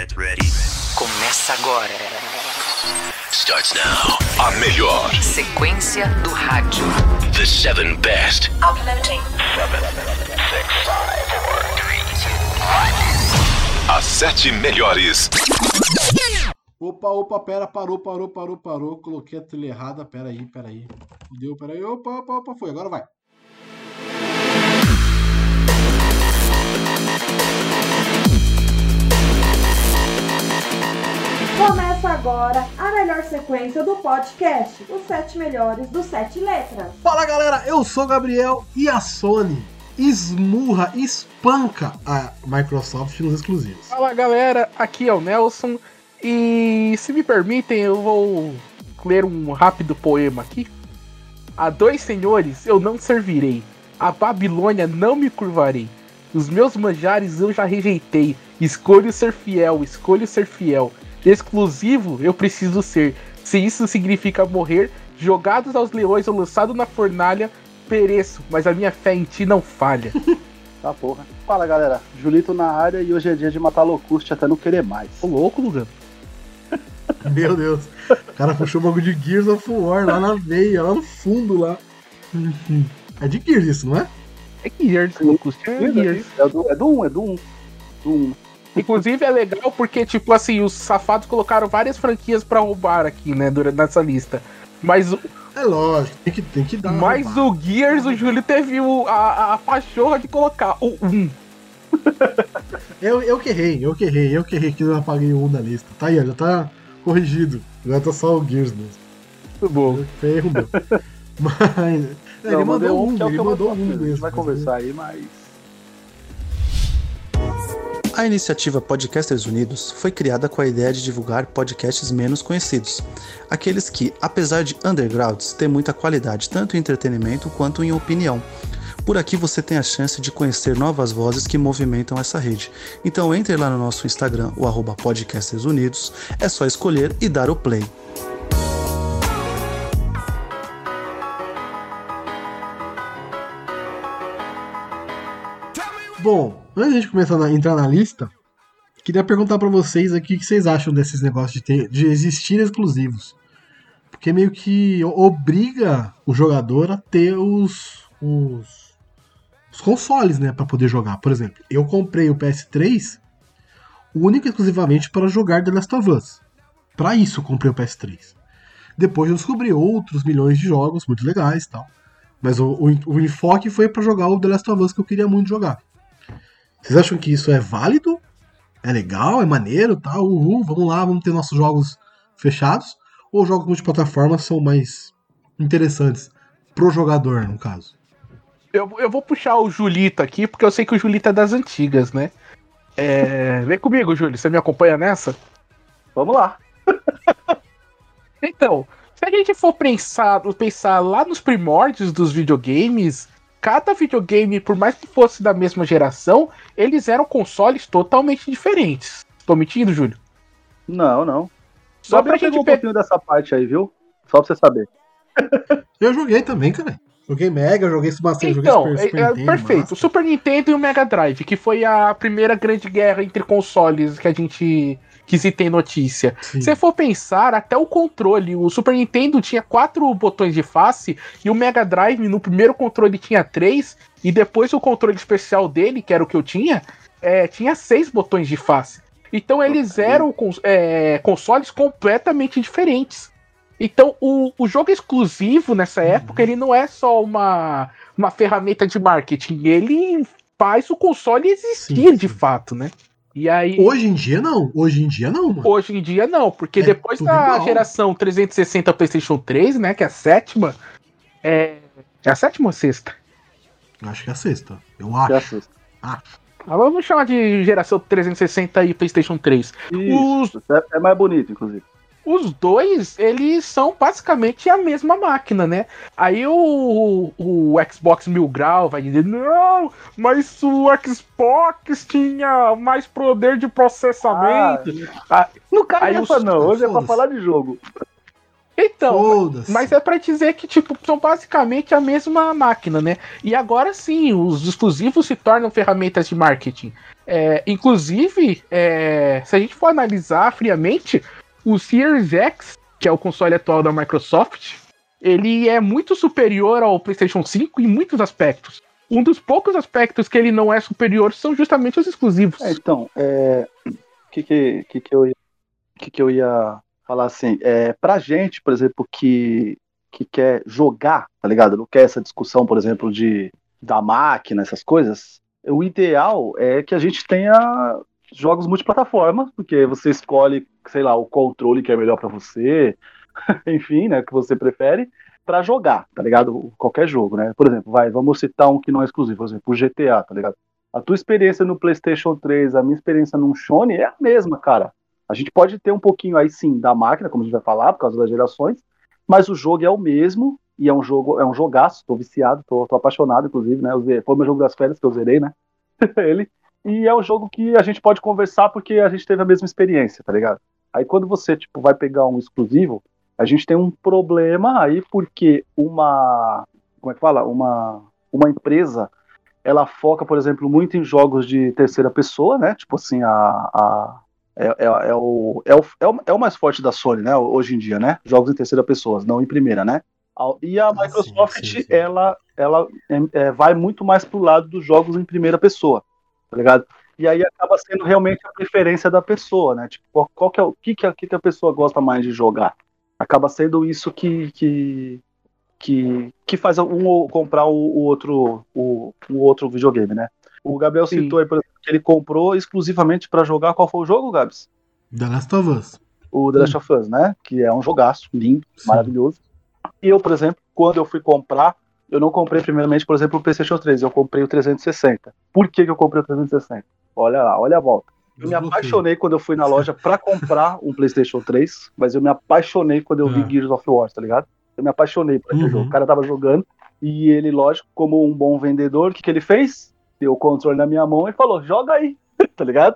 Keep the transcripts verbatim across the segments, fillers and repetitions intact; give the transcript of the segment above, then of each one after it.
Get ready. Começa agora. Starts now. A melhor sequência do rádio. The seven best. Uploading. seven, six, five, four, three, two, one. As sete melhores. Opa, opa, pera, parou, parou, parou, parou. Coloquei a trilha errada, pera aí, pera aí. Deu, pera aí, opa, opa, opa, foi, agora vai. Começa agora a melhor sequência do podcast, os sete melhores dos sete letras. Fala galera, eu sou o Gabriel e a Sony esmurra, espanca a Microsoft nos exclusivos. Fala galera, aqui é o Nelson e se me permitem eu vou ler um rápido poema aqui. A dois senhores eu não servirei, a Babilônia não me curvarei, os meus manjares eu já rejeitei, escolho ser fiel, escolho ser fiel. Exclusivo eu preciso ser. Se isso significa morrer, jogados aos leões ou lançado na fornalha, pereço, mas a minha fé em ti não falha. Tá porra. Fala galera, Julito na área e hoje é dia de matar Locuste até não querer mais. Ô louco, Lugano. Meu Deus, o cara puxou o bagulho de Gears of War lá na veia, lá no fundo lá. É de Gears isso, não é? É Gears, Locuste, é Gears. É do um, é do um, é do um. Do um. Inclusive é legal porque, tipo assim, os safados colocaram várias franquias pra roubar aqui, né, durante nessa lista. Mas o... É lógico, tem que, tem que dar. Mas o Gears, o Júlio teve o, a, a pachorra de colocar o um. Eu, eu que errei, eu que errei, eu que errei que eu apaguei o um da lista. Tá aí, ó, já tá corrigido. Já tá só o Gears mesmo. Muito bom. Foi erro meu. Mas. Não, ele mandou um, que é o ele que eu mandou vou um fazer. A gente mesmo. vai conversar aí, mas... A iniciativa Podcasters Unidos foi criada com a ideia de divulgar podcasts menos conhecidos, aqueles que, apesar de undergrounds, têm muita qualidade tanto em entretenimento quanto em opinião. Por aqui você tem a chance de conhecer novas vozes que movimentam essa rede. Então entre lá no nosso Instagram, o arroba Podcasters Unidos, é só escolher e dar o play. Bom, antes de a gente começar a entrar na lista, queria perguntar pra vocês aqui o que vocês acham desses negócios de, ter, de existir exclusivos. Porque meio que obriga o jogador a ter os, os, os consoles, né, pra poder jogar. Por exemplo, eu comprei o P S três único e exclusivamente para jogar The Last of Us. Pra isso eu comprei o P S três. Depois eu descobri outros milhões de jogos muito legais e tal. Mas o, o, o enfoque foi pra jogar o The Last of Us que eu queria muito jogar. Vocês acham que isso é válido? É legal? É maneiro? Tá? Uhul, vamos lá, vamos ter nossos jogos fechados? Ou jogos multiplataforma são mais interessantes pro jogador, no caso? Eu, eu vou puxar o Julito aqui, porque eu sei que o Julito é das antigas, né? É... Vem comigo, Júlio, você me acompanha nessa? Vamos lá. Então, se a gente for pensar, pensar lá nos primórdios dos videogames... Cada videogame, por mais que fosse da mesma geração, eles eram consoles totalmente diferentes. Tô mentindo, Júlio? Não, não. Só Só pra pra gente gente um pe... pouquinho dessa parte aí, viu? Só pra você saber. Eu joguei também, cara. Joguei Mega, joguei Super Então, joguei Super, Super é, Nintendo, perfeito. Master. O Super Nintendo e o Mega Drive, que foi a primeira grande guerra entre consoles que a gente... que se tem notícia. Sim. Se for pensar, até o controle, o Super Nintendo tinha quatro botões de face e o Mega Drive no primeiro controle tinha três e depois o controle especial dele, que era o que eu tinha, é, tinha seis botões de face. Então eles eram é, consoles completamente diferentes. Então o, o jogo exclusivo nessa Uhum. época, ele não é só uma, uma ferramenta de marketing, ele faz o console existir Sim, sim. de fato, né? E aí, Hoje em dia não, hoje em dia não, mano. hoje em dia não, porque É depois tudo da igual. geração trezentos e sessenta PlayStation três, né, que é a sétima, é, é a sétima ou sexta? Acho que é a sexta, eu Que acho. assusta. Ah, Ah, vamos chamar de geração trezentos e sessenta e PlayStation três. Isso, é, é mais bonito, inclusive. Os dois, eles são basicamente a mesma máquina, né? Aí o, o Xbox Mil Grau vai dizer, não, mas o Xbox tinha mais poder de processamento. Ah, Não cabe Aí nessa os- não, hoje é pra foda-se. falar de jogo. Então, Foda-se. mas é pra dizer que, tipo, são basicamente a mesma máquina, né? E agora sim, os exclusivos se tornam ferramentas de marketing. É, inclusive, é, se a gente for analisar friamente, o Series X, que é o console atual da Microsoft, ele é muito superior ao PlayStation cinco em muitos aspectos. Um dos poucos aspectos que ele não é superior são justamente os exclusivos. É, então, é, que, que, que, que, eu ia, que, que eu ia falar assim? É, pra gente, por exemplo, que, que quer jogar, tá ligado? Não quer essa discussão, por exemplo, de, da máquina, essas coisas. O ideal é que a gente tenha jogos multiplataforma, porque você escolhe, sei lá, o controle que é melhor pra você, enfim, né, que você prefere, pra jogar, tá ligado? Qualquer jogo, né? Por exemplo, vai, vamos citar um que não é exclusivo, por exemplo, o G T A, tá ligado? A tua experiência no PlayStation três, a minha experiência no Sony é a mesma, cara. A gente pode ter um pouquinho aí sim da máquina, como a gente vai falar, por causa das gerações, mas o jogo é o mesmo, e é um jogo, é um jogaço, tô viciado, tô, tô apaixonado, inclusive, né? Foi o meu jogo das férias que eu zerei, né? Ele. E é um jogo que a gente pode conversar porque a gente teve a mesma experiência, tá ligado? Aí quando você, tipo, vai pegar um exclusivo, a gente tem um problema aí porque uma, como é que fala? Uma, uma empresa, ela foca, por exemplo, muito em jogos de terceira pessoa, né? Tipo assim, a, a, é, é, é, o, é, o, é, o, é o mais forte da Sony, né? Hoje em dia, né? Jogos em terceira pessoa, não em primeira, né? E a Microsoft, sim, sim, sim. ela, ela é, vai muito mais pro lado dos jogos em primeira pessoa, tá ligado? E aí acaba sendo realmente a preferência da pessoa, né? Tipo, qual, qual que é o que, que, a, que a pessoa gosta mais de jogar? Acaba sendo isso que, que, que, que faz um comprar o, o, outro, o, o outro videogame, né? O Gabriel Sim. citou aí, por exemplo, que ele comprou exclusivamente para jogar. Qual foi o jogo, Gabs? The Last of Us. O The Last of Us, né? Que é um jogaço, lindo, Sim. maravilhoso. E eu, por exemplo, quando eu fui comprar, eu não comprei primeiramente, por exemplo, o PlayStation três, eu comprei o trezentos e sessenta. Por que, que eu comprei o trezentos e sessenta? Olha lá, olha a volta. Eu me apaixonei quando eu fui na loja pra comprar um PlayStation três, mas eu me apaixonei quando eu vi É. Gears of War, tá ligado? Eu me apaixonei por aquele Uhum. jogo. O cara tava jogando e ele, lógico, como um bom vendedor, o que, que ele fez? Deu o controle na minha mão e falou, joga aí, tá ligado?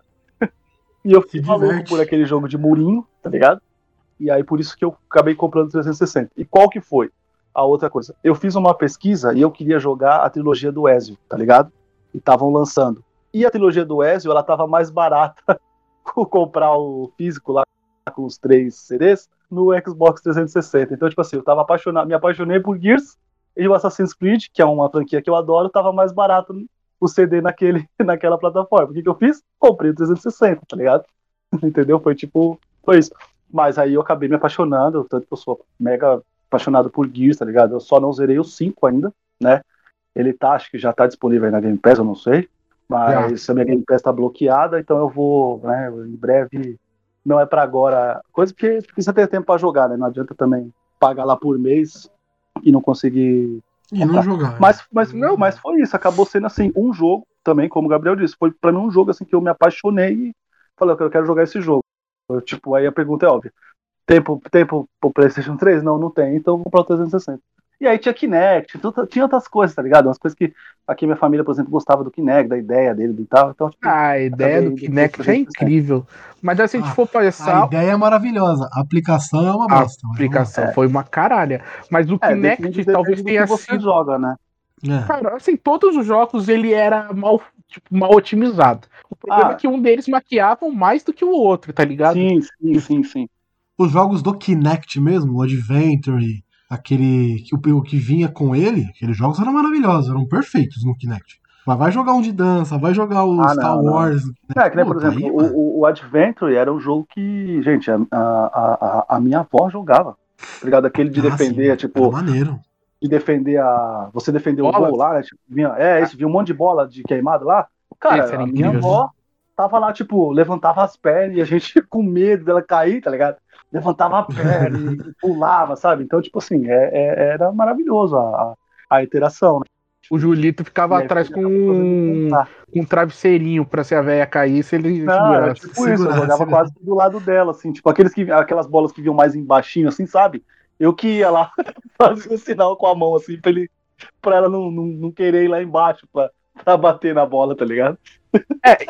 E eu fiquei Se maluco diverte. por aquele jogo de murinho, tá ligado? E aí por isso que eu acabei comprando o trezentos e sessenta. E qual que foi a outra coisa? Eu fiz uma pesquisa e eu queria jogar a trilogia do Ezio, tá ligado? E estavam lançando. E a trilogia do Ezio, ela tava mais barata comprar o físico lá com os três C Ds no Xbox trezentos e sessenta. Então, tipo assim, eu tava apaixonado, me apaixonei por Gears e o Assassin's Creed, que é uma franquia que eu adoro, tava mais barato o C D naquele, naquela plataforma. O que que eu fiz? Comprei o trezentos e sessenta, tá ligado? Entendeu? Foi tipo, foi isso. Mas aí eu acabei me apaixonando, tanto que eu sou mega apaixonado por Gears, tá ligado? Eu só não zerei o cinco ainda, né? Ele tá, acho que já tá disponível aí na Game Pass, eu não sei. Mas já. A minha Game Pass tá bloqueada, então eu vou, né, em breve, não é pra agora, coisa que precisa ter tempo pra jogar, né? Não adianta também pagar lá por mês e não conseguir E não jogar. Mas, mas, não, mas foi isso, acabou sendo assim, um jogo também, como o Gabriel disse, foi pra mim um jogo assim que eu me apaixonei e falei, eu quero jogar esse jogo. Eu, tipo, aí a pergunta é óbvia. Tempo, tempo pro PlayStation três? Não, não tem, então eu vou comprar o trezentos e sessenta. E aí tinha Kinect, tudo, tinha outras coisas, tá ligado? Umas coisas que aqui minha família, por exemplo, gostava do Kinect, da ideia dele e tal. Então, tipo, Ah, a ideia do Kinect é incrível. Mas assim, se a gente Ah, for pensar. A ideia é maravilhosa, a aplicação é uma A bosta. mas aplicação É. foi uma caralha. Mas o é, Kinect depende- talvez depende do tenha que você sido. joga, né? vamos lá. É. Cara, assim, todos os jogos ele era mal, tipo, mal otimizado. O problema Ah. é que um deles maquiavam mais do que o outro, tá ligado? Sim, sim, sim, sim. Os jogos do Kinect mesmo, o Adventure, aquele que o que vinha com ele, aqueles jogos eram maravilhosos, eram perfeitos no Kinect. Mas vai jogar um de dança, vai jogar o Ah, Star não, não. Wars. É, que nem, por Puta, exemplo, aí, o, mano. o, o Adventure era um jogo que, gente, a, a, a, a minha avó jogava. Tá ligado? Aquele de Ah, defender, sim, era tipo, maneiro. de defender a. Você defender o Bolas? gol lá, né? Tipo, vinha, é, isso, vinha um monte de bola de queimado lá. Esse Cara, era a minha incrível. avó tava lá, tipo, levantava as pernas e a gente com medo dela cair, tá ligado? Levantava a perna e pulava, sabe? Então, tipo assim, é, é- era maravilhoso a, a, a interação, né? O Julito ficava E aí atrás você com acaba fazendo um, tentar. com um travesseirinho pra se a véia caísse, ele Não, era segurasse. tipo isso, eu Segurar, jogava segurar. quase do lado dela, assim, tipo, aqueles que, aquelas bolas que vinham mais embaixinho, assim, sabe? Eu que ia lá, fazia um sinal com a mão, assim, pra, ele, pra ela não, não, não querer ir lá embaixo pra, pra bater na bola, tá ligado?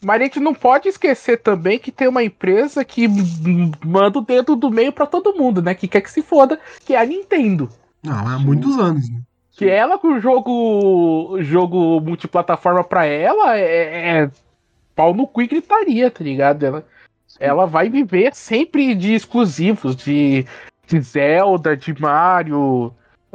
Mas a gente não pode esquecer também que tem uma empresa que manda o dedo do meio pra todo mundo, né? Que quer que se foda, que é a Nintendo. Ah, há muitos anos, né? Que ela, com o jogo, jogo multiplataforma pra ela, é, é pau no cu e gritaria, tá ligado? Ela, ela vai viver sempre de exclusivos, de, de Zelda, de Mario,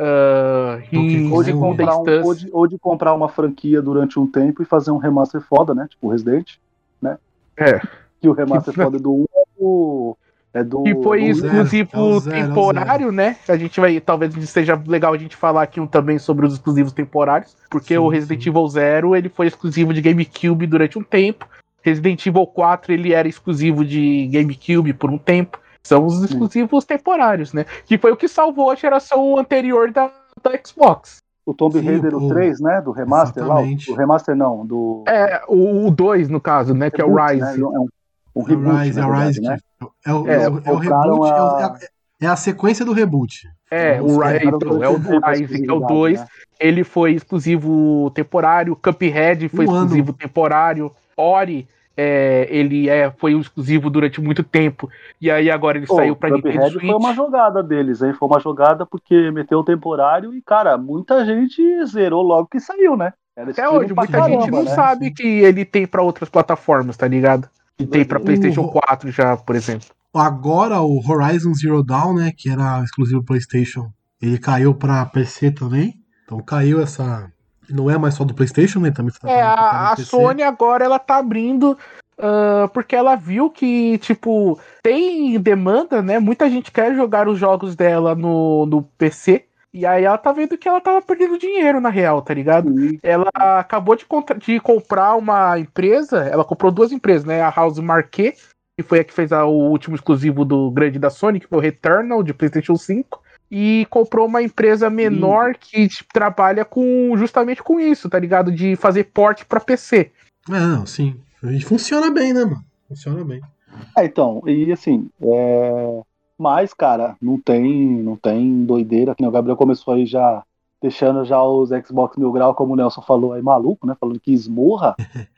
uh, e Ou de, Kong, comprar um, instância. ou, de, ou de comprar uma franquia durante um tempo e fazer um remaster foda, né? Tipo o Resident, né? É. Que o remaster foda do um é do... É do Que foi do exclusivo é o zero, é o temporário, né? A gente vai, talvez seja legal a gente falar aqui um, também sobre os exclusivos temporários, porque Sim, o Resident sim. Evil Zero ele foi exclusivo de GameCube durante um tempo. Resident Evil quatro ele era exclusivo de GameCube por um tempo. São os exclusivos temporários, né? Que foi o que salvou a geração anterior da, da Xbox. O Tomb Sim, Raider o- o três, né? Do remaster Exatamente. lá. O remaster não, do É, o dois no caso, né? Que é o reboot, Rise. né? É um, um É o reboot, Rise, na é o verdade, Rise né? que. É o, É, é o, é o compraram reboot, é, o- a- é- é a sequência do reboot. É, o É, Rise, Era então, é durante o um tempo a Rise, que é o exclusividade, dois. né? Ele foi exclusivo temporário. Cuphead foi Um ano. exclusivo temporário. Ori, é, ele é, foi um exclusivo durante muito tempo. E aí agora ele Pô, saiu o pra Nintendo Cuphead Switch. foi uma jogada deles, hein? Foi uma jogada porque meteu o temporário e, cara, muita gente zerou logo que saiu, né? Era Até estilo hoje, pra muita gente caramba, não né? sabe Sim. que ele tem pra outras plataformas, tá ligado? E tem pra Doideira. PlayStation O- quatro já, por exemplo. Agora o Horizon Zero Dawn, né, que era exclusivo PlayStation, ele caiu pra P C também. Então caiu essa. Não é mais só do PlayStation, né? Também tá É, falando que tá no a, a P C. Sony agora ela tá abrindo ah, porque ela viu que, tipo, tem demanda, né? Muita gente quer jogar os jogos dela no, no P C. E aí ela tá vendo que ela tava perdendo dinheiro, na real, tá ligado? Sim. Ela acabou de, contra- de comprar uma empresa, ela comprou duas empresas, né? A House Marquet, que foi a que fez a- o último exclusivo do grande da Sony, que foi o Returnal, de PlayStation cinco. E comprou uma empresa menor que tipo, trabalha com justamente com isso, tá ligado? De fazer port pra P C. É, não, sim. E funciona bem, né, mano? Funciona bem. É, então, e assim, é... mas, cara, não tem, não tem doideira, que nem o Gabriel começou aí já, deixando já os Xbox Mil Grau, como o Nelson falou aí, maluco, né, falando que esmurra,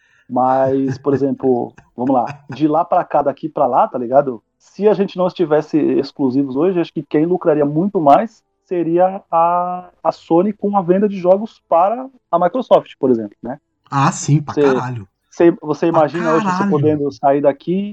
mas, por exemplo, vamos lá, de lá pra cá, daqui pra lá, tá ligado? Se a gente não estivesse exclusivos hoje, acho que quem lucraria muito mais seria a, a Sony com a venda de jogos para a Microsoft, por exemplo, né? Ah, sim, pra Você- caralho. Você, você imagina hoje você caralho. podendo sair daqui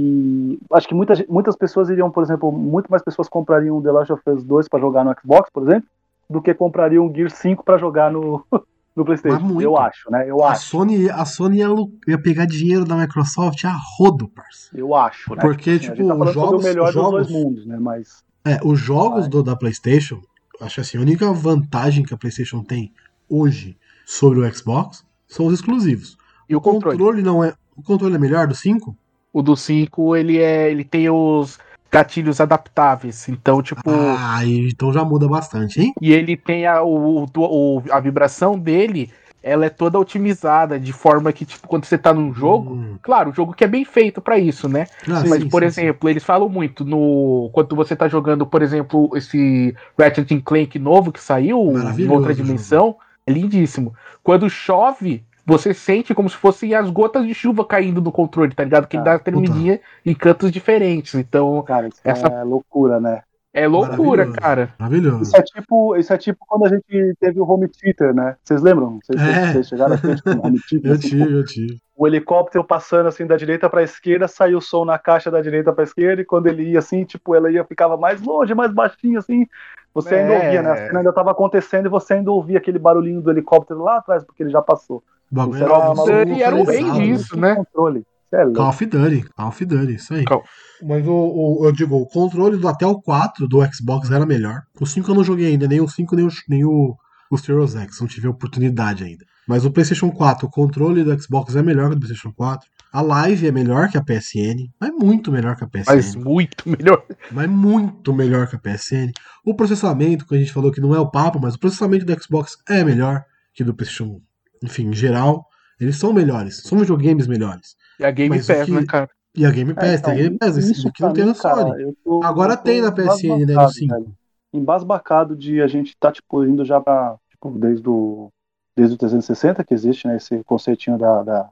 e acho que muitas, muitas pessoas iriam, por exemplo, muito mais pessoas comprariam The Last of Us dois para jogar no Xbox, por exemplo, do que comprariam o Gear cinco para jogar no, no PlayStation. Mas muito. Eu acho, né? Eu A acho. Sony, a Sony ia, lu- ia pegar dinheiro da Microsoft a rodo, parça. Eu acho. Né? Porque, assim, tipo, a gente tá falando sobre jogos- o melhor jogos- dos dois mundos, né? Mas É, os jogos Vai. do, da PlayStation, acho assim, a única vantagem que a PlayStation tem hoje sobre o Xbox são os exclusivos. E o controle. não é. O controle é melhor do cinco? O do cinco, ele é. Ele tem os gatilhos adaptáveis. Então, tipo. Ah, então já muda bastante, hein? E ele tem a, o, o- a vibração dele, ela é toda otimizada, de forma que, tipo, quando você tá num jogo. Hum. Claro, o jogo que é bem feito pra isso, né? Ah, Mas, sim, por sim, exemplo, eles falam muito no. Quando você tá jogando, por exemplo, esse Ratchet and Clank novo que saiu, em Maravilhoso outra o jogo. dimensão, é lindíssimo. Quando chove, você sente como se fossem as gotas de chuva caindo no controle, tá ligado? Que Ah, dá tremidinha em cantos diferentes. Então, cara, isso Essa- é loucura, né? é loucura, Maravilhoso. cara. Maravilhoso. Isso é tipo, isso é tipo quando a gente teve o home theater, né? Vocês lembram? Vocês, É. vocês chegaram a ter tipo, um home theater? Eu assim, tive, eu tive. o helicóptero passando assim da direita pra esquerda, saiu o som na caixa da direita pra esquerda, e quando ele ia assim, tipo, ela ia ficava mais longe, mais baixinho assim. Você ainda É. ouvia, né? A cena ainda tava acontecendo e você ainda ouvia aquele barulhinho do helicóptero lá atrás, porque ele já passou. O bagulho Isso era era um uma som E era um rei localizado. disso, né? Controle. Isso é Call louco. of Duty, Call of Duty, isso aí. Call- Mas o, o- eu digo, o controle do até o quatro do Xbox era melhor. O cinco eu não joguei ainda, nem o cinco nem o, nem o, o Series X, não tive a oportunidade ainda. Mas o PlayStation quatro, o controle do Xbox é melhor que o do PlayStation quatro. A Live é melhor que a P S N, mas muito melhor que a P S N. Mas muito melhor. Mas muito melhor que a P S N. O processamento, que a gente falou que não é o papo, mas o processamento do Xbox é melhor que do PlayStation, enfim, em geral. Eles são melhores, são videogames melhores. E a Game Mas o Pass, que- né, cara? E a Game Pass, É, então, tem Game Pass, esse isso daqui não pra tem mim, na Sony. cara, eu tô- Agora eu tô tem na P S N, né, no embasbacado, cinco. velho. Embasbacado de a gente tá, tipo, indo já pra, tipo, desde o, desde o trezentos e sessenta que existe, né, esse conceitinho da, da,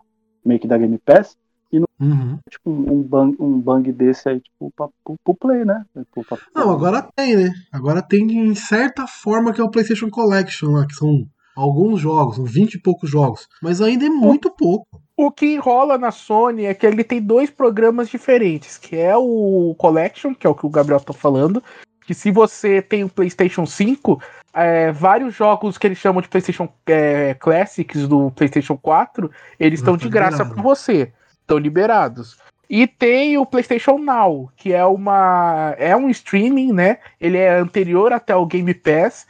meio que da Game Pass. E não Uhum. tipo um bang, um bang desse aí, tipo, pra, pro, pro Play, né? Pro, pra, Não, agora tem, né? Agora tem em certa forma que é o PlayStation Collection lá, que são alguns jogos, são vinte e poucos jogos. Mas ainda é muito pouco. O que rola na Sony é que ele tem dois programas diferentes, que é o Collection, que é o que o Gabriel tá falando, que se você tem o PlayStation cinco, é, vários jogos que eles chamam de PlayStation é, Classics do PlayStation quatro, eles estão Não, de tá graça liberado. para você, estão liberados. E tem o PlayStation Now, que é uma é um streaming, né? Ele é anterior até o Game Pass,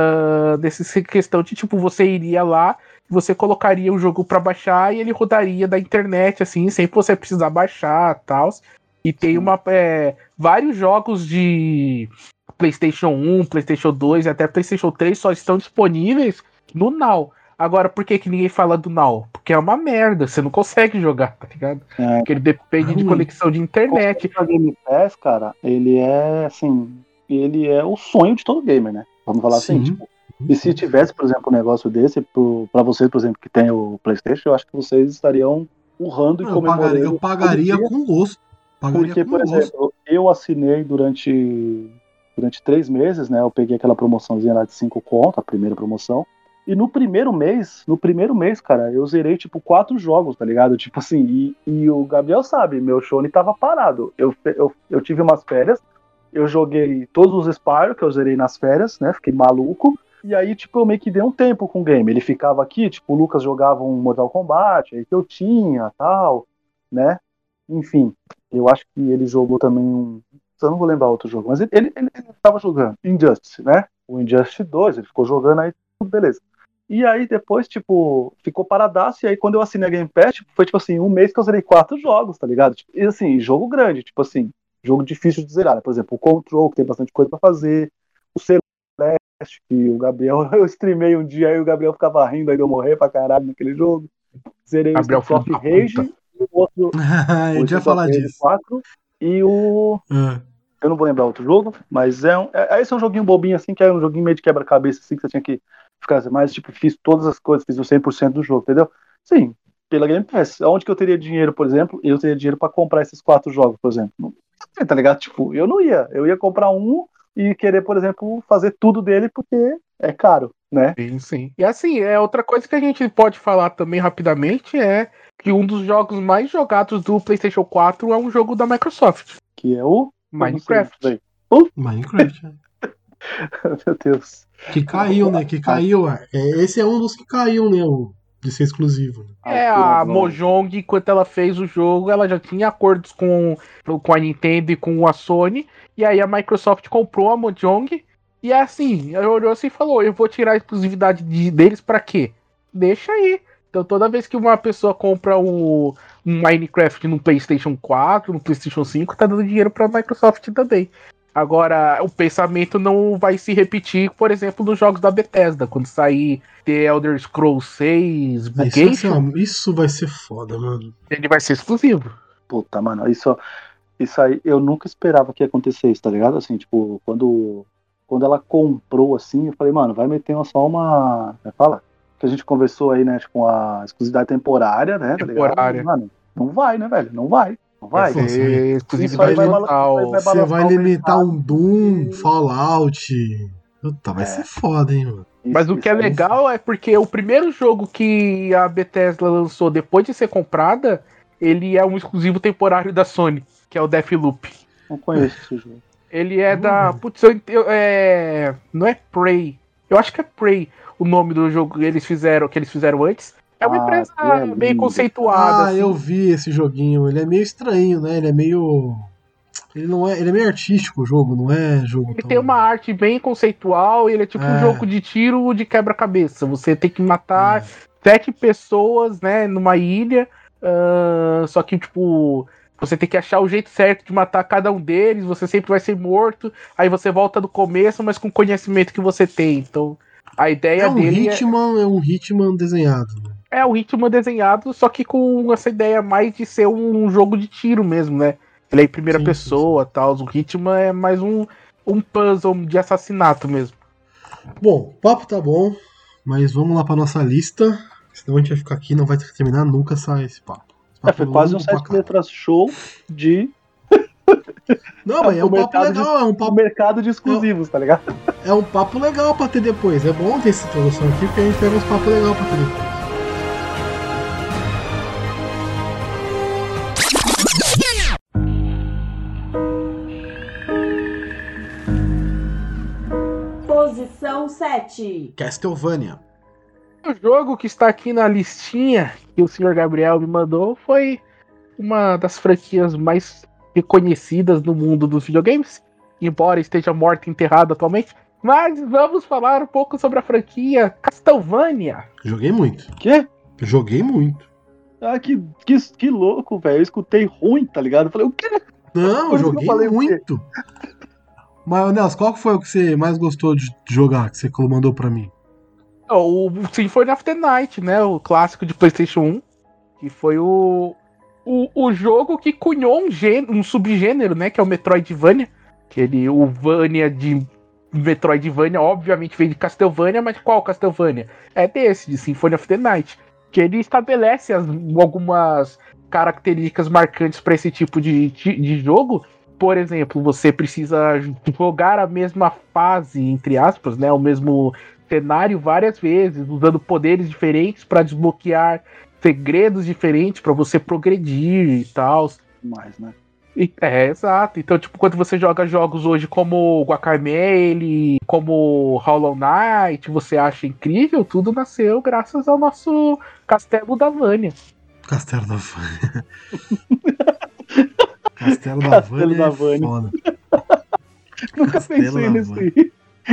uh, dessa questão de tipo você iria lá, você colocaria o jogo para baixar e ele rodaria da internet, assim, sem você precisar baixar e tal. E tem uma, é, vários jogos de PlayStation um, PlayStation dois e até PlayStation três só estão disponíveis no Now. Agora, por que, que ninguém fala do Now? Porque é uma merda, você não consegue jogar, tá ligado? É. Porque ele depende de Ruim. conexão de internet. O Game Pass, cara, ele é, assim, ele é o sonho de todo gamer, né? Vamos falar Sim. assim, tipo, e se tivesse, por exemplo, um negócio desse, pro, pra vocês, por exemplo, que tem o PlayStation, eu acho que vocês estariam honrando e Eu pagaria, comemorando. eu pagaria todo dia, com gosto. Pagaria porque, com por gosto. exemplo, eu assinei durante, durante três meses, né? Eu peguei aquela promoçãozinha lá de cinco conto, a primeira promoção. E no primeiro mês, no primeiro mês, cara, eu zerei, tipo, quatro jogos, tá ligado? Tipo assim, e, e o Gabriel sabe, meu Shone tava parado. Eu, eu, eu tive umas férias, eu joguei todos os Spyro que eu zerei nas férias, né? Fiquei maluco. E aí, tipo, eu meio que dei um tempo com o game. Ele ficava aqui, tipo, o Lucas jogava um Mortal Kombat, aí que eu tinha, tal, né? Enfim, eu acho que ele jogou também um... Eu não vou lembrar outro jogo, mas ele, ele, ele, ele tava jogando Injustice, né? O Injustice dois, ele ficou jogando aí, tudo beleza. E aí depois, tipo, ficou paradaço, e aí quando eu assinei a Game Pass, tipo, foi tipo assim, um mês que eu zerei quatro jogos, tá ligado? Tipo, e assim, jogo grande, tipo assim, jogo difícil de zerar, né? Por exemplo, o Control, que tem bastante coisa pra fazer, o Celeste, que o Gabriel, eu streamei um dia, aí o Gabriel ficava rindo, aí de eu morrer pra caralho naquele jogo. Zerei Gabriel, o Street filho of da Rage, puta. e o outro, A o gente ia Street falar of Rage disso. quatro, e o... Ah. Eu não vou lembrar outro jogo, mas é um, é, esse é um joguinho bobinho assim, que é um joguinho meio de quebra-cabeça, assim, que você tinha que ficar mais, tipo, fiz todas as coisas, fiz o cem por cento do jogo, entendeu? Sim, pela Game Pass. Onde que eu teria dinheiro, por exemplo, eu teria dinheiro pra comprar esses quatro jogos, por exemplo. Não, tá ligado? Tipo, eu não ia. Eu ia comprar um e querer, por exemplo, fazer tudo dele porque é caro, né? Sim, sim. E assim, é outra coisa que a gente pode falar também rapidamente é que um dos jogos mais jogados do PlayStation quatro é um jogo da Microsoft. Que é o... Minecraft. Minecraft. Meu Deus. Que caiu, né? Que caiu. É, esse é um dos que caiu, né? O, de ser exclusivo. Né? É, a Mojang, enquanto ela fez o jogo, ela já tinha acordos com, com a Nintendo e com a Sony. E aí a Microsoft comprou a Mojang. E é assim, ela olhou assim e falou: eu vou tirar a exclusividade de, deles pra quê? Deixa aí. Então toda vez que uma pessoa compra o, um Minecraft no PlayStation quatro, no PlayStation cinco, tá dando dinheiro pra Microsoft também. Agora, o pensamento não vai se repetir, por exemplo, nos jogos da Bethesda. Quando sair The Elder Scrolls seis, Isso vai, Bugation, ser, uma- isso vai ser foda, mano. ele vai ser exclusivo. Puta, mano, isso, isso aí, eu nunca esperava que ia acontecer isso, tá ligado? Assim, tipo, quando, quando ela comprou, assim, eu falei, mano, vai meter uma, só uma... Como é que fala? Que a gente conversou aí, né, tipo, a exclusividade temporária, né, tá ligado? Temporária. Mano, não vai, né, velho? Não vai. Não vai. Vai Vai ser ser exclusividade vai bala- total. vai- vai Você vai balançar o limitar um mercado. Doom, Fallout. Puta, vai É. ser foda, hein, mano. Mas Isso- o que é isso aí- legal é porque o primeiro jogo que a Bethesda lançou depois de ser comprada, ele é um exclusivo temporário da Sony, que é o Deathloop. Não conheço esse jogo. Ele é Hum. da... Putz, eu, eu- é... não é Prey. Eu acho que é Prey o nome do jogo que eles fizeram, que eles fizeram antes. É uma Ah, empresa é bem lindo. conceituada. Ah, assim. eu vi esse joguinho. Ele é meio estranho, né? Ele é meio. Ele não é. Ele é meio artístico o jogo, não é jogo. Ele tão- tem uma arte bem conceitual e ele é tipo um É. jogo de tiro de quebra-cabeça. Você tem que matar É. sete pessoas, né, numa ilha. ah, só que, tipo, você tem que achar o jeito certo de matar cada um deles. Você sempre vai ser morto. Aí você volta do começo, mas com o conhecimento que você tem. Então, a ideia É um dele é, Hitman, é um Hitman desenhado. Né? é o ritmo desenhado, só que com essa ideia mais de ser um jogo de tiro mesmo, né? Ele é em primeira Sim, pessoa e tal. O ritmo é mais um, um puzzle de assassinato mesmo. Bom, o papo tá bom, mas vamos lá pra nossa lista. Senão a gente vai ficar aqui e não vai terminar nunca essa, esse papo. Esse papo É, foi quase um longo pra sete caralho. letras show de. Não, mas é um o papo mercado de- legal, é um o papo, mercado de exclusivos, tá ligado? é um papo legal pra ter depois. É bom ter essa introdução aqui, porque a gente pega uns papos legais pra ter depois. Posição sete. Castlevania. O jogo que está aqui na listinha que o senhor Gabriel me mandou foi uma das franquias mais reconhecidas no mundo dos videogames, embora esteja morta e enterrada atualmente. Mas vamos falar um pouco sobre a franquia Castlevania. Joguei muito. Quê? Joguei muito. Ah, que, que, que louco, velho. Eu escutei ruim, tá ligado? Eu falei, o quê? Não, Por isso que eu joguei falei o quê? muito. Mas, Nelson, qual que foi o que você mais gostou de jogar, que você mandou pra mim? O Symphony of the Night, né? O clássico de PlayStation um, que foi o, o, o jogo que cunhou um, gênero, um subgênero, né? Que é o Metroidvania. Que ele, o Vania de Metroidvania, obviamente, veio de Castlevania, mas qual Castlevania? É desse, de Symphony of the Night. Que ele estabelece as, algumas características marcantes para esse tipo de, de, de jogo. Por exemplo, você precisa jogar a mesma fase, entre aspas, né? O mesmo cenário várias vezes, usando poderes diferentes para desbloquear segredos diferentes para você progredir e tal. Mais, né? E- É, exato. Então, tipo, quando você joga jogos hoje como Guacamelee, como Hollow Knight, você acha incrível, tudo nasceu graças ao nosso Castelo da Vânia. Castelo da Vânia. Castelo da Castelo Vânia da é Vânia. foda. Nunca Castelo pensei da nesse.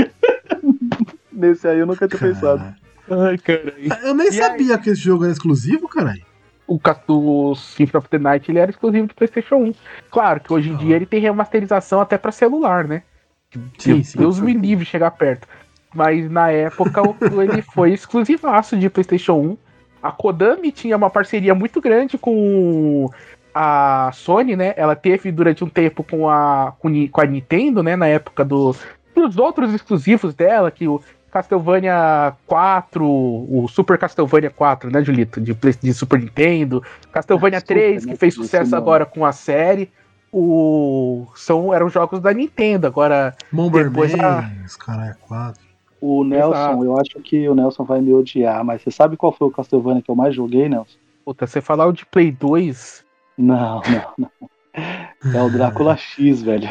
Nesse aí eu nunca tinha pensado. Caralho. Ai, caralho. Eu nem E sabia que esse jogo era exclusivo, caralho. O, ca- o Symphony of the Night ele era exclusivo do PlayStation um. Claro que hoje em Ah. dia ele tem remasterização até pra celular, né? Sim, Deus, sim. Deus me livre chegar perto. Mas na época o- ele foi exclusivaço de PlayStation um. A Konami tinha uma parceria muito grande com a Sony, né? Ela teve durante um tempo com a, com Ni- com a Nintendo, né? Na época do, dos outros exclusivos dela, que o Castlevania quatro, o Super Castlevania quatro, né, Julito? De, Play- de Super Nintendo. Castlevania Super, três, né, que fez esse sucesso nome. agora com a série. O, são, eram jogos da Nintendo. Agora, Depois Bomberman, a- os caras é quatro. O Nelson, Exato. eu acho que o Nelson vai me odiar, mas você sabe qual foi o Castlevania que eu mais joguei, Nelson? puta, você falar o de Play dois. Não, não, não. É o Drácula X, velho.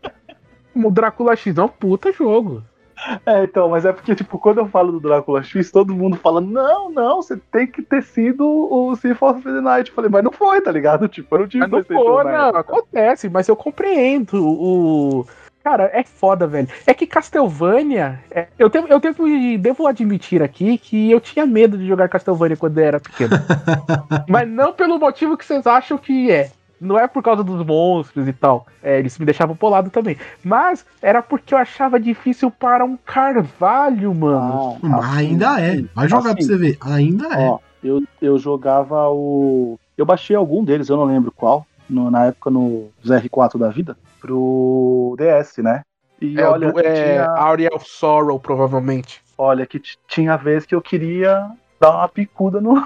O Drácula X é um puta jogo. É, então, mas é porque, tipo, quando eu falo do Drácula X, todo mundo fala, não, não, você tem que ter sido o Symphony of the Night. Eu falei, mas não foi, tá ligado? Tipo, eu não tive Mas não PlayStation for, na não, época. acontece, mas eu compreendo o. Cara, é foda, velho. É que Castlevania. é- eu, devo, eu devo, devo admitir aqui que eu tinha medo de jogar Castlevania quando eu era pequeno. Mas não pelo motivo que vocês acham que é. Não é por causa dos monstros e tal. É, eles me deixavam polado também. Mas era porque eu achava difícil para um carvalho, mano. Ah, Mas assim, ainda é. Vai jogar pra assim, você ver. Ainda é. Ó, eu, eu jogava o. Eu baixei algum deles, eu não lembro qual, no- na época no R quatro da vida, pro D S, né? E É, o olha, do- é tinha, Aria of Sorrow, provavelmente. olha que t- tinha vez que eu queria dar uma picuda no,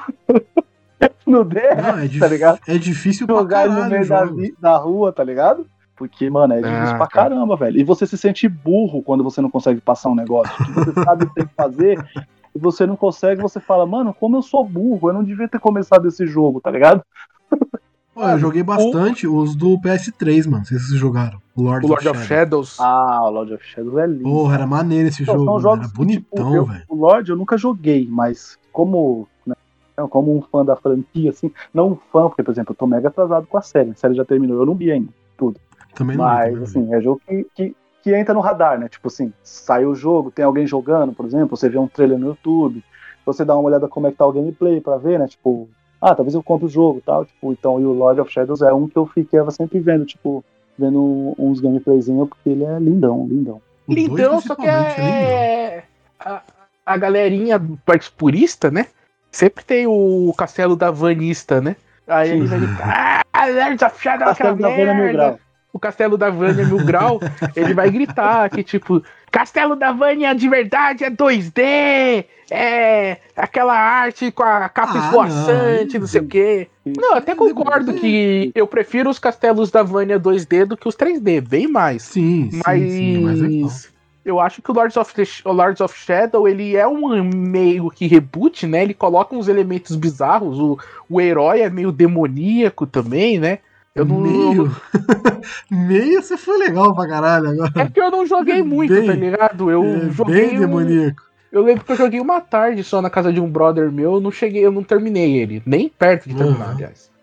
no D S, Não, é, tá dif- ligado? é difícil pra Jogar ele no caralho meio o da, jogo. vi- da rua, tá ligado? Porque, mano, é difícil Ah, pra tá. caramba, velho. E você se sente burro quando você não consegue passar um negócio. Que você sabe o que tem que fazer e você não consegue, você fala, mano, como eu sou burro, eu não devia ter começado esse jogo, tá ligado? Pô, eu joguei bastante os do P S três, mano. Não sei se vocês jogaram. O Lord, O Lord of Shadow. Shadows. Ah, o Lord of Shadows é lindo. Porra, era maneiro esse Então, jogo. são mano. jogos Era que, bonitão, tipo, eu- velho. o Lord eu nunca joguei, mas como, né, como um fã da franquia, assim, não um fã, porque, por exemplo, eu tô mega atrasado com a série. A série já terminou, eu não vi ainda. Também não vi, Mas, também não vi. assim, é jogo que, que, que entra no radar, né? Tipo assim, saiu o jogo, tem alguém jogando, por exemplo, você vê um trailer no YouTube, você dá uma olhada como é que tá o gameplay pra ver, né? Tipo, ah, talvez eu compre o jogo e tal. Tipo, então, e o Lord of Shadows é um que eu ficava sempre vendo, tipo, vendo uns gameplayzinhos, porque ele é lindão, lindão. O dois, Lindão, só que principalmente, é lindão. é. A, a galerinha mais purista, né? Sempre tem o castelo da vanista, né? Aí Sim. ele vai gritar, ah, Lord of Shadow é aquela Castelo da Vânia Mil merda. Grau. o Castelo da Vânia Mil Grau, ele vai gritar que, tipo, Castelo da Vânia de verdade é dois D, é aquela arte com a capa Ah, esvoaçante, não, não sei o quê. Não, eu até concordo que eu prefiro os Castelos da Vânia dois D do que os três D, bem mais. Sim, sim, Mas sim, é mais legal. eu acho que o Lords of, the, o Lords of Shadow, ele é um meio que reboot, né? Ele coloca uns elementos bizarros, o, o herói é meio demoníaco também, né? Eu não, Meio? Meio você foi legal pra caralho agora. É que eu não joguei muito, Bem- tá ligado? Eu É joguei. bem um- demoníaco. Eu lembro que eu joguei uma tarde só na casa de um brother meu, eu não cheguei, eu não terminei ele. Nem perto de terminar, Uhum. aliás.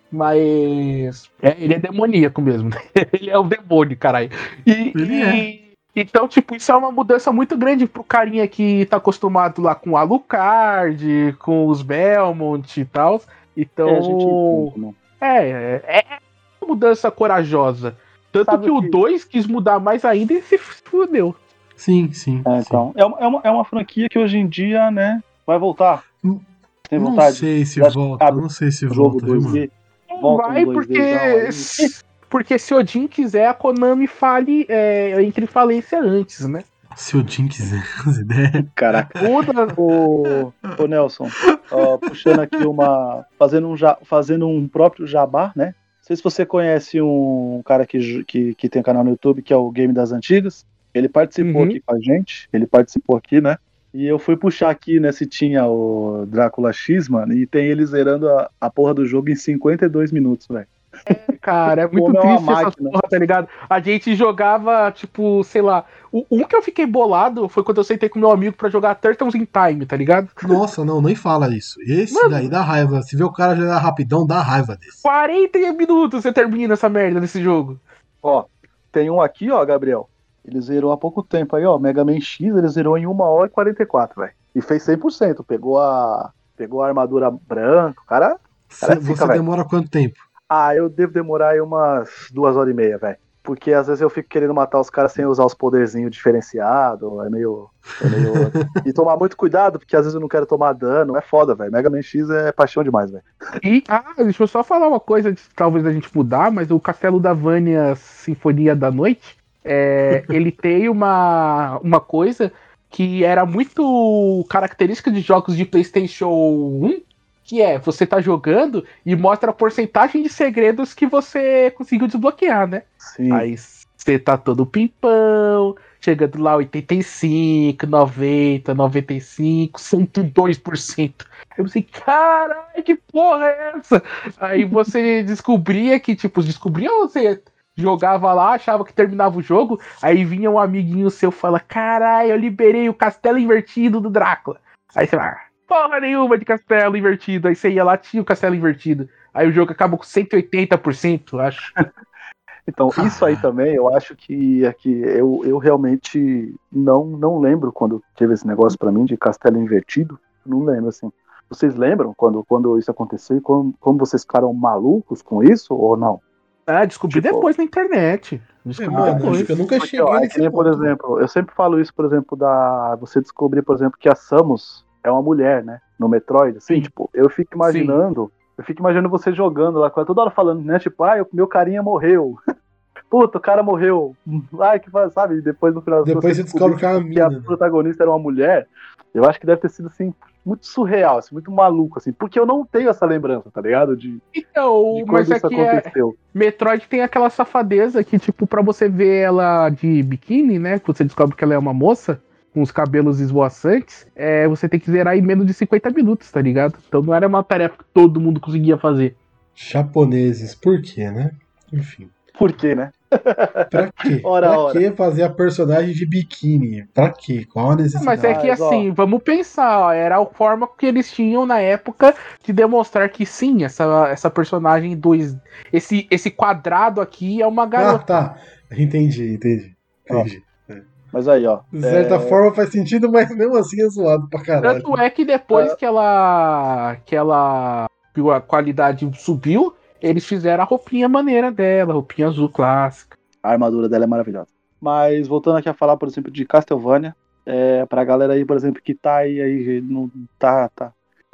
Mas. É, ele é demoníaco mesmo, né? Ele é um demônio, caralho. E, Ele e- Então, tipo, isso é uma mudança muito grande pro carinha que tá acostumado lá com o Alucard, com os Belmont e tal. Então. É, a gente entende, né? É, é, é uma mudança corajosa. Tanto Sabe que o que- dois quis mudar mais ainda e se fudeu. Sim, sim. É, sim. então, é, uma, é, uma, é uma franquia que hoje em dia, né, vai voltar. Hum, Tem Não vontade? sei se Você acha que volta, cabe não sei se o jogo volta, viu, dois mano? D? Não Volta um vai dois porque. Dzão aí. Porque se Odin quiser, a Konami fale, é, entre falência antes, né? Se o Jim quiser as ideias. Caraca. Outra. Ô, ô Nelson, ó, puxando aqui uma. Fazendo um, ja- fazendo um próprio jabá, né? Não sei se você conhece um cara que, ju- que, que tem canal no YouTube, que é o Game das Antigas. Ele participou Uhum. aqui com a gente. Ele participou aqui, né? E eu fui puxar aqui, né, se tinha o Drácula X, mano, e tem ele zerando a, a porra do jogo em cinquenta e dois minutos, velho. Cara, é muito Como é uma triste essa máquina. porra, tá ligado? A gente jogava, tipo, sei lá. O, um que eu fiquei bolado foi quando eu sentei com meu amigo pra jogar Turtles in Time, tá ligado? Nossa, não, nem fala isso. Esse Mano. daí dá raiva. Se vê o cara jogar rapidão, dá raiva desse. quarenta minutos você termina essa merda nesse jogo. Ó, tem um aqui, ó, Gabriel. Ele zerou há pouco tempo aí, ó. Mega Man X, ele zerou em uma hora e quarenta e quatro, velho. E fez cem por cento. Pegou a, pegou a armadura branca. O cara. Cara, Cê- fica, você velho. demora quanto tempo? Ah, eu devo demorar aí umas duas horas e meia, velho. Porque às vezes eu fico querendo matar os caras sem usar os poderzinhos diferenciados. É meio. É meio... e tomar muito cuidado, porque às vezes eu não quero tomar dano. É foda, velho. Mega Man X é paixão demais, velho. E, ah, deixa eu só falar uma coisa, antes, talvez a gente mudar, mas o Castelo da Vânia Sinfonia da Noite, é, ele tem uma, uma coisa que era muito característica de jogos de PlayStation um, que é, você tá jogando e mostra a porcentagem de segredos que você conseguiu desbloquear, né? Sim. Aí você tá todo pimpão, chegando lá oitenta e cinco, noventa, noventa e cinco, cento e dois por cento. Eu pensei, caralho, que porra é essa? Aí você descobria que, tipo, descobria você jogava lá, achava que terminava o jogo, aí vinha um amiguinho seu e fala, caralho, eu liberei o castelo invertido do Drácula. Aí você vai, porra nenhuma de castelo invertido. Aí você ia lá, tinha o castelo invertido. Aí o jogo acabou com cento e oitenta por cento, acho. Então, isso aí também, eu acho que, é que eu, eu realmente não, não lembro quando teve esse negócio pra mim de castelo invertido. Não lembro, assim. Vocês lembram quando, quando isso aconteceu e como, como vocês ficaram malucos com isso ou não? Ah, descobri Tipo- depois na internet. Descobri Mano, depois. acho que eu nunca Porque, cheguei ó, é nesse que nem, por ponto. exemplo, eu sempre falo isso, por exemplo, da você descobrir, por exemplo, que a Samus é uma mulher, né? No Metroid, assim, Sim. tipo, eu fico imaginando, eu fico imaginando você jogando lá, com ela, toda hora falando, né? Tipo, ai, o meu carinha morreu. Puta, o cara morreu. Ai, que faz, sabe? E depois no final Depois você descobre que é uma que a mina, né? protagonista era uma mulher. Eu acho que deve ter sido assim muito surreal, assim, muito maluco, assim, porque eu não tenho essa lembrança, tá ligado? De, Então, de mas quando isso aqui é. aconteceu. Metroid tem aquela safadeza que, tipo, pra você ver ela de biquíni, né? Que você descobre que ela é uma moça, com os cabelos esvoaçantes, é, você tem que zerar em menos de cinquenta minutos, tá ligado? Então não era uma tarefa que todo mundo conseguia fazer. Japoneses, por quê, né? Enfim. Por quê, né? Pra quê? Ora, pra ora. que fazer a personagem de biquíni? Pra quê? Qual a necessidade? Mas é que Mas, ó. assim, vamos pensar, ó, era a forma que eles tinham na época de demonstrar que sim, essa, essa personagem dois, esse, esse quadrado aqui é uma Ah, garota. tá. Entendi, entendi. Entendi. Mas aí, ó. De certa é, forma faz sentido, mas mesmo assim é zoado pra caralho. Tanto é que depois que ela que ela viu a qualidade subiu, eles fizeram a roupinha maneira dela, roupinha azul clássica. A armadura dela é maravilhosa. Mas voltando aqui a falar, por exemplo, de Castlevania, é, pra galera aí, por exemplo, que tá aí, aí não tá, tá,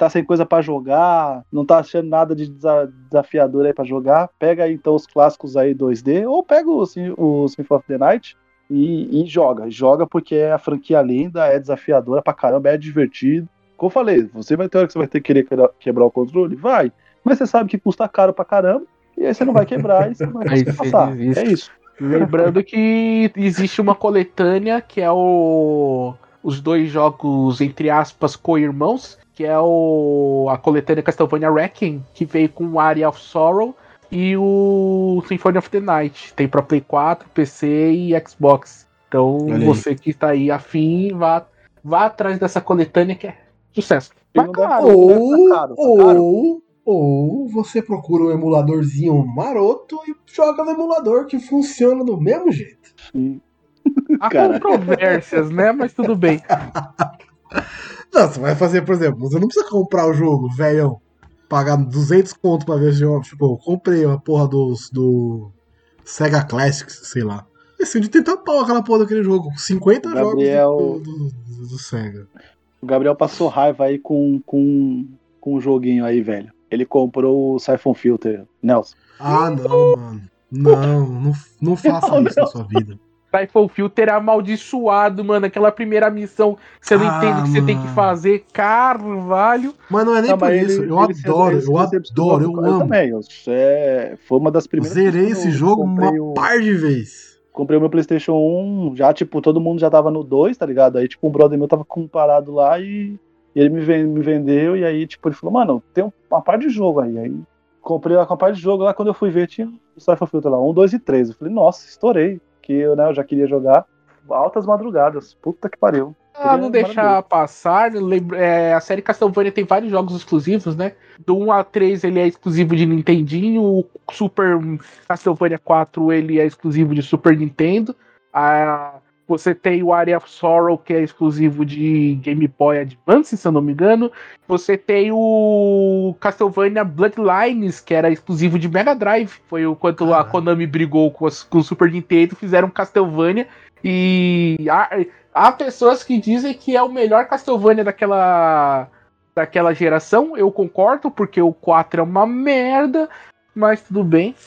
tá sem coisa pra jogar, não tá achando nada de desa- desafiador aí pra jogar, pega aí então os clássicos aí dois D, ou pega o, Sym- o Symphony of the Night e, e joga. Joga porque é a franquia linda, é desafiadora pra caramba, é divertido. Como eu falei, você vai ter hora que você vai ter que querer quebrar- quebrar o controle? Vai. Mas você sabe que custa caro pra caramba, e aí você não vai quebrar e você não vai Aí conseguir você passar. desiste. É isso. Lembrando que existe uma coletânea que é o os dois jogos, entre aspas, co-irmãos, que é o a coletânea Castlevania Wrecking, que veio com o Area of Sorrow e o Symphony of the Night. Tem pra Play quatro, P C e Xbox. Então Olha aí. você que tá aí afim, vá, vá atrás dessa coletânea que é sucesso. E Mas não deve- claro, Ou- Ou, tá caro, tá caro. ou, ou você procura um emuladorzinho maroto e joga no emulador que funciona do mesmo jeito. Sim. há cara. controvérsias, né? Mas tudo bem. Não, você vai fazer, por exemplo, você não precisa comprar o jogo, velhão, pagar duzentos conto pra ver esse jogo. Tipo, eu comprei a porra dos, do Sega Classics, sei lá. Esse de tentar pau aquela porra daquele jogo. cinquenta Gabriel- jogos do, do, do, do Sega. O Gabriel passou raiva aí com, com, com um joguinho aí, velho. Ele comprou o Siphon Filter, Nelson. Ah, não, mano. Não, não, não faça Não, isso na não. sua vida. Siphon Filter é amaldiçoado, mano. Aquela primeira missão que você não Ah, entende o que você tem que mano. fazer. Carvalho. Mas não é nem Não, por mas isso. ele- eu ele se- adoro, ele se eu decepcionou adoro, eu por- Eu amo. também. Eu, é, foi uma das primeiras Zerei vezes que esse eu jogo uma comprei o- par de vezes. Comprei o meu PlayStation um, já, tipo, todo mundo já tava no dois, tá ligado? Aí, tipo, um brother meu tava com parado lá e, e ele me, ven- me vendeu. E aí, tipo, ele falou, mano, tem um- uma par de jogo aí. Aí comprei uma par de jogo lá, quando eu fui ver, tinha o Siphon Filter lá, um, dois e três. Eu falei, nossa, estourei. Que eu, né, eu já queria jogar altas madrugadas. Puta que pariu. Ah, Ele não é deixar maravilhoso. passar. lembra- é, a série Castlevania tem vários jogos exclusivos, né? Do um a três ele é exclusivo de Nintendinho. O Super Castlevania quatro ele é exclusivo de Super Nintendo. Ah, você tem o Area of Sorrow, que é exclusivo de Game Boy Advance, se eu não me engano. Você tem o Castlevania Bloodlines, que era exclusivo de Mega Drive. Foi o quando a Caralho. Konami brigou com, as- com o Super Nintendo, fizeram Castlevania. E há, há pessoas que dizem que é o melhor Castlevania daquela, daquela geração. Eu concordo, porque o quatro é uma merda, mas tudo bem.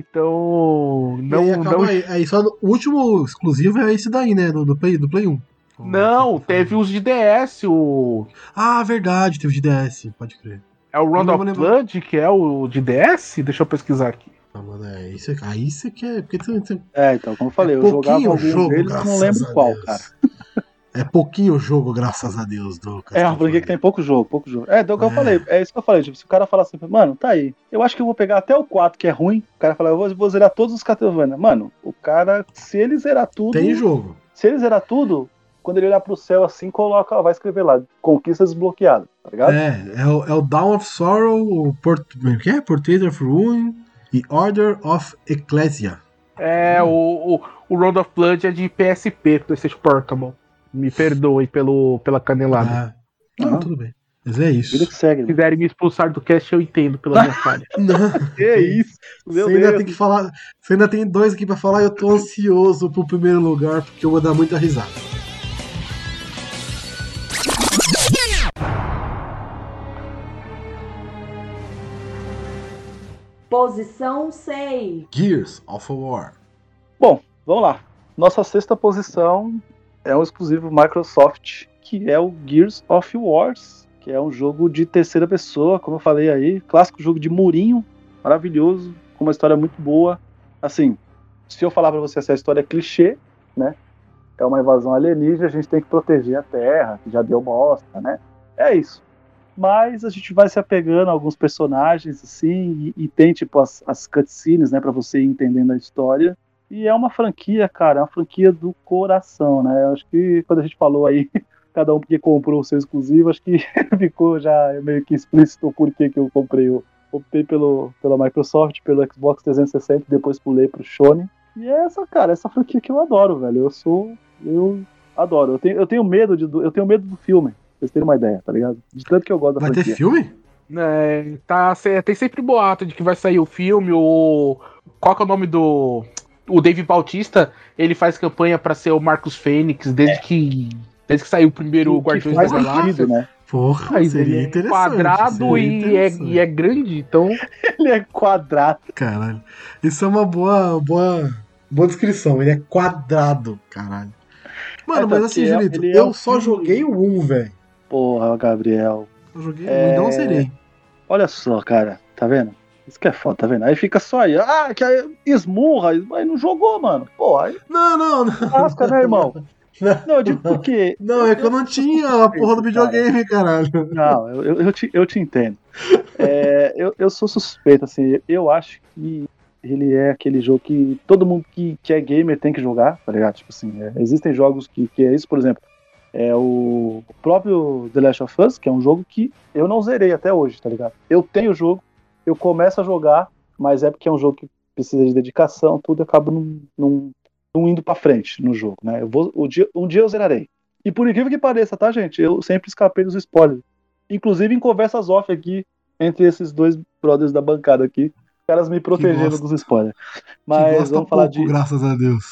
Então, E não, aí, acaba não, aí, aí só no- o último exclusivo é esse daí, né? Do, do, Play, do Play um. não, teve os de D S, o Ah, verdade, teve de D S, pode crer. é o Round não of vou lembrar. Blood, que é o de D S. Deixa eu pesquisar aqui. Ah, mano, é, isso, é- aí você quer. Porque você, você- É, então, como eu falei, é eu jogava pouquinho alguns jogo, deles, eu graças não lembro a qual, Deus. cara. É pouquinho jogo, graças a Deus. Do É uma Castlevania. franquia que tem pouco jogo, pouco jogo. É, então o que eu É. falei, é isso que eu falei, tipo, se o cara falar assim, mano, tá aí, eu acho que eu vou pegar até o quatro, que é ruim, o cara fala, eu vou, vou zerar todos os Castlevania. Mano, o cara, se ele zerar tudo, Tem jogo. se ele zerar tudo, quando ele olhar pro céu assim, coloca, vai escrever lá, conquista desbloqueada, tá ligado? É, é o, é o Dawn of Sorrow, o Port, o que é? Portrait of Ruin e Order of Ecclesia. É, o, o, o Round of Blood é de P S P, PlayStation Portable. Me perdoe pelo, pela canelada. Ah, não, Ah. tudo bem. Mas é isso. Vida que segue. Se né? quiserem me expulsar do cast, eu entendo pela minha falha. Não, Que isso? Meu você ainda Deus. tem que falar. Você ainda tem dois aqui pra falar e eu tô ansioso pro primeiro lugar porque eu vou dar muita risada. Posição seis. Gears of War. Bom, vamos lá. Nossa sexta posição é um exclusivo Microsoft, que é o Gears of Wars, que é um jogo de terceira pessoa, como eu falei aí, clássico jogo de murinho, maravilhoso, com uma história muito boa. Assim, se eu falar pra você essa história é clichê, né? É uma invasão alienígena, a gente tem que proteger a Terra, que já deu bosta, né? É isso. Mas a gente vai se apegando a alguns personagens, assim, e, e tem, tipo, as, as cutscenes, né, pra você ir entendendo a história. E é uma franquia, cara, é uma franquia do coração, né? Acho que quando a gente falou aí, cada um porque comprou o seu exclusivo, acho que ficou já meio que explícito o porquê que eu comprei. Eu optei pelo, pela Microsoft, pelo Xbox trezentos e sessenta, depois pulei pro Sony. E é essa, cara, essa franquia que eu adoro, velho. Eu sou. Eu adoro. Eu tenho, eu tenho medo de, eu tenho medo do filme, pra vocês terem uma ideia, tá ligado? De tanto que eu gosto da Vai franquia. ter filme? É, tá, cê- tem sempre boato de que vai sair o filme. O, qual que é o nome do. O Dave Bautista, ele faz campanha pra ser o Marcus Fênix desde que. Desde que saiu o primeiro Que Guardiões faz da Galáxia. sentido, né? Porra, Mas seria ele é interessante. quadrado seria e é, interessante. e é grande, então. Ele é quadrado. Caralho. Isso é uma boa, boa, boa descrição. Ele é quadrado, caralho. Mano, É, mas tá, assim, porque é- Julito, ele é eu um só filme- joguei o um, velho. Porra, Gabriel. Eu joguei o É. um, ainda não serei. Olha só, cara. Tá vendo? Isso que é foda, tá vendo? Aí fica só aí. Ah, que aí esmurra. Aí não jogou, mano. Pô, aí Não, não, não. lasca, né, irmão? Não, Não, eu digo porque. não, é que eu não tinha a porra do videogame, caralho. Não, eu, eu, eu, te, eu te entendo. É, eu, eu sou suspeito, assim, eu acho que ele é aquele jogo que todo mundo que, que é gamer tem que jogar, tá ligado? Tipo assim, é, existem jogos que, que é isso, por exemplo, é o próprio The Last of Us, que é um jogo que eu não zerei até hoje, tá ligado? Eu tenho o jogo, eu começo a jogar, mas é porque é um jogo que precisa de dedicação, tudo, eu acabo não, não, não indo pra frente no jogo, né? Eu vou, o dia, um dia eu zerarei. E por incrível que pareça, tá, gente? Eu sempre escapei dos spoilers. Inclusive em conversas off aqui, entre esses dois brothers da bancada aqui, os caras me protegendo gosta- dos spoilers. Que Mas gosta vamos falar pouco, de. graças a Deus.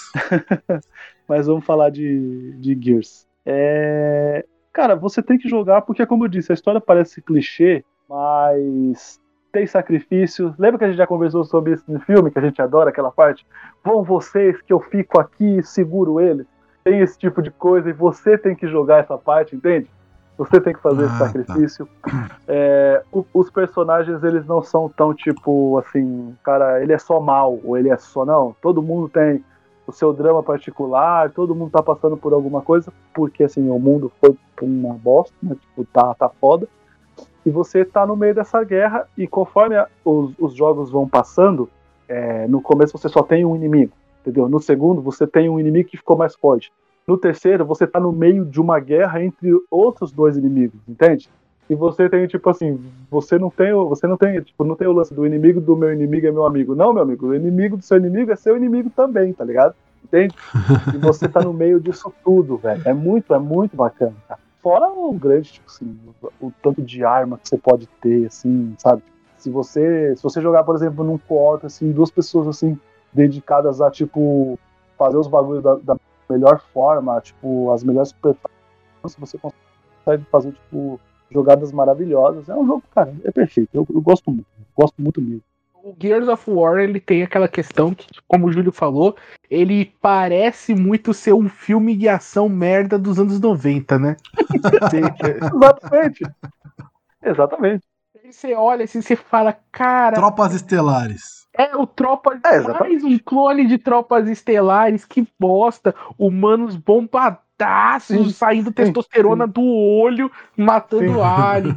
Mas vamos falar de, de Gears. É... Cara, você tem que jogar, porque, como eu disse, a história parece clichê, mas tem sacrifício. Lembra que a gente já conversou sobre isso no filme, que a gente adora aquela parte? Vão vocês que eu fico aqui e seguro eles. Tem esse tipo de coisa e você tem que jogar essa parte, entende? Você tem que fazer Ah, esse sacrifício. É, o- os personagens, eles não são tão tipo assim, cara, ele é só mal, ou ele é só. Não, todo mundo tem o seu drama particular, todo mundo tá passando por alguma coisa, porque assim, o mundo foi pra uma bosta, né? Tipo, tá, tá foda. E você tá no meio dessa guerra, e conforme a- os, os jogos vão passando, é, no começo você só tem um inimigo, entendeu? No segundo, você tem um inimigo que ficou mais forte. No terceiro, você tá no meio de uma guerra entre outros dois inimigos, entende? E você tem, tipo assim, você não tem, o- você não tem, tipo, não tem o lance do inimigo do meu inimigo é meu amigo. Não, meu amigo, o inimigo do seu inimigo é seu inimigo também, tá ligado? Entende? E você tá no meio disso tudo, velho. É muito, é muito bacana, cara. Fora o grande, tipo assim, o, o tanto de arma que você pode ter, assim, sabe? Se você, se você jogar, por exemplo, num co-op, assim, duas pessoas, assim, dedicadas a, tipo, fazer os bagulhos da, da melhor forma, tipo, as melhores performances, você consegue fazer, tipo, jogadas maravilhosas. É um jogo, cara, é perfeito. Eu, eu gosto muito, gosto muito mesmo. O Gears of War, ele tem aquela questão que, como o Júlio falou, ele parece muito ser um filme de ação merda dos anos noventa, né? Exatamente. Exatamente. Aí você olha assim, você fala, cara, Tropas Estelares. é o Tropas, É, exatamente. mais um clone de Tropas Estelares, que bosta, humanos bombadaços, Sim, saindo sim, testosterona do olho, matando Sim. alien.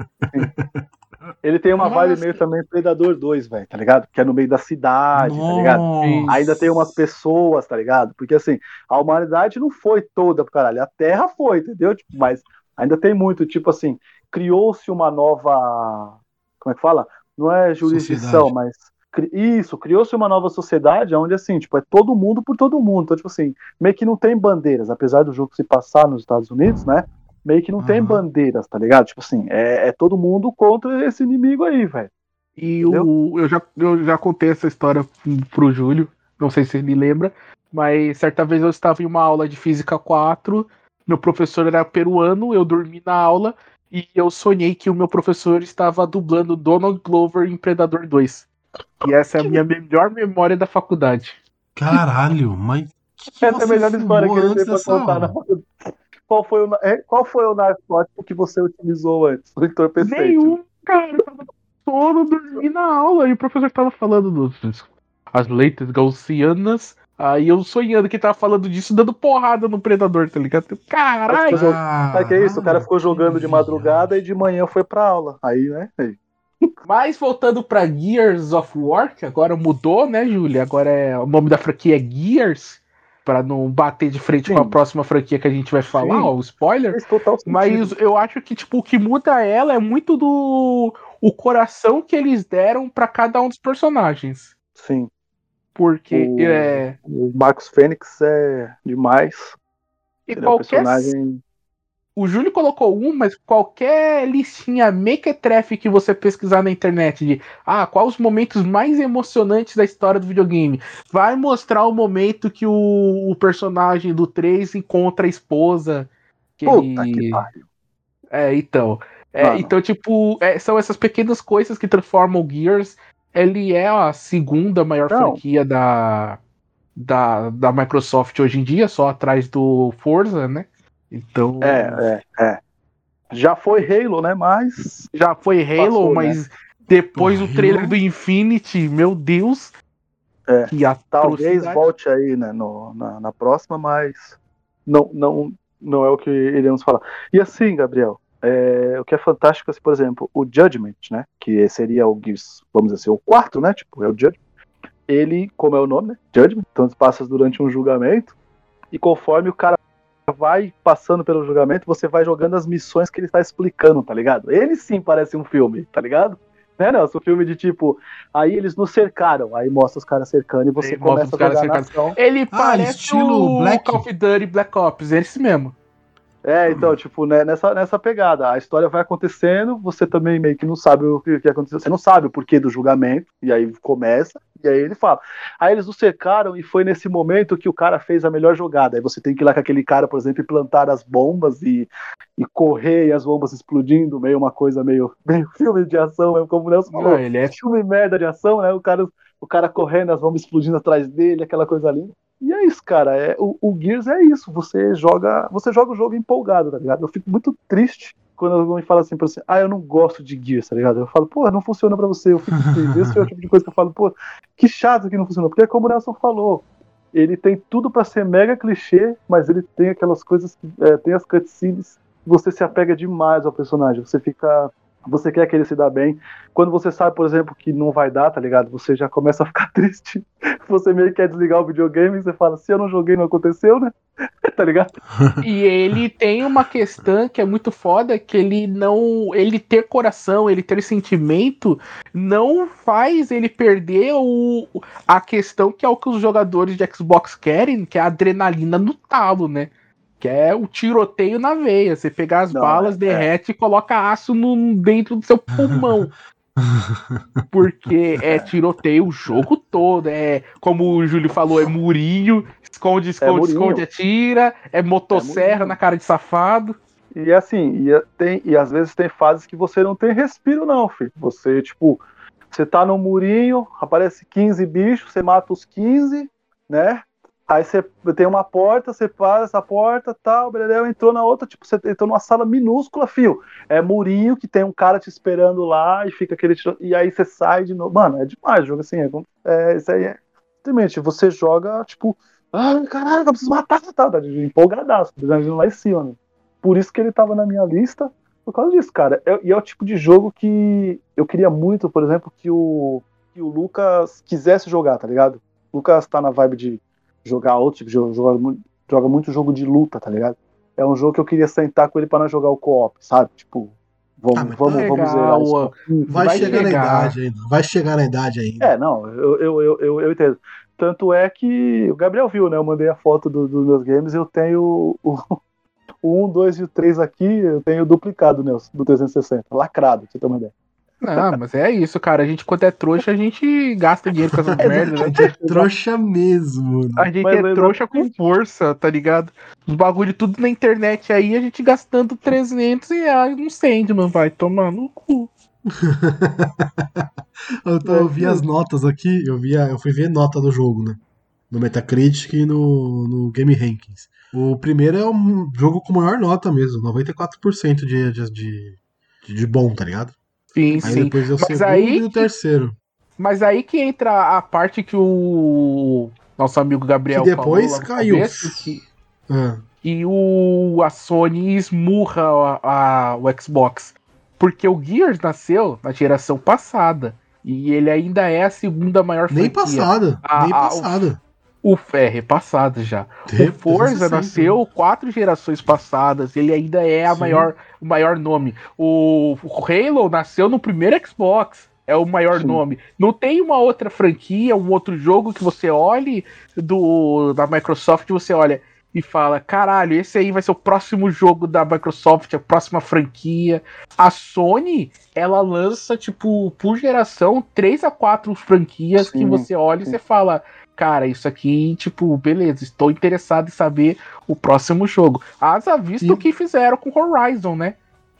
Ele tem uma vibe Mas- meio também Predador dois, velho, tá ligado? Que é no meio da cidade, tá ligado? Nossa. Ainda tem umas pessoas, tá ligado? Porque assim, a humanidade não foi toda pro caralho, a Terra foi, entendeu? Tipo, mas ainda tem muito, tipo assim, criou-se uma nova. Como é que fala? Não é jurisdição, Sociedade. mas. cri- Isso, criou-se uma nova sociedade onde, assim, tipo, é todo mundo por todo mundo. Então, tipo assim, meio que não tem bandeiras, apesar do jogo se passar nos Estados Unidos, né? Meio que não tem Aham. bandeiras, tá ligado? Tipo assim, é, é todo mundo contra esse inimigo aí, velho. E Entendeu? o, eu, já, eu já contei essa história pro Júlio, não sei se ele lembra, mas certa vez eu estava em uma aula de Física quatro, meu professor era peruano, eu dormi na aula e eu sonhei que o meu professor estava dublando Donald Glover em Predador dois. E essa é a minha melhor memória da faculdade. Caralho, mas que que Essa é a você melhor história que fumou ele antes tem pra dessa contar. aula? Na... Qual foi o, na- é, qual foi o narcótico que você utilizou antes? O entorpecente. Nenhum, cara, eu tava todo dormi na aula e o professor tava falando dos as leitas gaussianas. Aí eu sonhando que tava falando disso, dando porrada no predador, tá ligado? Caralho! Sabe o que é isso? O cara ficou jogando de madrugada e de manhã foi pra aula. Aí, né? Aí. Mas voltando pra Gears of War, que agora mudou, né, Júlia? Agora é, o nome da franquia é Gears, pra não bater de frente Sim. com a próxima franquia que a gente vai falar, Sim. ó, o spoiler. Fez total sentido. Mas eu acho que tipo o que muda ela é muito do o coração que eles deram pra cada um dos personagens. Sim. Porque O- é, O Marcos Fênix é demais. e Ele é um qualquer personagem. o Júlio colocou um, mas qualquer listinha mequetrefe que você pesquisar na internet de ah, quais os momentos mais emocionantes da história do videogame, vai mostrar o momento que o, o personagem do três encontra a esposa. Que Puta ele... que pariu. É, então. É, Mano. então, tipo, é, são essas pequenas coisas que transformam o Gears. Ele é a segunda maior Não. franquia da, da, da Microsoft hoje em dia, só atrás do Forza, né? Então. É, é, é. Já foi Halo, né? Mas. Já foi Halo, Passou, mas depois O do trailer Halo- do Infinity, meu Deus. É, Que Talvez atrocidade. volte aí, né, no, na, na próxima, mas não, não, não é o que iremos falar. E assim, Gabriel, é, o que é fantástico, assim, por exemplo, o Judgment, né, que seria o Gears, vamos dizer assim, o quarto, né, tipo, é o Judgment. Ele, como é o nome, né, Judgment, então passa durante um julgamento, e conforme o cara vai passando pelo julgamento, você vai jogando as missões que ele tá explicando, tá ligado? Ele sim parece um filme, tá ligado? Né, Nelson? Um filme de tipo, aí eles nos cercaram, aí mostra os caras cercando e você Aí mostra começa os caras a jogar na cercados. ação. Ele Ah, parece estilo o Black. Call of Duty Black Ops, é esse mesmo. É, então, tipo, né, nessa, nessa pegada, a história vai acontecendo, você também meio que não sabe o que, que aconteceu, você não sabe o porquê do julgamento, e aí começa, e aí ele fala. Aí eles nos cercaram e foi nesse momento que o cara fez a melhor jogada. Aí você tem que ir lá com aquele cara, por exemplo, e plantar as bombas e, e correr e as bombas explodindo, meio uma coisa meio, meio filme de ação, mesmo, como o Nelson falou. Ah, ele é Filme merda de ação, né? O cara, o cara correndo, as bombas explodindo atrás dele, aquela coisa linda. E é isso, cara. É, o, o Gears é isso. Você joga, você joga o jogo empolgado, tá ligado? Eu fico muito triste quando alguém fala assim pra você, ah, eu não gosto de Gears, tá ligado? Eu falo, pô, não funciona pra você. Eu fico triste. Esse é o tipo de coisa que eu falo, pô, que chato que não funcionou. Porque é como o Nelson falou, ele tem tudo pra ser mega clichê, mas ele tem aquelas coisas que é, tem as cutscenes, você se apega demais ao personagem. Você fica. Você quer que ele se dá bem. Quando você sabe, por exemplo, que não vai dar, tá ligado? Você já começa a ficar triste. Você meio que quer desligar o videogame e você fala, se eu não joguei, não aconteceu, né? Tá ligado? E ele tem uma questão que é muito foda, que ele não. Ele ter coração, ele ter sentimento, não faz ele perder o, a questão que é o que os jogadores de Xbox querem, que é a adrenalina no talo, né? Que é o tiroteio na veia. Você pegar as Não, balas, é, derrete e coloca aço no, dentro do seu pulmão. Porque é tiroteio o jogo todo. É, como o Júlio falou, é murinho, esconde, esconde, murinho. esconde, atira, é motosserra murinho. na cara de safado. E assim, e, tem, e às vezes tem fases que você não tem respiro, não, filho. Você, tipo, você tá no murinho, aparece quinze bichos, você mata os quinze, né? Aí você tem uma porta, você para essa porta, tal, beleza, entrou na outra, tipo, você entrou numa sala minúscula, fio. É murinho que tem um cara te esperando lá e fica aquele tiro, e aí você sai de novo. Mano, é demais o jogo, assim, é, é, isso aí é. Simplesmente, você joga, tipo, ah, caralho, eu preciso matar, tá, tá empolgadaço, indo lá em cima, né? Por isso que ele tava na minha lista, por causa disso, cara. É, e é o tipo de jogo que eu queria muito, por exemplo, que o, que o Lucas quisesse jogar, tá ligado? O Lucas tá na vibe de jogar outro tipo de jogo, joga, joga muito jogo de luta, tá ligado? É um jogo que eu queria sentar com ele pra nós jogar o co-op, sabe? Tipo, vamos, Ah, mas vamos, tá vamos legal, zerar isso. ó. Vai, Vai chegar na chegar. idade ainda. Vai chegar na idade ainda. É, não, eu, eu, eu, eu, eu entendo. Tanto é que o Gabriel viu, né? Eu mandei a foto dos do meus games e eu tenho o, o um, dois e o três aqui, eu tenho duplicado, né, do trezentos e sessenta, lacrado, pra você ter uma ideia. Não, mas é isso, cara. A gente, quando é trouxa, a gente gasta dinheiro com essas merdas, A né? gente é trouxa mesmo. A gente Mas é é trouxa com exatamente. força, tá ligado? Os bagulho tudo na internet aí, a gente gastando trezentos reais no Sandman, vai tomar no cu. Eu, tô- eu vi as notas aqui, eu, vi a- eu fui ver nota do jogo, né? No Metacritic e no, no Game Rankings. O primeiro é um jogo com maior nota mesmo, noventa e quatro por cento de, de, de, de bom, tá ligado? Sim, Aí sim. depois é o Mas segundo aí e o que- terceiro. Mas aí que entra a parte que o nosso amigo Gabriel Que depois falou lá no caiu. começo, que, Ah, que o, a Sony esmurra a, a- o Xbox. Porque o Gears nasceu na geração passada. E ele ainda é a segunda maior nem franquia. passada, A- nem a- passada. O é repassado já. Tem O Forza trezentos e sessenta, nasceu quatro gerações passadas. Ele ainda é a Sim. maior, o maior nome. O, o Halo nasceu no primeiro Xbox. É o maior Sim. nome. Não tem uma outra franquia, um outro jogo que você olhe do, da Microsoft, você olha e fala: caralho, esse aí vai ser o próximo jogo da Microsoft, a próxima franquia. A Sony, ela lança, tipo, por geração, três a quatro franquias Sim, que você olha sim. e você fala: cara, isso aqui, tipo, beleza, estou interessado em saber o próximo jogo. Haja visto E- o que fizeram com Horizon, né?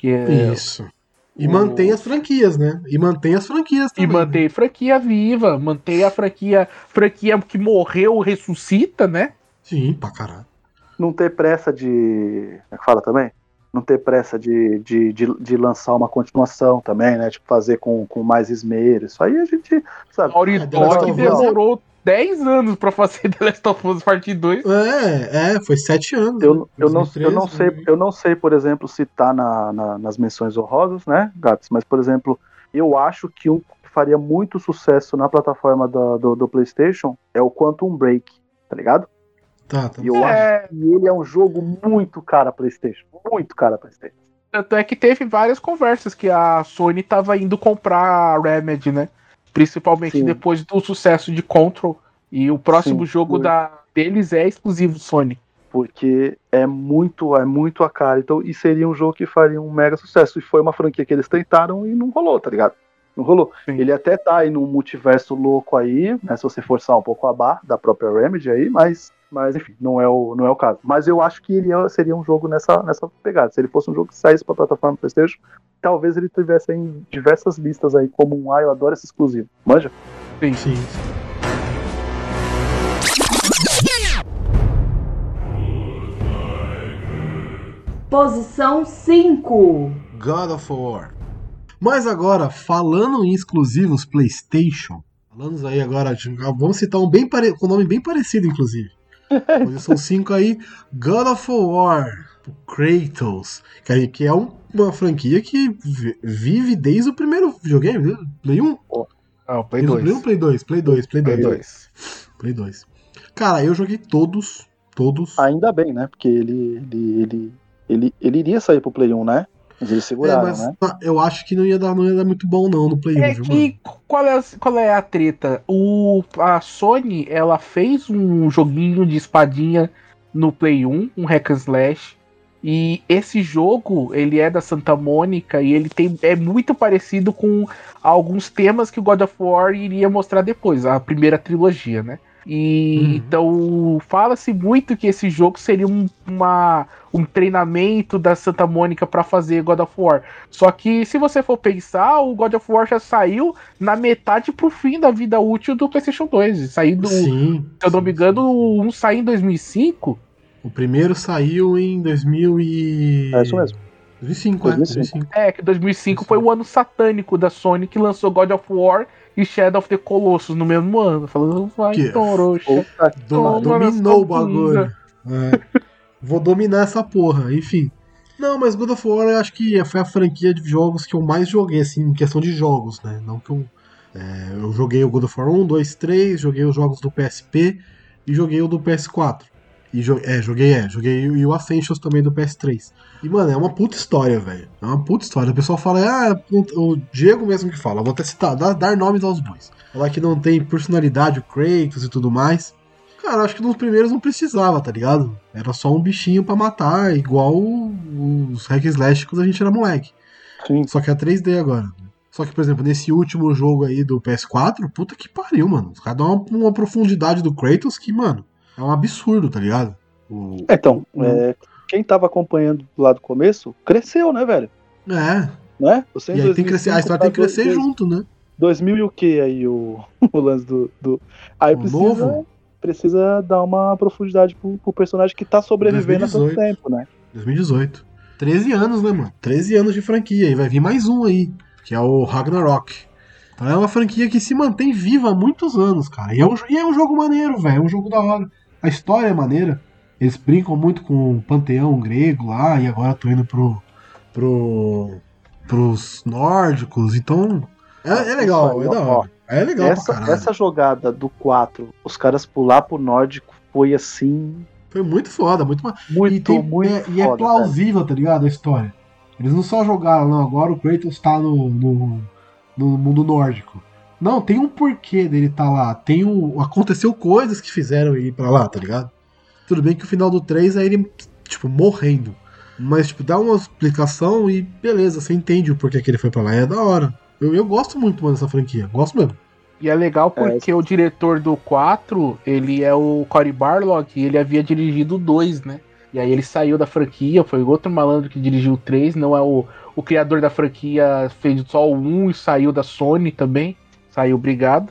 Que é Isso. E o- mantém as franquias, né? E mantém as franquias E também. mantém franquia viva, mantém a franquia, franquia que morreu, ressuscita, né? Sim, pra caralho. Não ter pressa de. Como é que fala também? Não ter pressa de, de, de, de lançar uma continuação também, né? Tipo, fazer com, com mais esmero. Isso aí a gente. Sabe? Naughty É, The Last Dog of Us. demorou dez anos pra fazer The Last of Us Parte dois. É, é, foi sete anos. Eu, né? eu, não, eu, dois mil e treze, não sei, né? eu não sei, por exemplo, se tá na, na- nas menções honrosas, né, Gats? Mas, por exemplo, eu acho que um que faria muito sucesso na plataforma da- do, do PlayStation é o Quantum Break, tá ligado? Tá, tá. E eu É. acho que ele é um jogo muito cara PlayStation. Muito cara PlayStation. Tanto é que teve várias conversas que a Sony tava indo comprar a Remedy, né? Principalmente Sim. depois do sucesso de Control. E o próximo Sim, jogo foi. da, deles é exclusivo Sony. Porque é muito, é muito a cara. Então, e seria um jogo que faria um mega sucesso. E foi uma franquia que eles tentaram e não rolou, tá ligado? Não rolou. Sim. Ele até tá aí num multiverso louco aí, né? Se você forçar um pouco a barra da própria Remedy aí, mas, mas enfim, não é o, não é o caso. Mas eu acho que ele é- seria um jogo nessa, nessa pegada. Se ele fosse um jogo que saísse pra plataforma PlayStation, talvez ele tivesse em diversas listas aí, como um, ah, eu adoro esse exclusivo. Manja? Sim. Sim. Posição cinco. God of War. Mas agora, falando em exclusivos PlayStation, falando aí agora, de- vamos citar um bem pare... com nome bem parecido, inclusive. Posição cinco aí, God of War, o Kratos, que aí- que é um- uma franquia que vi- vive desde o primeiro videogame, né? Play um? Ah, o Play Desde o Play um, dois. Play dois, Play dois, Play Play dois. dois. Play dois. Cara, eu joguei todos, todos. Ainda bem, né? Porque ele, ele, ele, ele, ele iria sair pro Play um, né? Mas eles É, seguraram, mas né? ah, eu acho que não ia dar, não ia dar muito bom não no Play um, É viu, mano? que qual é, qual é a treta? O, a Sony ela fez um joguinho de espadinha no Play um, um hack and slash. E esse jogo, ele é da Santa Mônica e ele tem, é muito parecido com alguns temas que o God of War iria mostrar depois, a primeira trilogia, né? E Uhum. então fala-se muito que esse jogo seria um, uma, um treinamento da Santa Mônica para fazer God of War. Só que se você for pensar, o God of War já saiu na metade pro fim da vida útil do PlayStation dois. Saiu do, Sim. se eu não sim, me engano, sim. o um saiu em dois mil e cinco. O primeiro saiu em dois mil e... É isso mesmo. dois mil e cinco, é. dois mil e cinco. dois mil e cinco. É, que dois mil e cinco foi o ano satânico da Sony que lançou God of War e Shadow of the Colossus no mesmo ano. Falando, vai, Que- Toroxa. Puta que Do- Toma dominou o nessa bagulho. É. Vou dominar essa porra, enfim. Não, mas God of War eu acho que foi a franquia de jogos que eu mais joguei, assim, em questão de jogos, né? Não que eu. é, eu joguei o God of War um, dois, três, joguei os jogos do P S P e joguei o do P S quatro. E jo- é, joguei, é, joguei e o Ascensions também do P S três. E, mano, é uma puta história, velho. É uma puta história. O pessoal fala, ah, o Diego mesmo que fala, vou até citar, dar, dar nomes aos bois. Falar que não tem personalidade o Kratos e tudo mais. Cara, acho que nos primeiros não precisava, tá ligado? Era só um bichinho pra matar, igual os hack and slash quando a gente era moleque. Sim. Só que é três D agora. Só que, por exemplo, nesse último jogo aí do P S quatro, puta que pariu, mano. Os caras dão uma, uma profundidade do Kratos que, mano, é um absurdo, tá ligado? O... Então, o- é, quem tava acompanhando lá do começo, cresceu, né, velho? É, Né? Você em e aí tem que crescer, a dois mil e cinco história tem que pra crescer dois- junto, né? dois mil e o que aí, o, o lance do, do... Aí O precisa, novo? precisa dar uma profundidade pro, pro personagem que tá sobrevivendo há tanto dois mil e dezoito. tempo, né? dois mil e dezoito. treze anos, né, mano? treze anos de franquia. E vai vir mais um aí, que é o Ragnarok. Então é uma franquia que se mantém viva há muitos anos, cara. E é um, e é um jogo maneiro, velho. É um jogo da hora. A história é maneira. Eles brincam muito com o panteão grego lá, e agora tô indo pro, pro, pros nórdicos. Então, é, é legal, Isso aí, é da ó. hora. É legal pra Essa, caralho. essa jogada do quatro, os caras pular pro nórdico, foi assim, Foi muito foda, muito ma- muito, e, tem- muito é, e é foda, plausível, tá ligado? A história. Eles não só jogaram, não, agora o Kratos tá no, no, no mundo nórdico. Não, tem um porquê dele tá lá. Tem um, aconteceu coisas que fizeram ele ir pra lá, tá ligado? Tudo bem que o final do três é ele, tipo, morrendo. Mas, tipo, dá uma explicação e beleza, você entende o porquê que ele foi pra lá. E é da hora. Eu, eu gosto muito, mano, dessa franquia. Gosto mesmo. E é legal porque o diretor do quatro, ele é o Cory Barlog, e ele havia dirigido o dois, né? E aí ele saiu da franquia, foi outro malandro que dirigiu o três, não é o, o criador da franquia, fez só o um e saiu da Sony também, saiu, obrigado.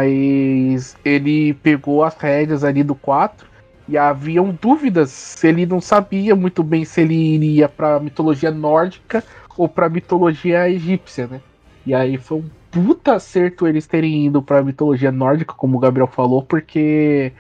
Mas ele pegou as rédeas ali do quatro e haviam dúvidas se ele não sabia muito bem se ele iria pra mitologia nórdica ou pra mitologia egípcia, né? E aí foi um puta acerto eles terem ido pra mitologia nórdica, como o Gabriel falou, porque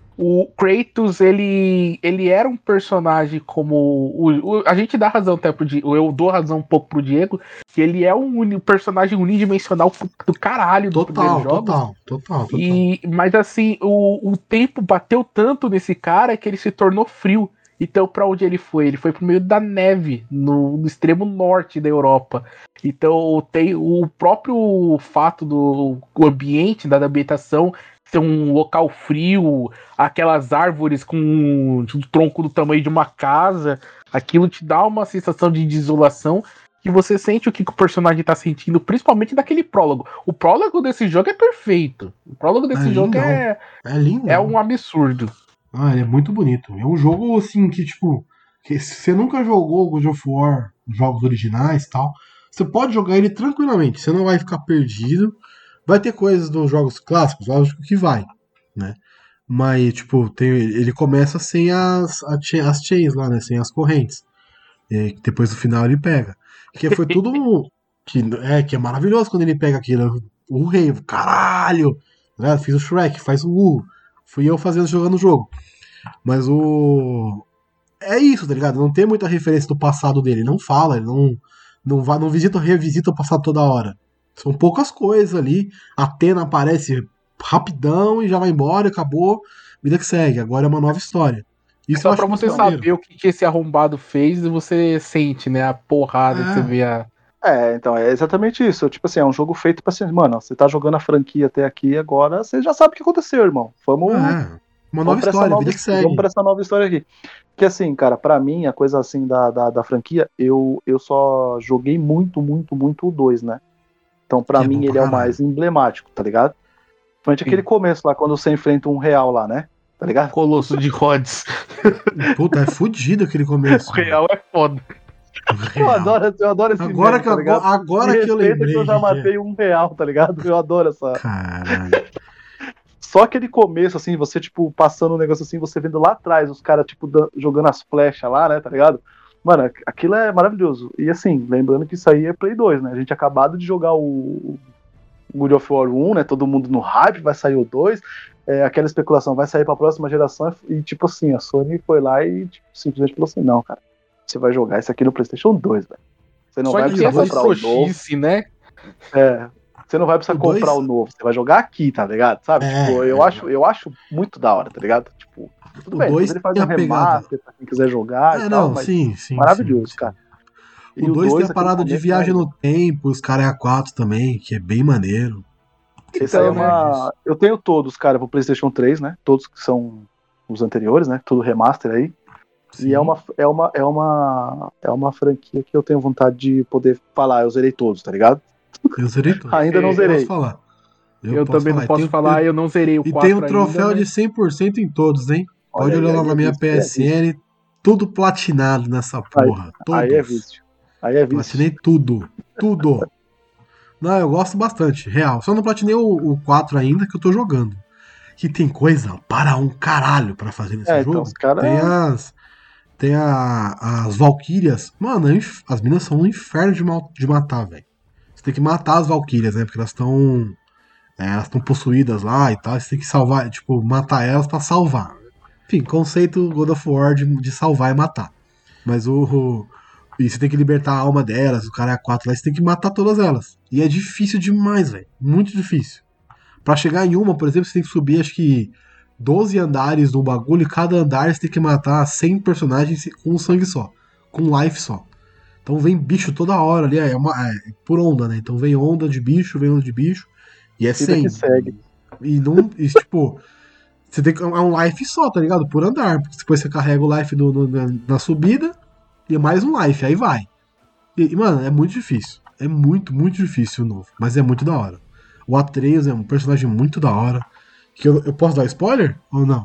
o Kratos, ele, ele era um personagem como... O, o, a gente dá razão até pro Diego, eu dou razão um pouco pro Diego, que ele é um uni, personagem unidimensional do caralho do Total, primeiro jogo. total, total, total. E, mas assim, o, o tempo bateu tanto nesse cara que ele se tornou frio. Então, pra onde ele foi? Ele foi pro meio da neve, no, no extremo norte da Europa. Então, tem o próprio fato do ambiente, da ambientação, ser um local frio, aquelas árvores com um, um tronco do tamanho de uma casa, aquilo te dá uma sensação de desolação que você sente o que o personagem tá sentindo, principalmente daquele prólogo. O prólogo desse jogo é perfeito. O prólogo desse É jogo lindão. é, É lindo. é um absurdo. Ah, ele é muito bonito. É um jogo, assim, que, tipo, que se você nunca jogou God of War, jogos originais e tal, você pode jogar ele tranquilamente. Você não vai ficar perdido. Vai ter coisas dos jogos clássicos, lógico que vai, né? Mas, tipo, tem, ele começa sem as, as chains lá, né? Sem as correntes. E depois no final ele pega. Que foi tudo... que, é, que é maravilhoso quando ele pega aquilo. O rei, caralho! Né? Fiz o Shrek, faz o U. Fui eu fazendo, jogando o jogo. Mas o... É isso, tá ligado? Não tem muita referência do passado dele. Não fala, ele não, não, vai, não visita, revisita o passado toda hora. São poucas coisas ali. A Athena aparece rapidão e já vai embora, acabou. Vida que segue. Agora é uma nova história. Isso Só eu acho pra muito você maneiro. saber o que, que esse arrombado fez e você sente, né? A porrada É. que você vê a... É, então, é exatamente isso. Tipo assim, é um jogo feito pra ser. Mano, você tá jogando a franquia até aqui, agora você já sabe o que aconteceu, irmão. Vamos. É, uma Vamos nova pra essa história, nova, vida que segue. vamos pra essa nova história aqui. Que assim, cara, pra mim, a coisa assim da, da, da franquia, eu, eu só joguei muito, muito, muito o dois, né? Então, pra Que é mim, bom ele pra é o caralho. mais emblemático, tá ligado? Principalmente aquele começo lá, quando você enfrenta um real lá, né? Tá ligado? Colosso de Rhodes. Puta, é fudido aquele começo. O real é foda. Eu adoro, eu adoro esse Agora meme, que, tá eu- ligado? agora Me que eu respeita lembrei. que eu já que é. matei um real, tá ligado? Eu adoro essa... Caralho. Só aquele começo, assim, você, tipo, passando um negócio assim, você vendo lá atrás os caras, tipo, dan- jogando as flechas lá, né, tá ligado? Mano, aquilo é maravilhoso. E assim, lembrando que isso aí é Play dois, né? A gente acabado de jogar o o God of War um, né? Todo mundo no hype, vai sair o dois. É, aquela especulação vai sair pra próxima geração. E, tipo assim, a Sony foi lá e tipo, simplesmente falou assim: não, cara, você vai jogar isso aqui no PlayStation dois, velho. Você não Só vai que tem precisar essa comprar o novo. trouxice, né? É, você não vai precisar O dois? comprar o novo, você vai jogar aqui, tá ligado? Sabe? É, tipo, eu, é. acho, eu acho muito da hora, tá ligado? Tipo, tudo O bem, dois depois ele faz tem um a pegada. remaster pra quem quiser jogar É, e tal, não, mas sim, sim. maravilhoso, sim, sim. cara. E O dois tem dois, a parada aquele de começo, viagem né? no tempo, os caras é a quatro também, que é bem maneiro. Esse aí é Então, uma... Eu tenho todos, cara, pro PlayStation três, né? Todos que são os anteriores, né? Tudo remaster aí. Sim. E é uma, é, uma, é, uma, é uma franquia que eu tenho vontade de poder falar. Eu zerei todos, tá ligado? Eu zerei tudo. Ainda não Eu zerei. posso falar. Eu, também não E posso tem- falar, eu- eu não zerei o E quatro tem um troféu ainda, de mas... cem por cento em todos, hein? Pode Olha aí, olhar lá aí na é minha vício, aí é P S N, tudo platinado nessa porra. Todos. Aí é vício. Aí é vício. Platinei tudo. Tudo. Não, eu gosto bastante, real. Só não platinei o, o quatro ainda, que eu tô jogando. Que tem coisa para um caralho pra fazer nesse É, jogo. então os caras. Tem as. Tem a, as Valkyrias. Mano, é um inf- as minas são um inferno de, mal- de matar, velho. Você tem que matar as Valkyrias, né? Porque elas estão. elas estão possuídas lá e tal. Você tem que salvar, tipo, matar elas pra salvar. Enfim, conceito God of War de, de salvar e matar. Mas o. o- E você tem que libertar a alma delas, o cara é a quatro lá, você tem que matar todas elas. E é difícil demais, velho. Muito difícil. Pra chegar em uma, por exemplo, você tem que subir, acho que doze andares de um bagulho, e cada andar você tem que matar cem personagens com um sangue só. Com um life só. Então vem bicho toda hora ali, é, uma, é por onda, né? Então vem onda de bicho, vem onda de bicho, e é Vida cem. que segue. E não. E, tipo. Você tem que. É um life só, tá ligado? Por andar. Porque depois você carrega o life do, no- na, na subida e mais um life, aí vai. E, e, mano, é muito difícil. É muito, muito difícil o novo. Mas é muito da hora. O Atreus é um personagem muito da hora. Que eu, eu posso dar spoiler ou não?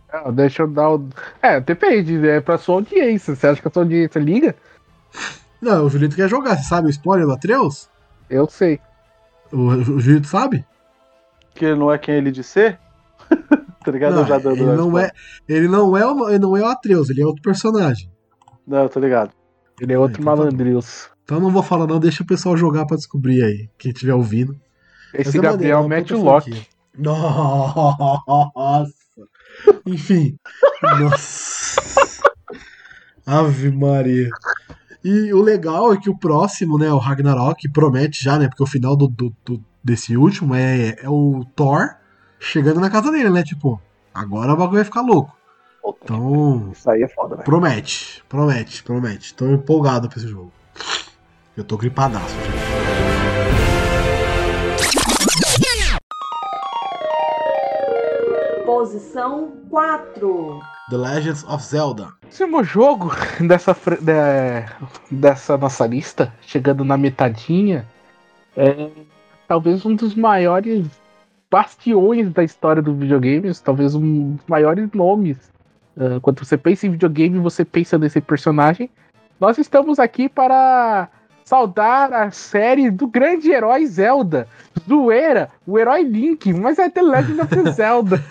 Não, deixa eu dar o. É, depende, é pra sua audiência. Você acha que a sua audiência liga? Não, o Julito quer jogar, você sabe o spoiler do Atreus? Eu sei. O, o Julito sabe? Que ele não é quem ele diz ser? Tá ligado? Não, Eu já dando ele, não é, ele, não é o, ele não é o Atreus, ele é outro personagem. Não, eu tô ligado. Ele é outro então tá malandrilso. Então eu não vou falar não, deixa o pessoal jogar pra descobrir aí, quem estiver ouvindo. Esse Mas é Gabriel maneiro, é uma mete o puta Loki. franquia. Nossa! Enfim. Nossa! Ave Maria. E o legal é que o próximo, né, o Ragnarok, promete já, né, porque o final do, do, do- desse último é, é o Thor chegando na casa dele, né, tipo, agora o bagulho vai ficar louco. Puta que Então, Isso aí é foda, velho. promete, promete, promete. Tô empolgado pra esse jogo. Eu tô gripadaço, gente. Posição quatro. The Legends of Zelda. Próximo jogo dessa, fr- de- dessa nossa lista, chegando na metadinha, é talvez um dos maiores bastiões da história dos videogames, talvez um dos maiores nomes. Ah, quando você pensa em videogame, você pensa nesse personagem. Nós estamos aqui para saudar a série do grande herói Zelda. Zoeira, o herói Link, mas é The Legend of Zelda.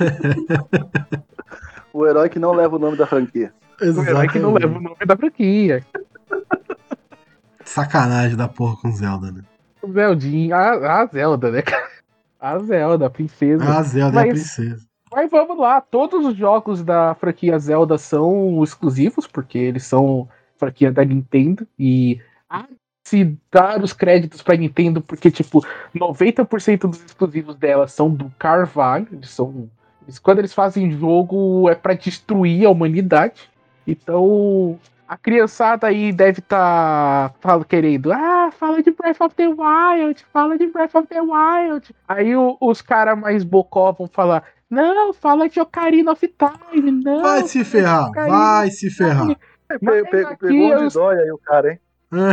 O herói que não leva o nome da franquia. O herói que não leva o nome da franquia. Sacanagem da porra com Zelda, né? O Zeldinho, a, a Zelda, né, cara? A Zelda, a princesa. A Zelda é a Mas- princesa. Mas vamos lá, todos os jogos da franquia Zelda são exclusivos, porque eles são franquia da Nintendo, e há de se dar os créditos pra Nintendo, porque, tipo, noventa por cento dos exclusivos dela são do Carvalho, eles são... eles- quando eles fazem jogo, é pra destruir a humanidade, então... A criançada aí deve estar tá, querendo, ah, fala de Breath of the Wild, fala de Breath of the Wild. Aí o- os caras mais bocó vão falar, não, fala de Ocarina of Time, não. Vai se ferrar, Ocarina vai se ferrar. Pe- Mas pe- aqui pegou um eu- de dói aí o cara, hein?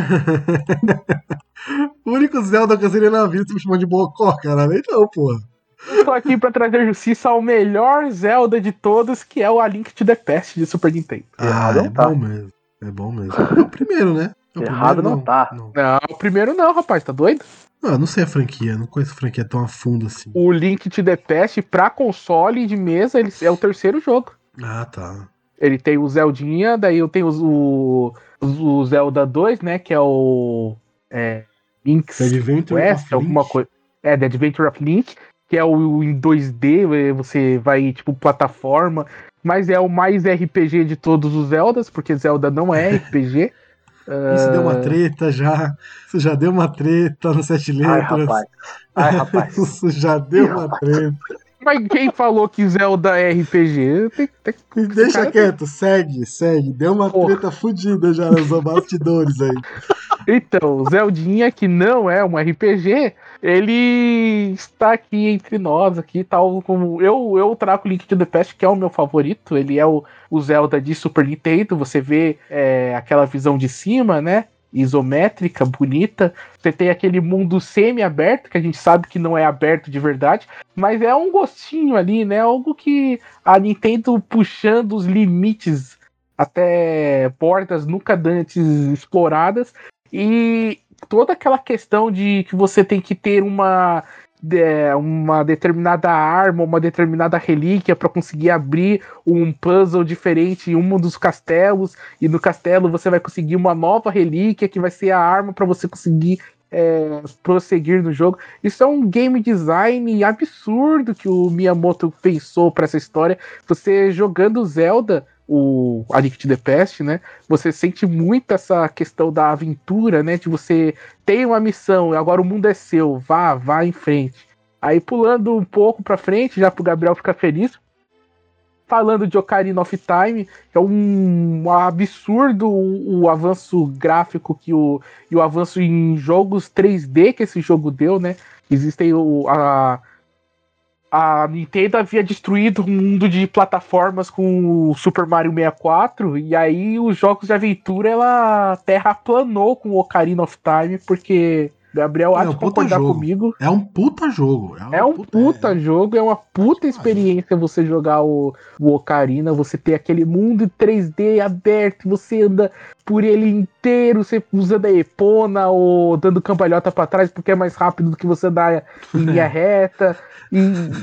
O único Zelda que eu seria na vida se me chamar de Bocó, cara. Nem não, porra. Eu tô aqui pra trazer justiça ao melhor Zelda de todos, que é o A Link to the Past de Super Nintendo. Ah, Errado é não tá. bom mesmo. É bom mesmo. É o primeiro, né? É o Errado primeiro, não tá. Não. Não, o primeiro não, rapaz, tá doido? Não, eu não sei a franquia, não conheço a franquia tão a fundo assim. O Link to the Past pra console de mesa, ele é o terceiro jogo. Ah, tá. Ele tem o Zeldinha, daí eu tenho os- o, o Zelda dois, né? Que é o. É, Link's The Adventure Quest, of alguma Link. coisa. É, The Adventure of Link, que é o em dois D, eh, você vai, tipo, plataforma. Mas é o mais R P G de todos os Zeldas, porque Zelda não é R P G. Isso deu uma treta já. Isso já deu uma treta no Sete Ai, Letras. rapaz. Ai, rapaz. Isso já deu uma treta. Mas quem falou que Zelda é R P G? Tem, tem, E deixa cara- quieto, segue, segue. Deu uma Porra. treta fodida já nos bastidores aí. Então, o Zeldinha, que não é um R P G, ele está aqui entre nós, aqui, tal como. Eu, eu trago o Link to the Past, que é o meu favorito. Ele é o, o Zelda de Super Nintendo. Você vê é, aquela visão de cima, né? Isométrica, bonita. Você tem aquele mundo semi-aberto, que a gente sabe que não é aberto de verdade, mas é um gostinho ali, né? Algo que a Nintendo puxando os limites até bordas nunca antes exploradas. E toda aquela questão de que você tem que ter uma, de- uma determinada arma, uma determinada relíquia para conseguir abrir um puzzle diferente em um dos castelos, e no castelo você vai conseguir uma nova relíquia que vai ser a arma para você conseguir é, prosseguir no jogo. Isso é um game design absurdo que o Miyamoto pensou para essa história. Você jogando Zelda, o A Link to the Past, né? Você sente muito essa questão da aventura, né? De você ter uma missão, agora o mundo é seu, vá, vá em frente. Aí pulando um pouco pra frente, já pro Gabriel ficar feliz, falando de Ocarina of Time, que é um, um absurdo o, o avanço gráfico que o, e o avanço em jogos três D que esse jogo deu, né? Existem o, a, a Nintendo havia destruído o mundo de plataformas com o Super Mario sessenta e quatro, e aí os jogos de aventura ela terraplanou com o Ocarina of Time, porque Gabriel há É um de puta concordar jogo. comigo. É um puta jogo. É um puta é- jogo, é uma puta experiência você jogar o, o Ocarina, você ter aquele mundo três D aberto, você anda por ele inteiro, você usando a epona ou dando cambalhota pra trás porque é mais rápido do que você dar em linha reta. E,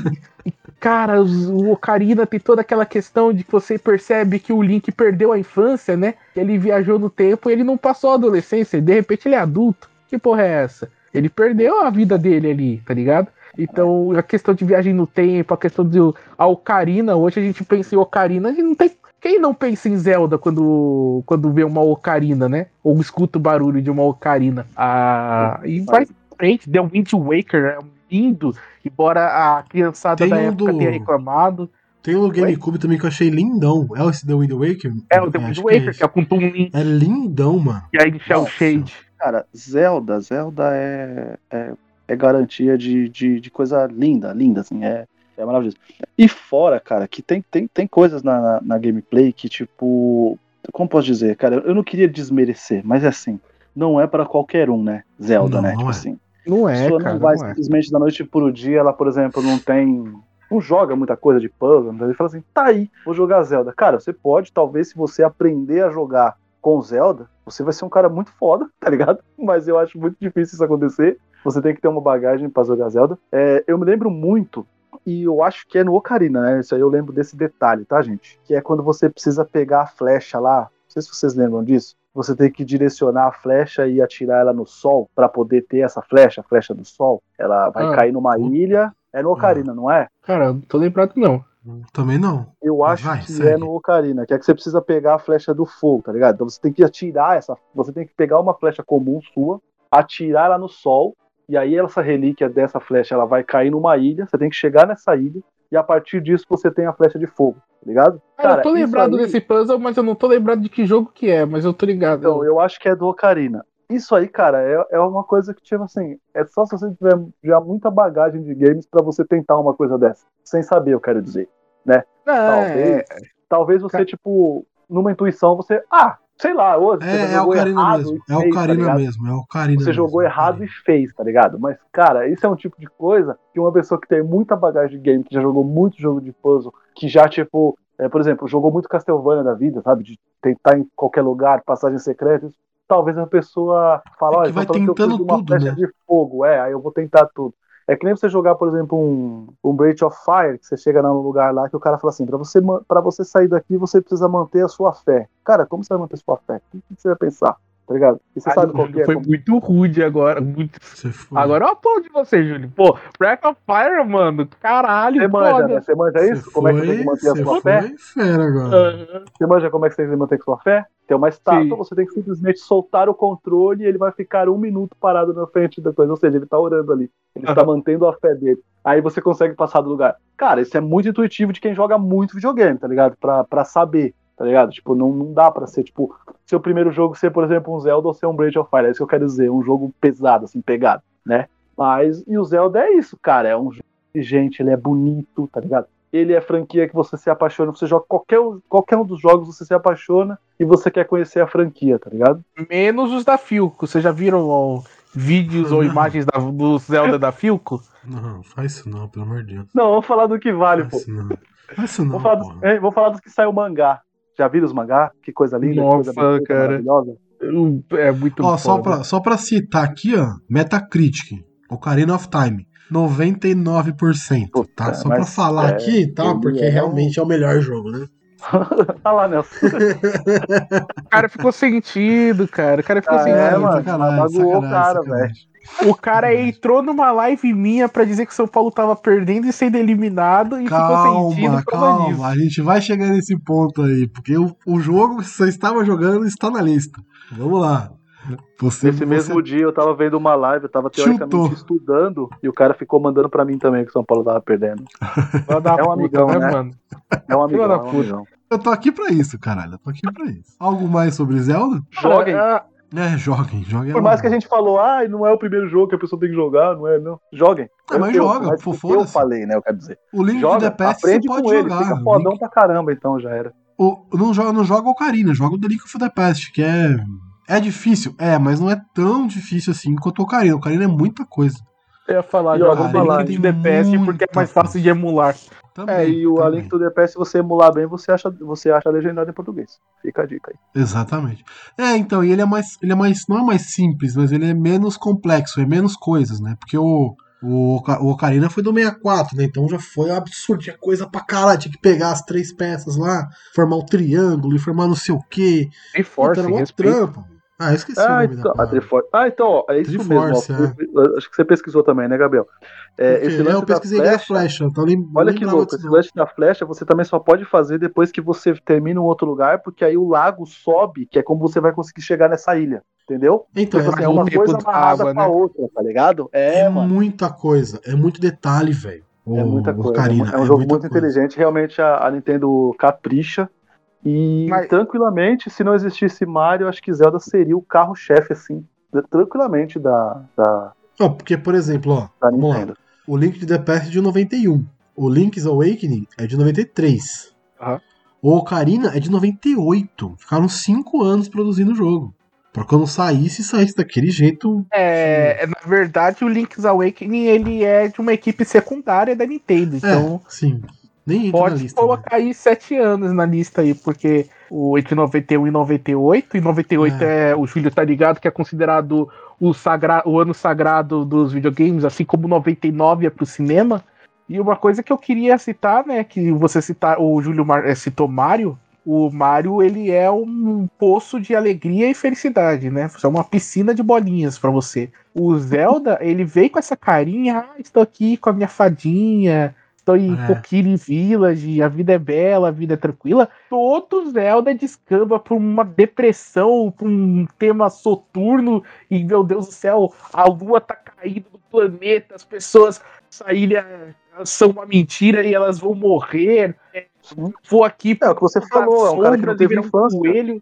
e, cara, os- o Ocarina tem toda aquela questão de que você percebe que o Link perdeu a infância, né? Ele viajou no tempo e ele não passou a adolescência, e de repente ele é adulto. Que porra é essa? Ele perdeu a vida dele ali, tá ligado? Então, a questão de viagem no tempo, a questão de a Ocarina, hoje a gente pensa em Ocarina, a gente não tem. Quem não pensa em Zelda quando, quando vê uma Ocarina, né? Ou escuta o barulho de uma Ocarina. Ah, e vai pra frente, The Wind Waker é lindo, embora a criançada Tem da um época do- tenha reclamado. Tem um GameCube também que eu achei lindão. É esse The Wind Waker? É o The Wind Acho que é Waker, esse. que é com Toon Link É lindão, mano. e aí Shell Nossa. Shade. Cara, Zelda, Zelda é, é, é garantia de, de, de coisa linda, linda, assim, é, é maravilhoso. E fora, cara, que tem, tem, tem coisas na, na, na gameplay que, tipo, como posso dizer, cara, eu não queria desmerecer, mas é assim, não é pra qualquer um, né, Zelda, Não, né, não tipo é. assim. Não A é, pessoa cara, não vai não é. simplesmente da noite pro dia, ela, por exemplo, não tem. Não joga muita coisa de puzzle, então ele fala assim, tá aí, vou jogar Zelda. Cara, você pode, talvez, se você aprender a jogar com Zelda, você vai ser um cara muito foda, tá ligado? Mas eu acho muito difícil isso acontecer. Você tem que ter uma bagagem pra jogar Zelda. É, eu me lembro muito, e eu acho que é no Ocarina, né? Isso aí eu lembro desse detalhe, tá, gente? Que é quando você precisa pegar a flecha lá. Não sei se vocês lembram disso. Você tem que direcionar a flecha e atirar ela no sol pra poder ter essa flecha, a flecha do sol. Ela vai Ah, cair numa puta. ilha. É no Ocarina, não é? Cara, eu não tô lembrado não. Também não. Eu Mas acho vai, que segue. é no Ocarina, que é que você precisa pegar a flecha do fogo, tá ligado? Então você tem que atirar essa. Você tem que pegar uma flecha comum sua, atirar ela no sol, e aí essa relíquia dessa flecha ela vai cair numa ilha. Você tem que chegar nessa ilha, e a partir disso você tem a flecha de fogo, tá ligado? Cara, eu tô isso lembrado aí- desse puzzle, mas eu não tô lembrado de que jogo que é, mas eu tô ligado. Então, eu acho que é do Ocarina. Isso aí, cara, é, é uma coisa que, tipo assim, é só se você tiver já muita bagagem de games pra você tentar uma coisa dessa. Sem saber, eu quero dizer, né? Não, Talvez, é, talvez você, Ca- tipo, numa intuição, você, ah, sei lá, hoje você É, é jogou Ocarina errado mesmo. e É fez, tá Ocarina ligado? mesmo. É Ocarina Você mesmo. jogou é errado Ocarina. e fez, tá ligado? Mas, cara, isso é um tipo de coisa que uma pessoa que tem muita bagagem de game, que já jogou muito jogo de puzzle, que já, tipo, é, por exemplo, jogou muito Castlevania da vida, sabe? De tentar em qualquer lugar, passagem secreta, isso, talvez a pessoa fale, É olha, que vai estão falando que eu tentando preciso de uma tudo, flecha né? de fogo, é, aí eu vou tentar tudo. É que nem você jogar, por exemplo, um, um Breath of Fire, que você chega num lugar lá que o cara fala assim, pra você, ma- pra você sair daqui, você precisa manter a sua fé. Cara, como você vai manter a sua fé? O que você vai pensar? Tá ligado? E você Ah, sabe qual que é? foi Como- muito rude agora. Muito... Você foi. Agora eu aplaudo de você, Júlio. Pô, Breath of Fire, mano. Caralho, Você manja, foda. né? Você manja Você isso? Como é que você tem que foi- manter a você sua fé? foi fera agora. Aham. Você manja como é que você tem que manter a sua fé? Tem uma estátua, Sim. você tem que simplesmente soltar o controle e ele vai ficar um minuto parado na frente da coisa. Ou seja, ele tá orando ali. Ele está Aham. mantendo a fé dele. Aí você consegue passar do lugar. Cara, isso é muito intuitivo de quem joga muito videogame, tá ligado? Pra, pra saber, tá ligado? Tipo, não, não dá pra ser, tipo, seu primeiro jogo ser, por exemplo, um Zelda ou ser um Breath of Fire. É isso que eu quero dizer. Um jogo pesado, assim, pegado, né? Mas, e o Zelda é isso, cara. É um jogo inteligente, ele é bonito, tá ligado? Ele é franquia que você se apaixona, você joga qualquer, qualquer um dos jogos, você se apaixona e você quer conhecer a franquia, tá ligado? Menos os da Filco. Vocês já viram ó, vídeos ou Não. imagens da- do Zelda da Filco? Não, faz isso não, pelo amor de Deus. Não, vamos falar do que vale, pô. Faz isso não. Faz isso não, Vamos falar, dos, porra. é, vamos falar dos que saiu o mangá. Já viram os mangá? Que coisa linda, Nossa, que coisa bonita, cara. maravilhosa. É muito Ó, só foda. pra, só pra citar aqui, ó, Metacritic, Ocarina of Time, noventa e nove por cento, tá? Puta, Só pra mas falar é, aqui, tá? ele Porque é realmente é o melhor jogo, né? Tá lá, Nelson. O cara ficou sentido, cara. O cara ficou Ah, sentido. é, mano. sacanagem, magoou o sacanagem, cara, sacanagem. O cara entrou numa live minha pra dizer que o São Paulo tava perdendo e sendo eliminado e ficou sentido Calma, por causa disso. calma, a gente vai chegar nesse ponto aí, porque o, o jogo que você estava jogando está na lista. Vamos lá. Você, Nesse você- mesmo dia eu tava vendo uma live, eu tava teoricamente Chutou. estudando e o cara ficou mandando pra mim também que o São Paulo tava perdendo. Filha da É um puta, amigão, né, né? mano? É um amigão, Filha da é um puta. amigão. Eu tô aqui pra isso, caralho. Eu tô aqui pra isso. Algo mais sobre Zelda? Joguem. Ah, É, joguem, joguem. Por mais que a gente falou, ah, não é o primeiro jogo que a pessoa tem que jogar, não é, não. Joguem. Ah, mas eu, joga, mas pô, eu foda-se. falei, né, eu quero dizer. O Link Joga, to the Past você aprende pode com ele, jogar. fica O fodão Link- pra caramba, então já era. o- não, joga, não joga Ocarina, joga o The Link of the Past, que é. É difícil? É, mas não é tão difícil assim quanto o Ocarina. O Ocarina é muita coisa. Eu ia falar, E eu joga vou falar, o Link to the Past porque é mais fácil de emular. Também, É, e o A também. Link to the Past, se você emular bem, você acha, você acha legendado em português. Fica a dica aí. Exatamente. É, então, e ele é mais. Ele é mais. Não é mais simples, mas ele é menos complexo, é menos coisas, né? Porque o. O, Oca- o Ocarina foi do sessenta e quatro, né? Então já foi um absurdo, tinha coisa pra caralho. Tinha que pegar as três peças lá, formar um triângulo e formar não sei o quê. Tem Puta, força, era um respeito. trampo. Ah, eu esqueci o Ah, nome da então, a palavra. Triforce. Ah, então, ó, é isso Triforce, mesmo. Ó. Acho que você pesquisou também, né, Gabriel? É, Porque esse lance eu pesquisei da da flecha, flecha, então eu lem- não olha que lembrava louco, disso esse não. lance da flecha você também só pode fazer depois que você termina um outro lugar, porque aí o lago sobe, que é como você vai conseguir chegar nessa ilha, entendeu? Então, Tipo é, assim, é o uma tempo coisa da amarrada água, com a né? outra, tá ligado? é É, mano. muita coisa, é muito detalhe, velho. O, É muita o coisa. Ocarina, É um é jogo muita muito coisa. inteligente. Realmente a, a Nintendo capricha. E Mas- tranquilamente, se não existisse Mario, acho que Zelda seria o carro-chefe, assim, tranquilamente da, da, Ó, porque, por exemplo, ó, da vamos lá. Nintendo. O Link to the Past é de noventa e um. O Link's Awakening é de noventa e três. Aham. O Ocarina é de noventa e oito. Ficaram cinco anos produzindo o jogo. Pra quando saísse, saísse daquele jeito. É, é, na verdade, o Link's Awakening ele é de uma equipe secundária da Nintendo. Então, É, sim. Nem entra na pode lista. Né? colocar aí sete anos na lista aí, porque o entre noventa e um e noventa e oito, e noventa e oito é, É. o Júlio tá ligado que é considerado o, sagra, o ano sagrado dos videogames, assim como noventa e nove é pro cinema. E uma coisa que eu queria citar, né, que você citar, o Júlio Mar, é, citou Mario. O Mario, ele é um poço de alegria e felicidade, né? É uma piscina de bolinhas pra você. O Zelda, ele veio com essa carinha, ah, estou aqui com a minha fadinha, estou em É. Kokiri Village, a vida é bela, a vida é tranquila. Todo Zelda descamba por uma depressão, por um tema soturno, e meu Deus do céu, a lua tá caindo do planeta, as pessoas, essa ilha são uma mentira e elas vão morrer. É, vou aqui É o que você falou, é um cara que não teve virar um infância. coelho.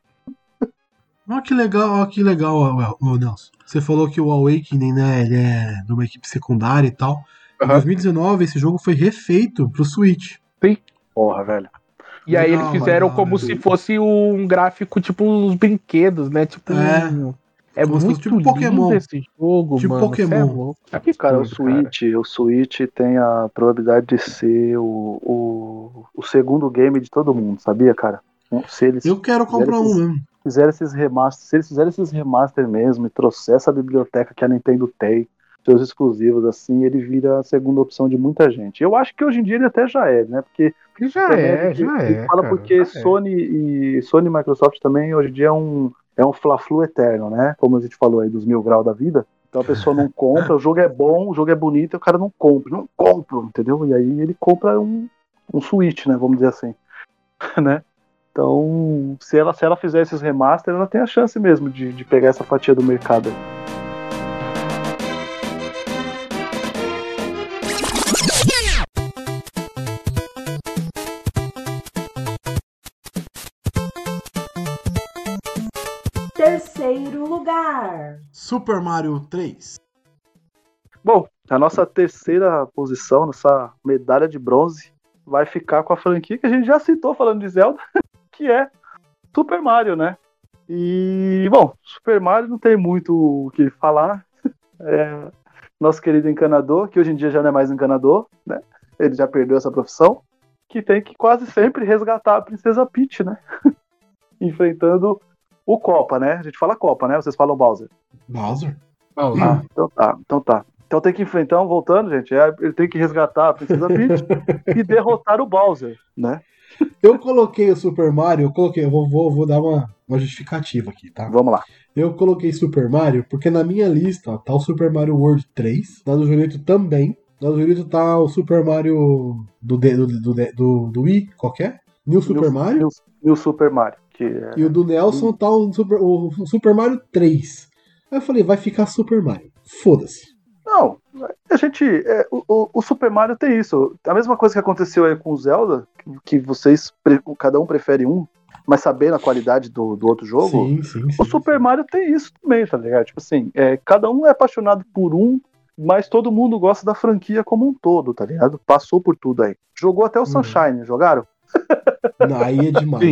Olha que legal, olha que legal, ó, ó, Nelson. Você falou que o Awakening, né, ele é de uma equipe secundária e tal. Em Aham. dois mil e dezenove, esse jogo foi refeito pro Switch. Porra, velho. E aí Legal, eles fizeram legal, como legal. se fosse um gráfico tipo uns brinquedos, né? Tipo É. um... É Como se muito fosse tipo lindo Pokémon. esse jogo, Tipo mano. Pokémon. Cê é louco. Que Cara, o absurdo, cara. Switch, o Switch tem a probabilidade de ser o, o, o segundo game de todo mundo, sabia, cara? Se eles Eu quero comprar fizerem um esses, mesmo. fizerem esses remaster, se eles fizerem esses remaster mesmo e trouxer essa biblioteca que a Nintendo tem, seus exclusivos assim, ele vira a segunda opção de muita gente. Eu acho que hoje em dia ele até já é, né? Porque Já também é, a gente- já a gente é. fala cara, porque já é. Sony e Sony e Microsoft também hoje em dia é um é um fla-flu eterno, né? Como a gente falou aí dos mil graus da vida. Então a pessoa não compra, o jogo é bom, o jogo é bonito, e o cara não compra, não compra, entendeu? E aí ele compra um, um Switch, né? Vamos dizer assim, né? Então, se ela, se ela fizer esses remaster, ela tem a chance mesmo de, de pegar essa fatia do mercado aí. Terceiro lugar. Super Mario três. Bom, a nossa terceira posição, nossa medalha de bronze, vai ficar com a franquia que a gente já citou falando de Zelda, que é Super Mario, né? E, bom, Super Mario não tem muito o que falar. É, nosso querido encanador, que hoje em dia já não é mais encanador, né? Ele já perdeu essa profissão, que tem que quase sempre resgatar a Princesa Peach, né? Enfrentando o Copa, né? A gente fala Copa, né? Vocês falam Bowser. Bowser? Vamos Ah, lá. então tá, então tá. Então tem que enfrentar, voltando, gente, é, ele tem que resgatar a Princesa Peach e derrotar o Bowser, né? Eu coloquei o Super Mario, eu coloquei, eu vou, vou, vou dar uma, uma justificativa aqui, tá? Vamos lá. Eu coloquei Super Mario porque na minha lista ó, tá o Super Mario World três, na do Julito também, na do Julito tá o Super Mario do, D- do, do, do, do, do Wii, qualquer, New Super New, Mario, New, New Super Mario, que é... e o do Nelson tá o Super, o Super Mario três. Aí eu falei, vai ficar Super Mario, foda-se. Não, a gente. É, o, o- o Super Mario tem isso. A mesma coisa que aconteceu aí com o Zelda, que, que vocês, pre- cada um prefere um, mas sabendo a qualidade do, do outro jogo. Sim, sim, sim. O Super Mario tem isso também, tá ligado? Tipo assim, é, cada um é apaixonado por um, mas todo mundo gosta da franquia como um todo, tá ligado? Passou por tudo aí. Jogou até o Uhum. Sunshine, jogaram? Não, aí é demais, Sim. né?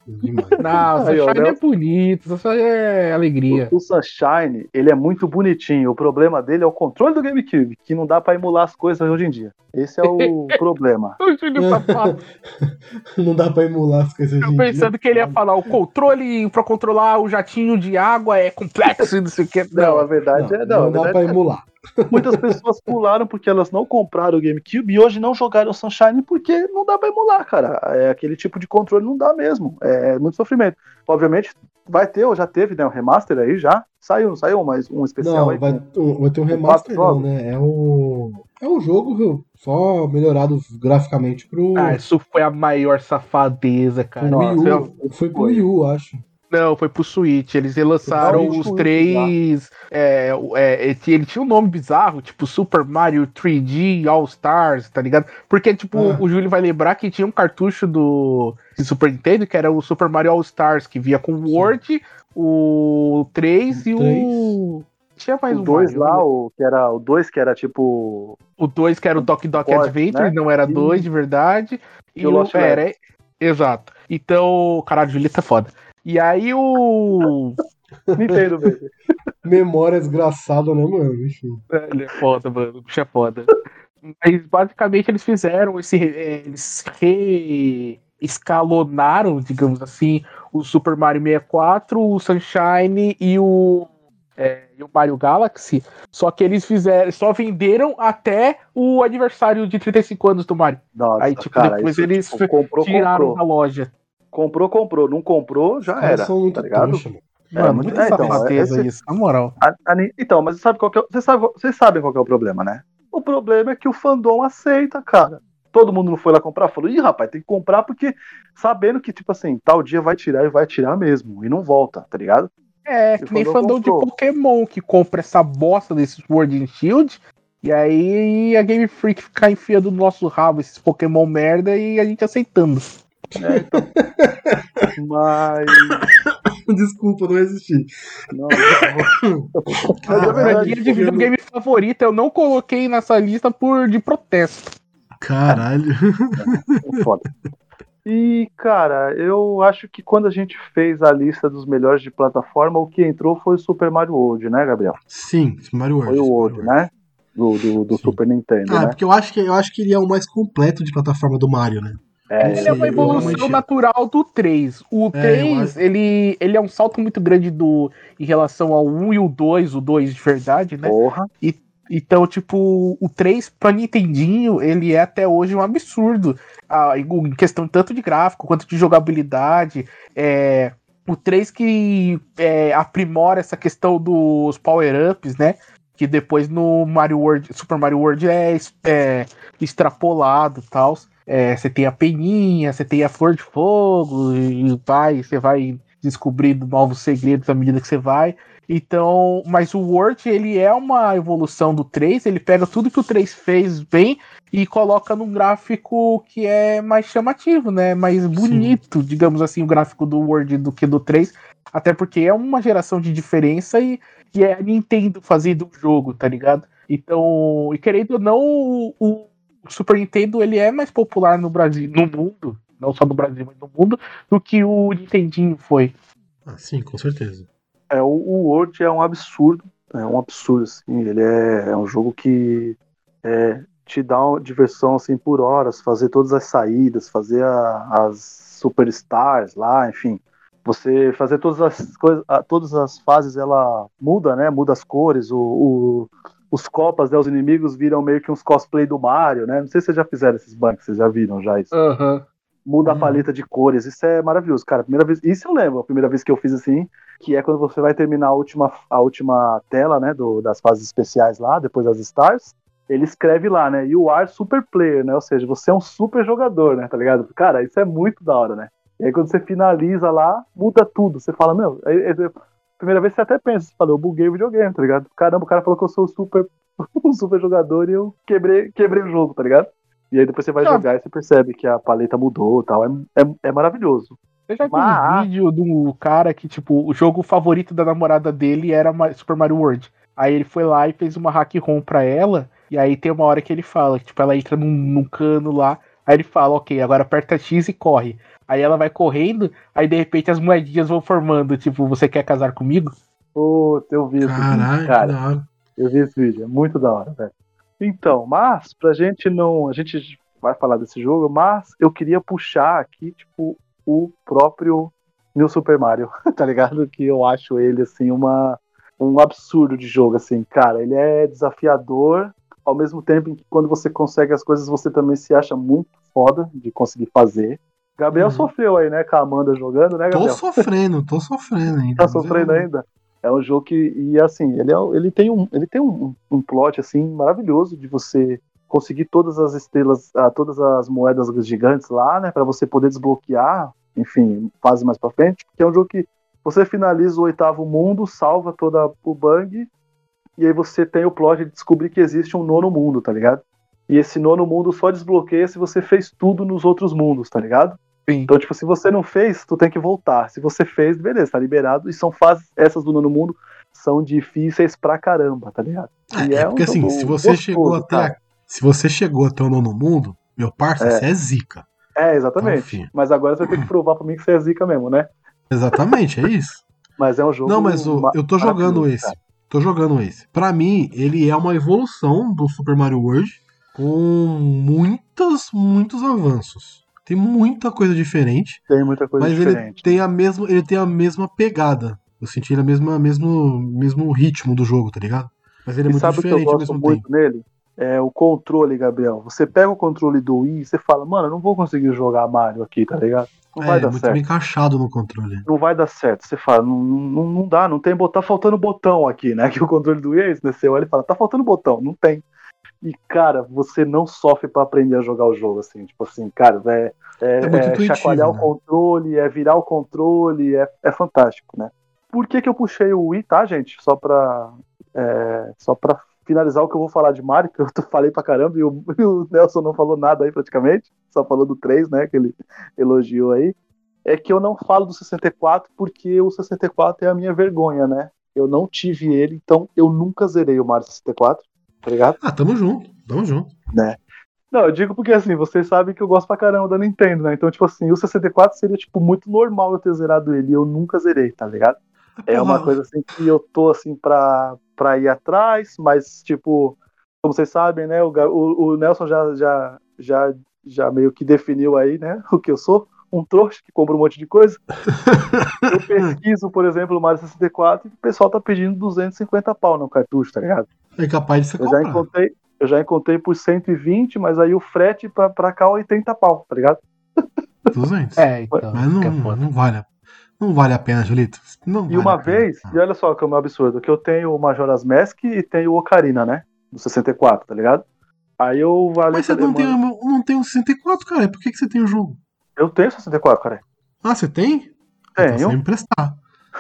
demais. Não, o Aí, ó, Sunshine né? é bonito, isso é alegria. O, o Sunshine, ele é muito bonitinho. O problema dele é o controle do GameCube, que não dá pra emular as coisas hoje em dia. Esse é o problema. O Júlio safado. Não dá pra emular as coisas Eu de pensando que ele ia falar, o controle pra controlar o jatinho de água é complexo e não sei o que. Não, a Não, verdade Não, é não. não a dá verdade pra é- emular. Muitas pessoas pularam porque elas não compraram o GameCube e hoje não jogaram o Sunshine porque não dá pra emular, cara. É aquele tipo de controle não dá mesmo. É muito sofrimento. Obviamente, vai ter, ou já teve, né? O remaster aí já. Saiu, não saiu, mas um especial Não, aí. vai, com- vai ter um com remaster, quatro não, jogos. né? É um, é um jogo viu, só melhorado graficamente pro ah, isso foi a maior safadeza, cara. Wii Nossa, U. Foi pro Wii U, acho. Não, foi pro Switch. Eles relançaram Não, os Switch, três. É, é, ele tinha um nome bizarro, tipo Super Mario três D All Stars, tá ligado? Porque, tipo, Ah. o Júlio vai lembrar que tinha um cartucho do de Super Nintendo que era o Super Mario All Stars, que via com o World, o três e o. Tinha mais O um dois Mario, lá, né? o que era o dois que era tipo O dois que era o Doc Doc Port, Adventure, né? não era E- dois de verdade. e o Lost era, Levels. exato. Então, caralho, Júlio tá foda. E aí o. Nintendo mesmo. Memória desgraçada, né, mano? Enfim. Ele é foda, mano. O bicho é foda. Mas basicamente eles fizeram esse. é, Eles reescalonaram, digamos assim, o Super Mario sessenta e quatro, o Sunshine e o. é, e o Mario Galaxy. Só que eles fizeram. Só venderam até o aniversário de trinta e cinco anos do Mario. Nossa, Aí, tipo, cara, depois isso, eles tipo, comprou, tiraram comprou. da loja. Comprou, comprou. Não comprou, já Os caras era. são muito Tá ligado? trouxa, mano. É, Mano, muito- muita é, então, safadeza esse- isso, na moral. A- a Ni- então, mas sabe qual que é, o- vocês, sabem, vocês sabem qual que é o problema, né? O problema é que o fandom aceita, cara. Todo mundo não foi lá comprar, falou, ih, rapaz, tem que comprar porque sabendo que, tipo assim, tal dia vai tirar e vai tirar mesmo. E não volta, tá ligado? É, E que nem fandom fandom de comprou. Pokémon que compra essa bosta desses Sword and Shield. E aí a Game Freak fica enfiando no nosso rabo esses Pokémon merda e a gente aceitando. É, então. Mas. Desculpa, não resisti. Não, não. Mas é A verdade, franquia de videogame favorita eu não coloquei nessa lista por de protesto. Caralho. é foda. E, cara, eu acho que quando a gente fez a lista dos melhores de plataforma, o que entrou foi o Super Mario World, né, Gabriel? Sim, Mario World. Foi o Super World, Mario World. né? Do, do, do Sim. Super Nintendo, Ah, né? porque eu acho, que, eu acho que ele é o mais completo de plataforma do Mario, né? É, Ele é uma eu evolução realmente- natural do três. O É, três, eu ele, ele é um salto muito grande do, em relação ao um e o dois, o dois de verdade, né? Porra. Então, tipo, o três pra Nintendinho, ele é até hoje um absurdo. Ah, em questão tanto de gráfico quanto de jogabilidade. É, o três que é, aprimora essa questão dos power-ups, né? Que depois no Mario World, Super Mario World é, é extrapolado e tal. É, você tem a peninha, você tem a flor de fogo, e vai, você vai descobrindo novos segredos à medida que você vai. Então, mas o World, ele é uma evolução do três, ele pega tudo que o três fez bem e coloca num gráfico que é mais chamativo, né? Mais bonito, digamos assim, o gráfico do World do que do três, até porque é uma geração de diferença e, e é a Nintendo fazendo o jogo, tá ligado? Então, e querendo ou não, o, o Super Nintendo, ele é mais popular no Brasil, no mundo, não só no Brasil, mas no mundo, do que o Nintendinho foi. Ah, sim, com certeza. É, o, o World é um absurdo. É um absurdo, assim. Ele é, é um jogo que é, te dá uma diversão, assim, por horas. Fazer todas as saídas, fazer a, as superstars lá, enfim. Você fazer todas as coisas, a, todas as fases, ela muda, né? Muda as cores, o, o, os copas, né? Os inimigos viram meio que uns cosplay do Mario, né? Não sei se vocês já fizeram esses bugs, vocês já viram já isso. Aham. Muda a Uhum. paleta de cores, isso é maravilhoso, cara. Primeira vez, isso eu lembro, a primeira vez que eu fiz assim, que é quando você vai terminar a última, a última tela, né, do, das fases especiais lá, depois das stars, ele escreve lá, né, you are super player, né, ou seja, você é um super jogador, né, tá ligado? Cara, isso é muito da hora, né. E aí quando você finaliza lá, muda tudo, você fala, meu, aí, aí, primeira vez você até pensa, você fala, eu buguei o videogame, tá ligado? Caramba, o cara falou que eu sou super, um super jogador e eu quebrei, quebrei o jogo, tá ligado? E aí depois você vai Ah. jogar e você percebe que a paleta mudou e tal. É, é, é maravilhoso. Eu já vi Mas- um vídeo do cara que, tipo, o jogo favorito da namorada dele era Ma- Super Mario World. Aí ele foi lá e fez uma hack ROM pra ela, e aí tem uma hora que ele fala, que, tipo, ela entra num, num cano lá, aí ele fala, ok, agora aperta X e corre. Aí ela vai correndo, aí de repente as moedinhas vão formando, tipo, você quer casar comigo? Pô, eu vi esse Caralho, vídeo, que cara. da hora. Eu vi esse vídeo, é muito da hora, velho. Então, mas, pra gente não. A gente vai falar desse jogo, mas eu queria puxar aqui, tipo, o próprio New Super Mario, tá ligado? Que eu acho ele, assim, uma, um absurdo de jogo, assim, cara. Ele é desafiador, ao mesmo tempo em que quando você consegue as coisas, você também se acha muito foda de conseguir fazer. Gabriel Uhum. sofreu aí, né, com a Amanda jogando, né, Tô Gabriel? sofrendo, tô sofrendo ainda. Tá mas sofrendo eu- ainda? É um jogo que, e assim, ele, é, ele tem, um, ele tem um, um plot, assim, maravilhoso de você conseguir todas as estrelas, ah, todas as moedas gigantes lá, né, pra você poder desbloquear, enfim, fase mais pra frente, que é um jogo que você finaliza o oitavo mundo, salva toda o bang, e aí você tem o plot de descobrir que existe um nono mundo, tá ligado? E esse nono mundo só desbloqueia se você fez tudo nos outros mundos, tá ligado? Sim. Então, tipo, se você não fez, tu tem que voltar. Se você fez, beleza, tá liberado. E são fases, essas do nono mundo, são difíceis pra caramba, tá ligado? E É, um porque assim, jogo se você gostoso, chegou até. cara. Se você chegou até o nono mundo, meu parça, É. você é zica. É, exatamente. Então, filho. Mas agora você vai ter que provar pra mim que você é zica mesmo, né? Exatamente, é isso. Mas é um jogo. Não, mas o- ma- eu tô jogando maravilhoso, esse. cara. Tô jogando esse. Pra mim, ele é uma evolução do Super Mario World com muitos, muitos avanços. Tem muita coisa diferente, Tem muita coisa mas diferente. ele tem a mesma, ele tem a mesma pegada. Eu senti ele a mesma, mesmo, mesmo ritmo do jogo, tá ligado? Mas ele é E muito sabe o que eu diferente ao gosto mesmo muito tempo. nele? É o controle, Gabriel. Você pega o controle do Wii e você fala, mano, eu não vou conseguir jogar Mario aqui, tá ligado? Não vai É, dar muito certo. bem encaixado no controle. Não vai dar certo. Você fala, não, não, não dá, não tem botão, tá faltando botão aqui, né? Que o controle do Wii é esse, né? Você olha e fala, tá faltando botão, não tem. E, cara, você não sofre pra aprender a jogar o jogo, assim, tipo assim, cara, é, é, É muito é intuitivo, chacoalhar né? o controle, é virar o controle, é, é fantástico, né? Por que que eu puxei o Wii, tá, gente? Só pra, é, só pra finalizar o que eu vou falar de Mario, que eu falei pra caramba, e o, e o Nelson não falou nada aí praticamente, só falou do três, né, que ele elogiou aí, é que eu não falo do sessenta e quatro porque o sessenta e quatro é a minha vergonha, né? Eu não tive ele, então eu nunca zerei o Mario sessenta e quatro, tá ligado? Ah, tamo junto, tamo junto. Né? Não, eu digo porque assim, vocês sabem que eu gosto pra caramba da Nintendo, né? Então, tipo assim, o sessenta e quatro seria, tipo, muito normal eu ter zerado ele e eu nunca zerei, tá ligado? É uma coisa assim que eu tô assim pra, pra ir atrás, mas, tipo, como vocês sabem, né? O, Ga- o, o Nelson já, já, já, já meio que definiu aí, né? O que eu sou. Um trouxa que compra um monte de coisa. Eu pesquiso, por exemplo, o Mario sessenta e quatro e o pessoal tá pedindo duzentos e cinquenta pau no cartucho, tá ligado? É capaz de você Eu já comprar. encontrei, eu já encontrei por cento e vinte, mas aí o frete pra, pra cá é oitenta pau, tá ligado? duzentos. É, então. Mas não, que é foda. não vale. Não vale a pena, Julito. Não E vale uma a pena. vez, e olha só como é um absurdo, que eu tenho o Majora's Mask e tenho o Ocarina, né? Do sessenta e quatro, tá ligado? Aí eu falei, Mas você falei, não tem, mano, não tem o sessenta e quatro, cara. Por que, que você tem o jogo? eu tenho sessenta e quatro, cara. Ah, você tem? Então você Tenho, vai me emprestar.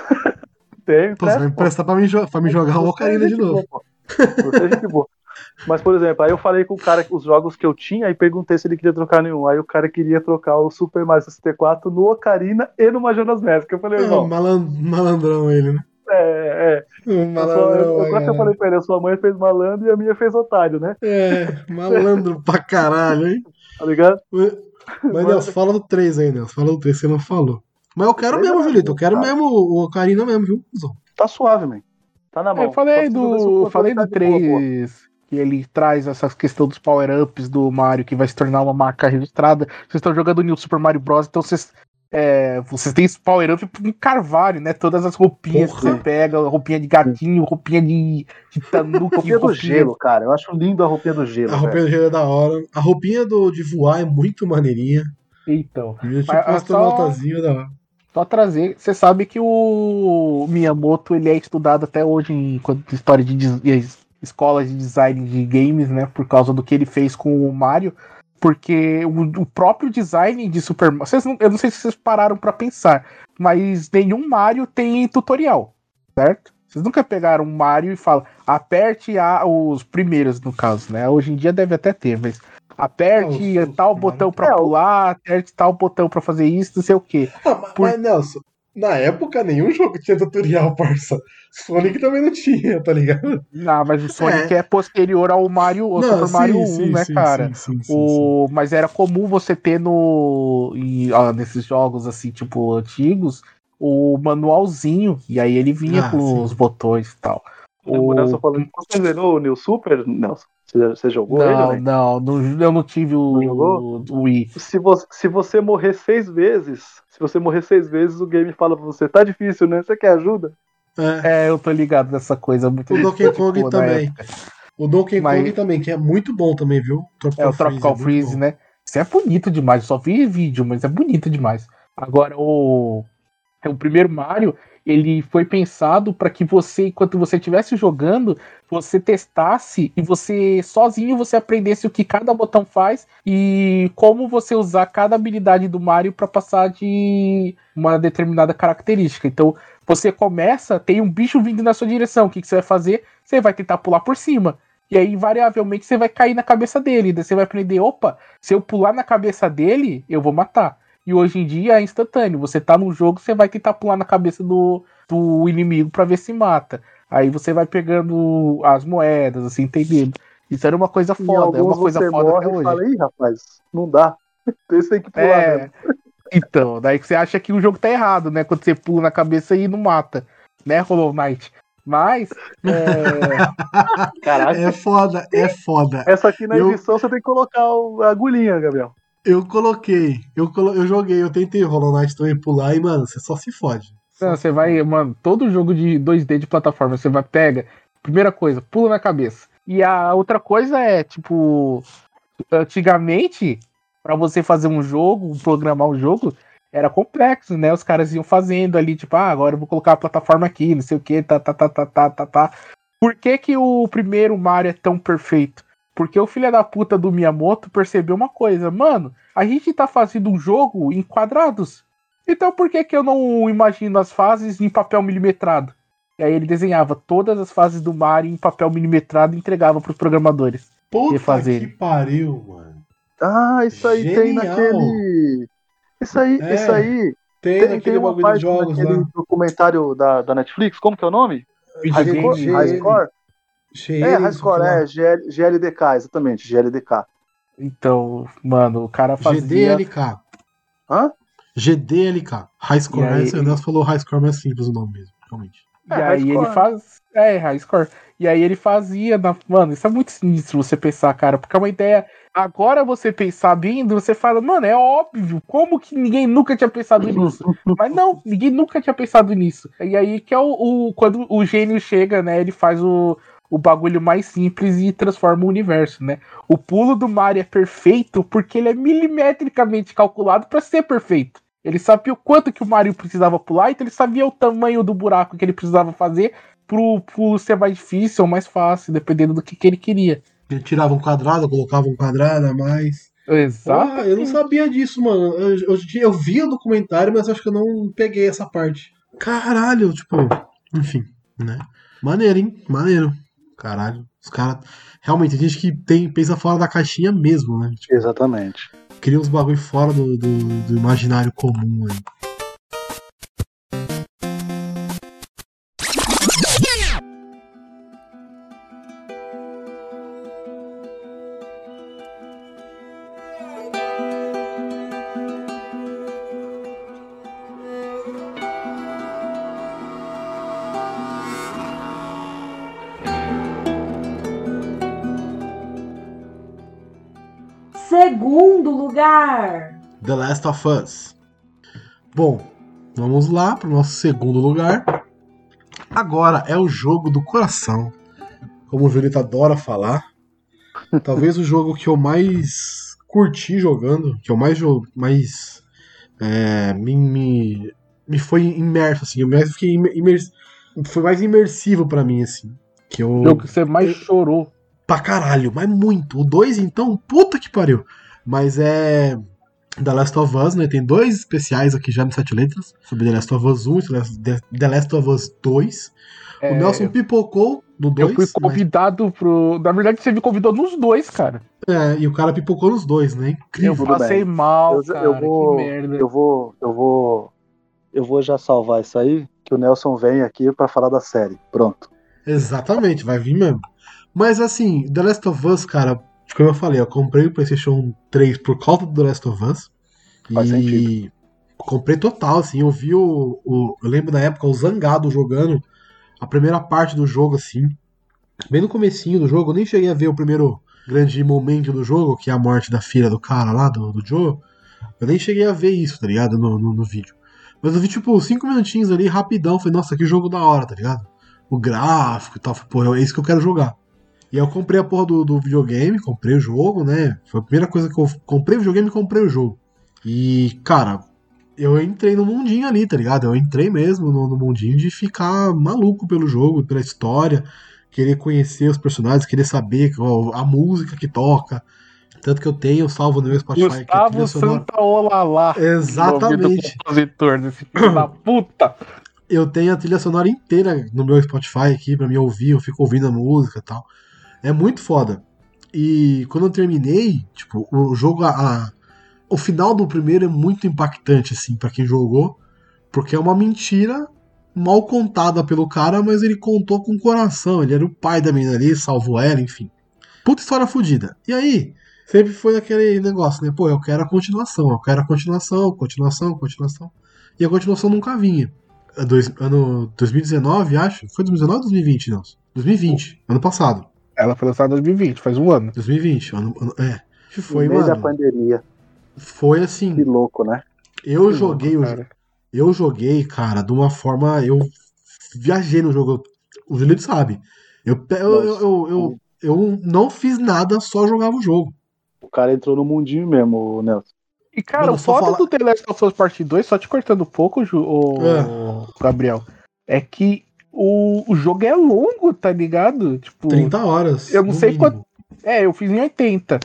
tenho. Então você vai me presta, pô. emprestar pra me, jo- pra me jogar o Você é Ocarina de gente novo. boa, pô. Você é gente boa. Mas, por exemplo, aí eu falei com o cara os jogos que eu tinha e perguntei se ele queria trocar nenhum. Aí o cara queria trocar o Super Mario sessenta e quatro no Ocarina e no Majora's Mask. Eu falei, Ah, irmão, malan- malandrão ele, né? é, é. Um Eu, só, eu, eu, quase que eu falei pra ele, a sua mãe fez malandro e a minha fez otário, né? É, malandro pra caralho, hein? Tá ligado? Mas, mas Nelson, fala do três aí, Nelson. Fala do três, você não falou. Mas eu quero três mesmo, é Julito. Eu quero cara. mesmo o Ocarina mesmo, viu? cuzão? Tá suave, man. Tá na É, mão. eu falei Só preciso ver se o do, controle falei tá do de boa, boa. três, que ele traz essa questão dos power-ups do Mario, que vai se tornar uma marca registrada. Vocês estão jogando o New Super Mario Bros., então vocês, é, vocês têm esse power-up um carvalho, né? Todas as roupinhas que Porra. você pega, roupinha de gatinho, roupinha de, de tanuki, Roupinha do gelo, cara. Eu acho lindo a roupinha do gelo. A roupinha velho. do gelo é da hora. A roupinha do, de voar é muito maneirinha. Então, Tipo Mas, um é astronautazinho da hora. só trazer. Você sabe que o Miyamoto ele é estudado até hoje em quando- história de des- escolas de design de games, né? Por causa do que ele fez com o Mario. Porque o, o próprio design de Super Mario. Vocês não, eu não sei se vocês pararam pra pensar, mas nenhum Mario tem tutorial, certo? Vocês nunca pegaram um Mario e falam, aperte a, os primeiros, no caso, né? Hoje em dia deve até ter, mas aperte Ah, os- os tal Mario. botão pra É, o- pular, aperte tal botão pra fazer isso, não sei o quê. Ah, mas, Por- mas, Nelson, Na época, nenhum jogo tinha tutorial, parça. Sonic também não tinha, tá ligado? Não, mas o Sonic é, É. posterior ao Mario, ao Não, Super sim, Mario um, sim, né, sim, cara? sim, sim, sim, o... Mas era comum você ter no... em, ó, nesses jogos, assim, tipo, antigos, o manualzinho, e aí ele vinha Ah, com os sim. botões e tal. Lembrança O... falando. Você zerou o New Super, Nelson? Você, você jogou ele, Não, velho? não, não, eu não tive Não jogou? o, o Wii. Se você, se você morrer seis vezes, se você morrer seis vezes, o game fala pra você, tá difícil, né? Você quer ajuda? É. É, eu tô ligado nessa coisa muito O Donkey Kong na também. época. O Donkey Mas Kong também, que é muito bom também, viu? é Tropical o Tropical Freeze, é muito Freeze, bom. né? Isso é bonito demais, eu só vi vídeo, mas é bonito demais. Agora, o, o primeiro Mario, ele foi pensado para que você, enquanto você estivesse jogando, você testasse e você, sozinho, você aprendesse o que cada botão faz e como você usar cada habilidade do Mario para passar de uma determinada característica. Então, você começa, tem um bicho vindo na sua direção, o que, que você vai fazer? Você vai tentar pular por cima. E aí, invariavelmente, você vai cair na cabeça dele. Daí você vai aprender, opa, se eu pular na cabeça dele, eu vou matar. E hoje em dia é instantâneo. Você tá num jogo, você vai tentar pular na cabeça do, do inimigo pra ver se mata. Aí você vai pegando as moedas, assim, entendendo? Isso era uma coisa Em foda, é uma alguns coisa você foda até morre e hoje. fala, ih, rapaz, não dá. Esse tem que pular É, mesmo. então, daí você acha que o jogo tá errado, né? Quando você pula na cabeça e não mata, né, Hollow Knight? Mas, é... Caraca, É foda, é foda. essa aqui na Eu, edição você tem que colocar o- a agulhinha, Gabriel. eu coloquei, eu, colo, eu joguei, eu tentei Hollow Knight também pular e, mano, você só se fode. Só Não, se você vai, fode. mano, todo jogo de dois D de plataforma, você vai, pega, primeira coisa, pula na cabeça. E a outra coisa é, tipo, antigamente, pra você fazer um jogo, programar um jogo, era complexo, né? Os caras iam fazendo ali, tipo, ah, agora eu vou colocar a plataforma aqui, não sei o que, tá, tá, tá, tá, tá, tá, tá. Por que que o primeiro Mario é tão perfeito? Porque o filho da puta do Miyamoto percebeu uma coisa, mano, a gente tá fazendo um jogo em quadrados. Então por que que eu não imagino as fases em papel milimetrado? E aí ele desenhava todas as fases do Mario em papel milimetrado e entregava pros programadores. Puta refazer. que pariu, mano. Ah, isso aí tem Genial. naquele. Isso aí, É, isso aí. Tem, Tem, naquele tem uma bagulho parte dos jogos naquele lá. documentário da, da Netflix, como que é o nome? High Videogame. Score? High Score? É, High Score, é, G L, G L D K, exatamente, G L D K. Então, mano, o cara fazia... G D L K. Hã? G D L K. High Score. E aí- Esse, o Nelson falou High Score, mas é simples o nome mesmo, realmente. E É, aí high ele score. faz. É, high score. E aí ele fazia. Na... Mano, isso é muito sinistro você pensar, cara. Porque é uma ideia. Agora você pensar vindo, você fala, mano, é óbvio. Como que ninguém nunca tinha pensado nisso? Mas não, ninguém nunca tinha pensado nisso. E aí que é o. o- quando o gênio chega, né? Ele faz o. O bagulho mais simples e transforma o universo, né? O pulo do Mario é perfeito porque ele é milimetricamente calculado pra ser perfeito. Ele sabia o quanto que o Mario precisava pular, então ele sabia o tamanho do buraco que ele precisava fazer pro pulo ser mais difícil ou mais fácil, dependendo do que, que ele queria. Ele tirava um quadrado, colocava um quadrado a mais. Exato. Ah, eu não sabia disso, mano. Eu, eu, eu vi o documentário, mas acho que eu não peguei essa parte. Caralho, tipo, enfim, né? Maneiro, hein? Maneiro. Caralho. Os caras. Realmente, tem gente que tem, pensa fora da caixinha mesmo, né? Tipo, Exatamente. cria uns bagulho fora do, do, do imaginário comum aí. Segundo lugar. The Last of Us. Bom, vamos lá para o nosso segundo lugar. Agora é o jogo do coração. Como o Violeta adora falar. Talvez o jogo que eu mais curti jogando, que eu mais, jo- mais é, me, me, me foi imerso, assim. Eu mais fiquei imer, imers- foi mais imersivo para mim, assim. Que eu, O jogo que você mais eu- chorou. Pra caralho, mas muito. O dois então, puta que pariu. Mas é The Last of Us, né? Tem dois especiais aqui já no Sete Letras, sobre The Last of Us um e The Last of Us dois. É, O Nelson pipocou no eu dois. fui convidado pro. Na verdade, você me convidou nos dois, cara. É, e o cara pipocou nos dois, né? Eu Incrível. Tudo passei bem. mal, Eu, cara. eu vou, Que merda. eu vou, eu vou Eu vou já salvar isso aí, que o Nelson vem aqui pra falar da série. Pronto. Exatamente, vai vir mesmo. Mas assim, The Last of Us, cara, como eu falei, eu comprei o PlayStation três por causa do The Last of Us. Faz e sentido. Comprei total, assim, eu vi o, o. Eu lembro na época o Zangado jogando a primeira parte do jogo, assim. Bem no comecinho do jogo, eu nem cheguei a ver o primeiro grande momento do jogo, que é a morte da filha do cara lá, do, do Joe. Eu nem cheguei a ver isso, tá ligado? No, no, no vídeo. Mas eu vi, tipo, cinco minutinhos ali, rapidão. Falei, nossa, que jogo da hora, tá ligado? O gráfico e tal. Falei, pô, é isso que eu quero jogar. E aí eu comprei a porra do, do videogame, comprei o jogo, né? Foi a primeira coisa que eu comprei o videogame e comprei o jogo. E, cara, eu entrei no mundinho ali, tá ligado? Eu entrei mesmo no, no mundinho de ficar maluco pelo jogo, pela história, querer conhecer os personagens, querer saber ó, a música que toca. Tanto que eu tenho salvo no meu Spotify. Gustavo Santaolala. Exatamente. Do compositor desse filho da puta. Eu tenho a trilha sonora inteira no meu Spotify aqui pra me ouvir, eu fico ouvindo a música e tal. É muito foda. E quando eu terminei, tipo, o jogo, a, a, o final do primeiro é muito impactante, assim, pra quem jogou, porque é uma mentira mal contada pelo cara, mas ele contou com o coração. Ele era o pai da menina ali, salvou ela, enfim. Puta história fodida. E aí, sempre foi aquele negócio, né? Pô, eu quero a continuação, eu quero a continuação, continuação, continuação. E a continuação nunca vinha. Dois, ano dois mil e dezenove, acho. Foi dois mil e dezenove ou dois mil e vinte, não? dois mil e vinte, ano passado. Ela foi lançada em dois mil e vinte, faz um ano. dois mil e vinte, ano, ano, é. Foi, no meio mano. da pandemia. Foi assim. Que louco, né? Eu Que joguei louco, o cara. Eu joguei, cara, de uma forma. Eu viajei no jogo. O Julito sabe. Eu, eu, eu, eu, eu, eu não fiz nada, só jogava o jogo. O cara entrou no mundinho mesmo, Nelson. E, cara, Mano, o só foda fala- do The Last of Us Part dois, só te cortando um pouco, Ju, o É. Gabriel, é que o, o jogo é longo, tá ligado? Tipo, trinta horas. eu não no sei mínimo. quanto. É, eu fiz em oitenta.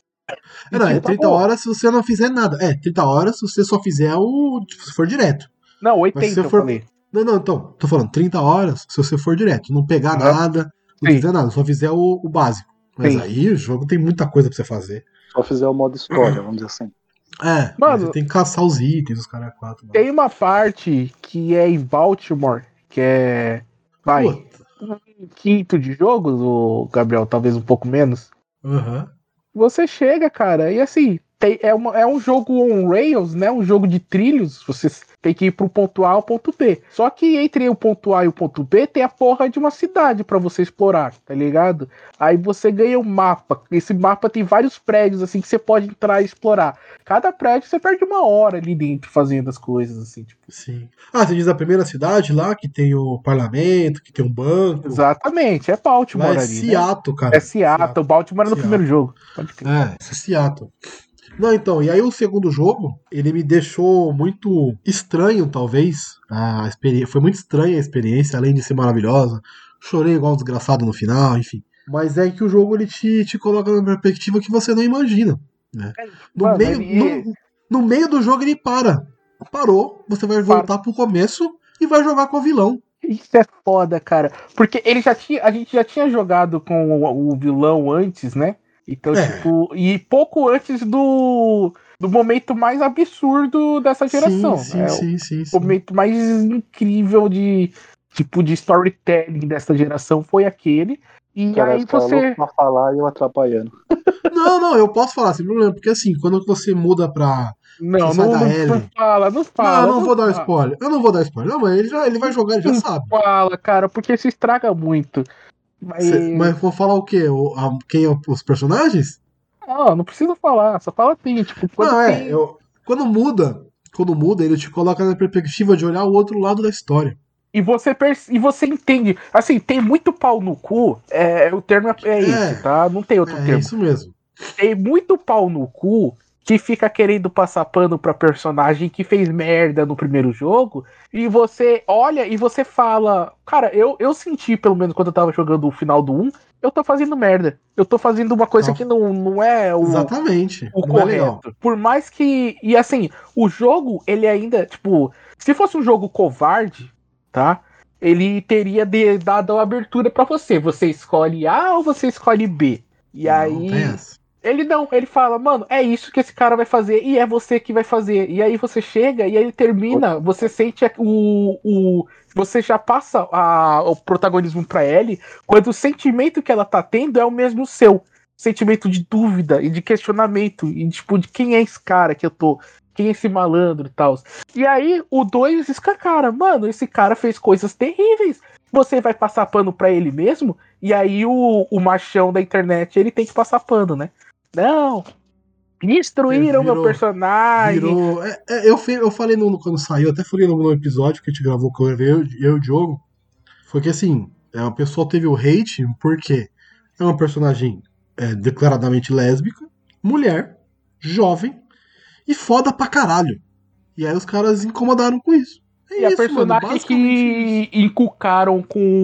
É, não, é Tipo, trinta pô, horas se você não fizer nada. É, trinta horas se você só fizer o. Tipo, se for direto. Não, Mas se oitenta você eu for. falei. Não, não, então. Tô falando trinta horas se você for direto. Não pegar Aham. nada, não Sim. fizer nada, só fizer o, o básico. Mas Sim. aí o jogo tem muita coisa pra você fazer. Só fizer o modo história, vamos dizer assim. É, Mano, mas você tem que caçar os itens, os caras quatro. Tem uma parte que é em Baltimore, que é. Vai, Puta. um quinto de jogo, o Gabriel, talvez um pouco menos. Aham. Você chega, cara, e assim, tem, é, uma, é um jogo on rails, né? Um jogo de trilhos. Você tem que ir pro ponto A ao ponto B. Só que entre o ponto A e o ponto B tem a porra de uma cidade pra você explorar, tá ligado? Aí você ganha um mapa. Esse mapa tem vários prédios, assim, que você pode entrar e explorar. Cada prédio você perde uma hora ali dentro fazendo as coisas, assim, tipo. Sim. Ah, você diz a primeira cidade lá, que tem o parlamento, que tem um banco. Exatamente, é Baltimore Lá é ali, Seattle, né? cara. É Seattle, Baltimore era no Seattle. primeiro jogo. Pode crer. É, isso é Seattle. Não, então, e aí o segundo jogo, ele me deixou muito estranho, talvez. A experiência, foi muito estranha a experiência, além de ser maravilhosa. Chorei igual um desgraçado no final, enfim. Mas é que o jogo ele te, te coloca numa perspectiva que você não imagina, né? No, Mano, meio, ele- no, no meio do jogo ele para. Parou, você vai voltar pro começo e vai jogar com o vilão. Isso é foda, cara. Porque ele já tinha, a gente já tinha jogado com o, o vilão antes, né? Então, É. tipo, e pouco antes do, do momento mais absurdo dessa geração. Sim, sim, é sim, sim, o sim. momento mais incrível de tipo de storytelling dessa geração foi aquele. E Cara, aí os caras você. loucos pra falar e eu atrapalhando. Não, não, eu posso falar sem problema, porque assim, quando você muda pra. Não, Você sai não, da não, L. não fala, não Não, fala. eu não vou dar fala. spoiler. Eu não vou dar spoiler. Não, mas ele, já, ele vai jogar, ele já Não sabe. fala, cara, porque se estraga muito. Mas, Cê- mas vou falar o quê? O, a- quem é os personagens? não, não precisa falar, só fala assim, tipo, quando não, é. tem. Eu, quando muda, quando muda, ele te coloca na perspectiva de olhar o outro lado da história. E você, perce... e você entende. Assim, tem muito pau no cu. É, o termo é, é esse, tá? Não tem outro É termo. isso mesmo. Tem muito pau no cu que fica querendo passar pano pra personagem que fez merda no primeiro jogo. E você olha e você fala. Cara, eu, eu senti, pelo menos quando eu tava jogando o final do um, eu tô fazendo merda. Eu tô fazendo uma coisa Não. que não, não é o. Exatamente. O não é legal. correto. Por mais que. E assim, o jogo, ele ainda, tipo, se fosse um jogo covarde, tá? Ele teria de, dado a abertura pra você. Você escolhe A ou você escolhe B? E Não, aí. tem essa. Ele não, ele fala, mano, é isso que esse cara vai fazer e é você que vai fazer. E aí você chega e aí ele termina, você sente o. o você já passa a, o protagonismo pra Ellie, quando o sentimento que ela tá tendo é o mesmo seu. Sentimento de dúvida e de questionamento. E tipo, de quem é esse cara que eu tô? Quem é esse malandro e tal. E aí o dois escancara, mano, esse cara fez coisas terríveis. Você vai passar pano pra ele mesmo? E aí o, o machão da internet, ele tem que passar pano, né? Não, destruíram virou, meu personagem. Virou, é, é, eu, eu falei no, quando saiu, até falei no, no episódio que a gente gravou com eu, eu e o Diogo, foi que assim, é, o pessoal teve o hate porque é uma personagem é, declaradamente lésbica, mulher, jovem e foda pra caralho. E aí os caras incomodaram com isso. É e isso, a personagem mano, que isso. Inculcaram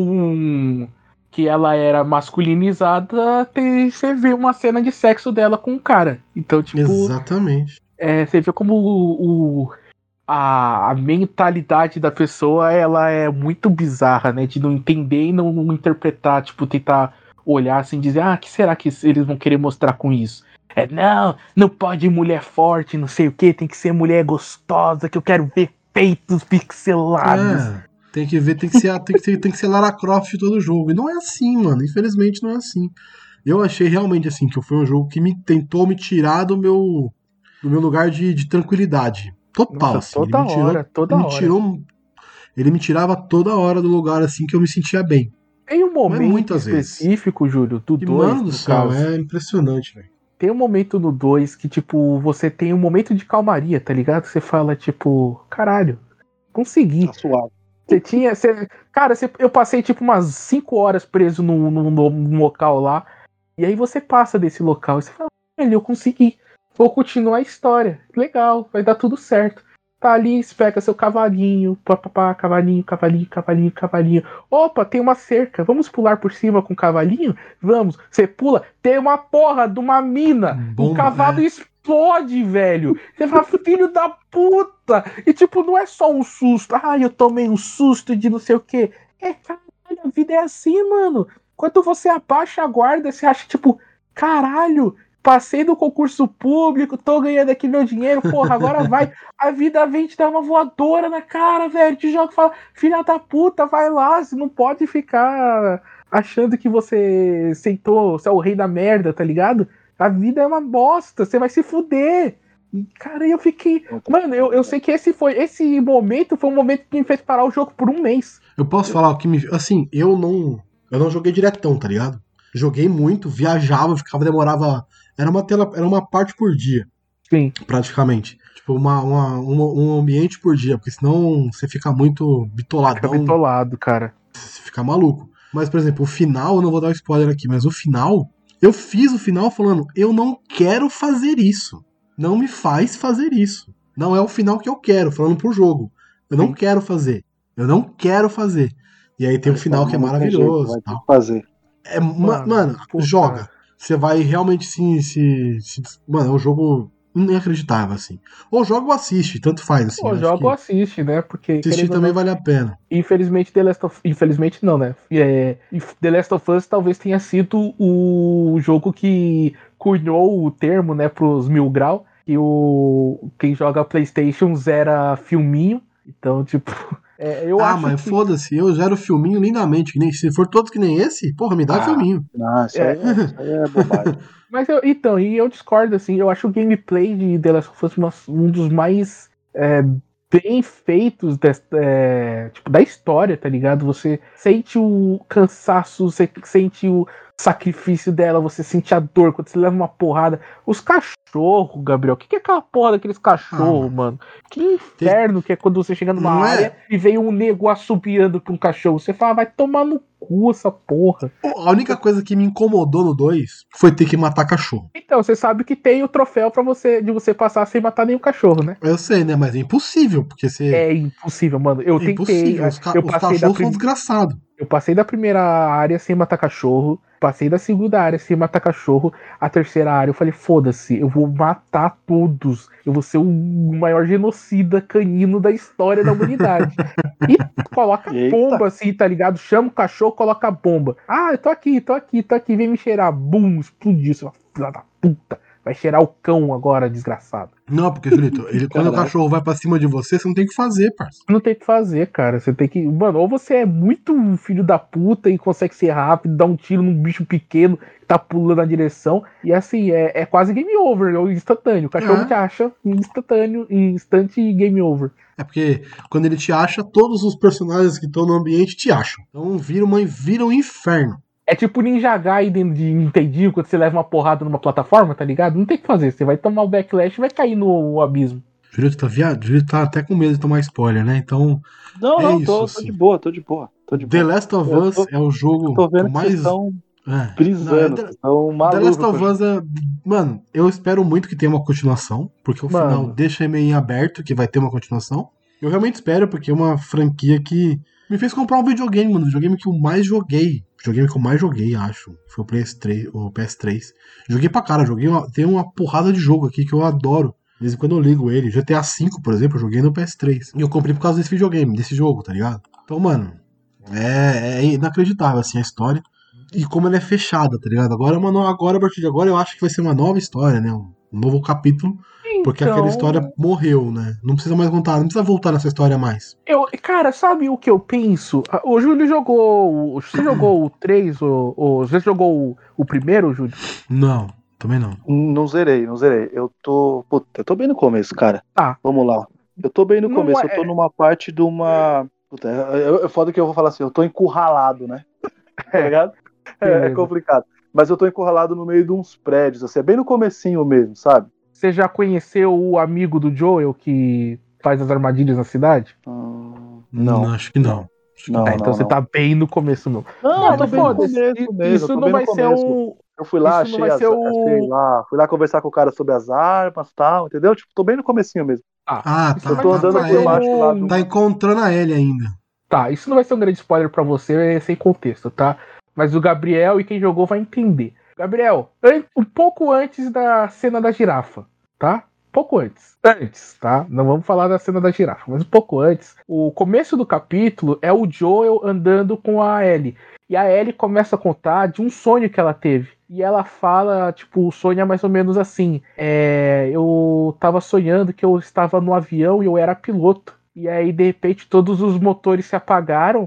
com que ela era masculinizada, tem, você vê uma cena de sexo dela com um cara. Então, tipo... Exatamente. É, você vê como o, o, a, a mentalidade da pessoa, ela é muito bizarra, né? De não entender e não, não interpretar, tipo, tentar olhar assim e dizer, ah, o que será que eles vão querer mostrar com isso? É, não, não pode mulher forte, não sei o que, tem que ser mulher gostosa, que eu quero ver peitos pixelados. É, tem que ver, tem que ser, tem que ser, tem que ser Lara Croft todo jogo. E não é assim, mano. Infelizmente não é assim. Eu achei realmente assim que foi um jogo que me tentou me tirar do meu do meu lugar de, de tranquilidade. Total, Nossa, assim. Toda ele me tirou, hora, toda ele hora. Me tirou, ele me tirava toda hora do lugar assim que eu me sentia bem. Tem um momento muitas específico, vezes. Júlio, do e, dois, mano do céu, caso. é impressionante, velho. Tem um momento no dois que, tipo, você tem um momento de calmaria, tá ligado? Você fala, tipo, caralho, consegui. Tá suave. Você tinha. Você, cara, você, eu passei, tipo, umas cinco horas preso num, num, num local lá. E aí você passa desse local e você fala, velho, eu consegui. Vou continuar a história. Legal, vai dar tudo certo. Tá ali, você pega seu cavalinho, papapá, cavalinho, cavalinho, cavalinho, cavalinho. Opa, tem uma cerca, vamos pular por cima com o cavalinho? Vamos. Você pula, tem uma porra de uma mina. Bom, o cavalo é. explode, velho. Você fala, filho da puta. E tipo, não é só um susto. Ah, eu tomei um susto de não sei o quê. É, caralho, a vida é assim, mano. Quando você abaixa a guarda, você acha, tipo, caralho, passei no concurso público, tô ganhando aqui meu dinheiro, porra, agora vai. A vida vem te dar uma voadora na cara, velho. Te joga e fala, filha da puta, vai lá. Você não pode ficar achando que você sentou, você é o rei da merda, tá ligado? A vida é uma bosta, você vai se fuder. E, cara, eu fiquei... Mano, eu, eu sei que esse foi esse momento foi um momento que me fez parar o jogo por um mês. Eu posso falar o que me... Assim, eu não... Eu não joguei diretão, tá ligado? Joguei muito, viajava, ficava, demorava... Era uma, tela, era uma parte por dia. Sim. Praticamente. Tipo, uma, uma, uma, um ambiente por dia, porque senão você fica muito bitoladão. Fica bitolado, cara. Você fica maluco. Mas, por exemplo, o final, eu não vou dar spoiler aqui, mas o final... Eu fiz o final falando, eu não quero fazer isso. Não me faz fazer isso. Não é o final que eu quero, falando pro jogo. Eu não Sim. quero fazer. Eu não quero fazer. E aí tem o um final que é maravilhoso. Vai tal. fazer. É, mano, mano joga. Você vai realmente se, se, se... Mano, é um jogo inacreditável, assim. Ou joga ou assiste, tanto faz, assim. Ou joga ou assiste, né? Porque assistir também não... vale a pena. Infelizmente, The Last of... Infelizmente não, né? É... The Last of Us talvez tenha sido o jogo que cunhou o termo, né, pros mil grau, que o... quem joga PlayStation zera filminho. Então, tipo... É, eu ah, acho mas que... foda-se, eu zero filminho lindamente. Que nem, se for todos que nem esse, porra, me dá ah, filminho. Não, isso, é. Aí, é, isso aí é bobagem. Mas eu, então, e eu discordo, assim, eu acho o gameplay de The Last of Us uma, um dos mais é, bem feitos dessa, é, tipo, da história, tá ligado? Você sente o cansaço, você sente o sacrifício dela, você sente a dor quando você leva uma porrada. Os cachorros, Gabriel, o que, que é aquela porra daqueles cachorros, ah, mano? Que inferno Tem... que é quando você chega numa Não área é? e vem um nego assobiando pra um cachorro. Você fala, vai tomar no cu essa porra. A única coisa que me incomodou no dois foi ter que matar cachorro. Então, você sabe que tem o troféu pra você, de você passar sem matar nenhum cachorro, né? Eu sei, né? Mas é impossível, porque você... É impossível, mano. Eu é tentei... Impossível. Os, ca... eu Os passei cachorros prim... são desgraçados. Eu passei da primeira área sem matar cachorro, passei da segunda área sem matar cachorro, a terceira área eu falei, foda-se, eu vou matar todos, eu vou ser o maior genocida canino da história da humanidade. E coloca Eita. bomba assim, tá ligado? Chama o cachorro, coloca a bomba. Ah, eu tô aqui, tô aqui, tô aqui, vem me cheirar. Bum, explodiu, seu filho da puta. Vai cheirar o cão agora, desgraçado. Não, porque, Julito, ele, quando o cachorro vai pra cima de você, você não tem o que fazer, parça. Não tem o que fazer, cara. Você tem que. Mano, ou você é muito filho da puta e consegue ser rápido, dar um tiro num bicho pequeno que tá pulando na direção. E assim, é, é quase game over, é instantâneo. O cachorro É. te acha instantâneo, instant game over. É porque quando ele te acha, todos os personagens que estão no ambiente te acham. Então vira, uma, vira um inferno. É tipo Ninja Gaiden de Nintendinho, quando você leva uma porrada numa plataforma, tá ligado? Não tem o que fazer. Você vai tomar o backlash e vai cair no abismo. Julito tá viado, Julito tá até com medo de tomar spoiler, né? Então, Não, É não, isso, tô, tô assim. de boa, tô de boa. Tô de The boa. Last of Eu Us tô- é o jogo Tô vendo que que mais... vocês estão É. brisando, Não, é vocês The- estão The malucos. Last of Us é... Mano, eu espero muito que tenha uma continuação, porque o Mano. final deixa meio em aberto que vai ter uma continuação. Eu realmente espero, porque é uma franquia que me fez comprar um videogame, mano. O videogame que eu mais joguei. O videogame que eu mais joguei, acho. Foi o P S três. O P S três. Joguei pra cara, joguei uma... tem uma porrada de jogo aqui que eu adoro. De vez em quando eu ligo ele. G T A cinco, por exemplo, eu joguei no P S três. E eu comprei por causa desse videogame, desse jogo, tá ligado? Então, mano, é, é inacreditável, assim, a história. E como ela é fechada, tá ligado? Agora, é uma no... agora, a partir de agora, eu acho que vai ser uma nova história, né? Um novo capítulo. Porque Então, aquela história morreu, né? Não precisa mais contar, não precisa voltar nessa história mais. Eu, cara, sabe o que eu penso? Ah, O Júlio jogou. o- Você jogou o três? O, o, você jogou o, o primeiro, Júlio? Não, também não. Não zerei, não zerei. Eu tô. Puta, eu tô bem no começo, cara. Tá. Vamos lá. Eu tô bem no Não começo. é- Eu tô numa parte de uma. Puta, é, é foda que eu vou falar assim, eu tô encurralado, né? Tá ligado? É, é Beleza. complicado. Mas eu tô encurralado no meio de uns prédios, assim, é bem no comecinho mesmo, sabe? Você já conheceu o amigo do Joel que faz as armadilhas na cidade? Hum, Não, não. acho que não. Acho que Não, Ah, então não, você não. tá bem no começo, meu. Não, Não, eu tô mas bem no foda-se. começo mesmo. eu Isso tô não bem no vai ser começo. um. Eu fui lá, isso não achei, vai as, ser o- achei lá, fui lá conversar com o cara sobre as armas e tal, entendeu? Tipo, tô bem no comecinho mesmo. Ah, Isso tá. Eu tô vai- andando vai tá, ser por baixo lá um- do. tá encontrando a Ellie ainda. Tá, isso não vai ser um grande spoiler pra você, é sem contexto, tá? Mas o Gabriel e quem jogou vai entender. Gabriel, an- um pouco antes da cena da girafa, tá? Pouco antes. Antes, tá? Não vamos falar da cena da girafa, mas um pouco antes. O começo do capítulo é o Joel andando com a Ellie. E a Ellie começa a contar de um sonho que ela teve. E ela fala, tipo, o sonho é mais ou menos assim. É, eu tava sonhando que eu estava no avião e eu era piloto. E aí, de repente, todos os motores se apagaram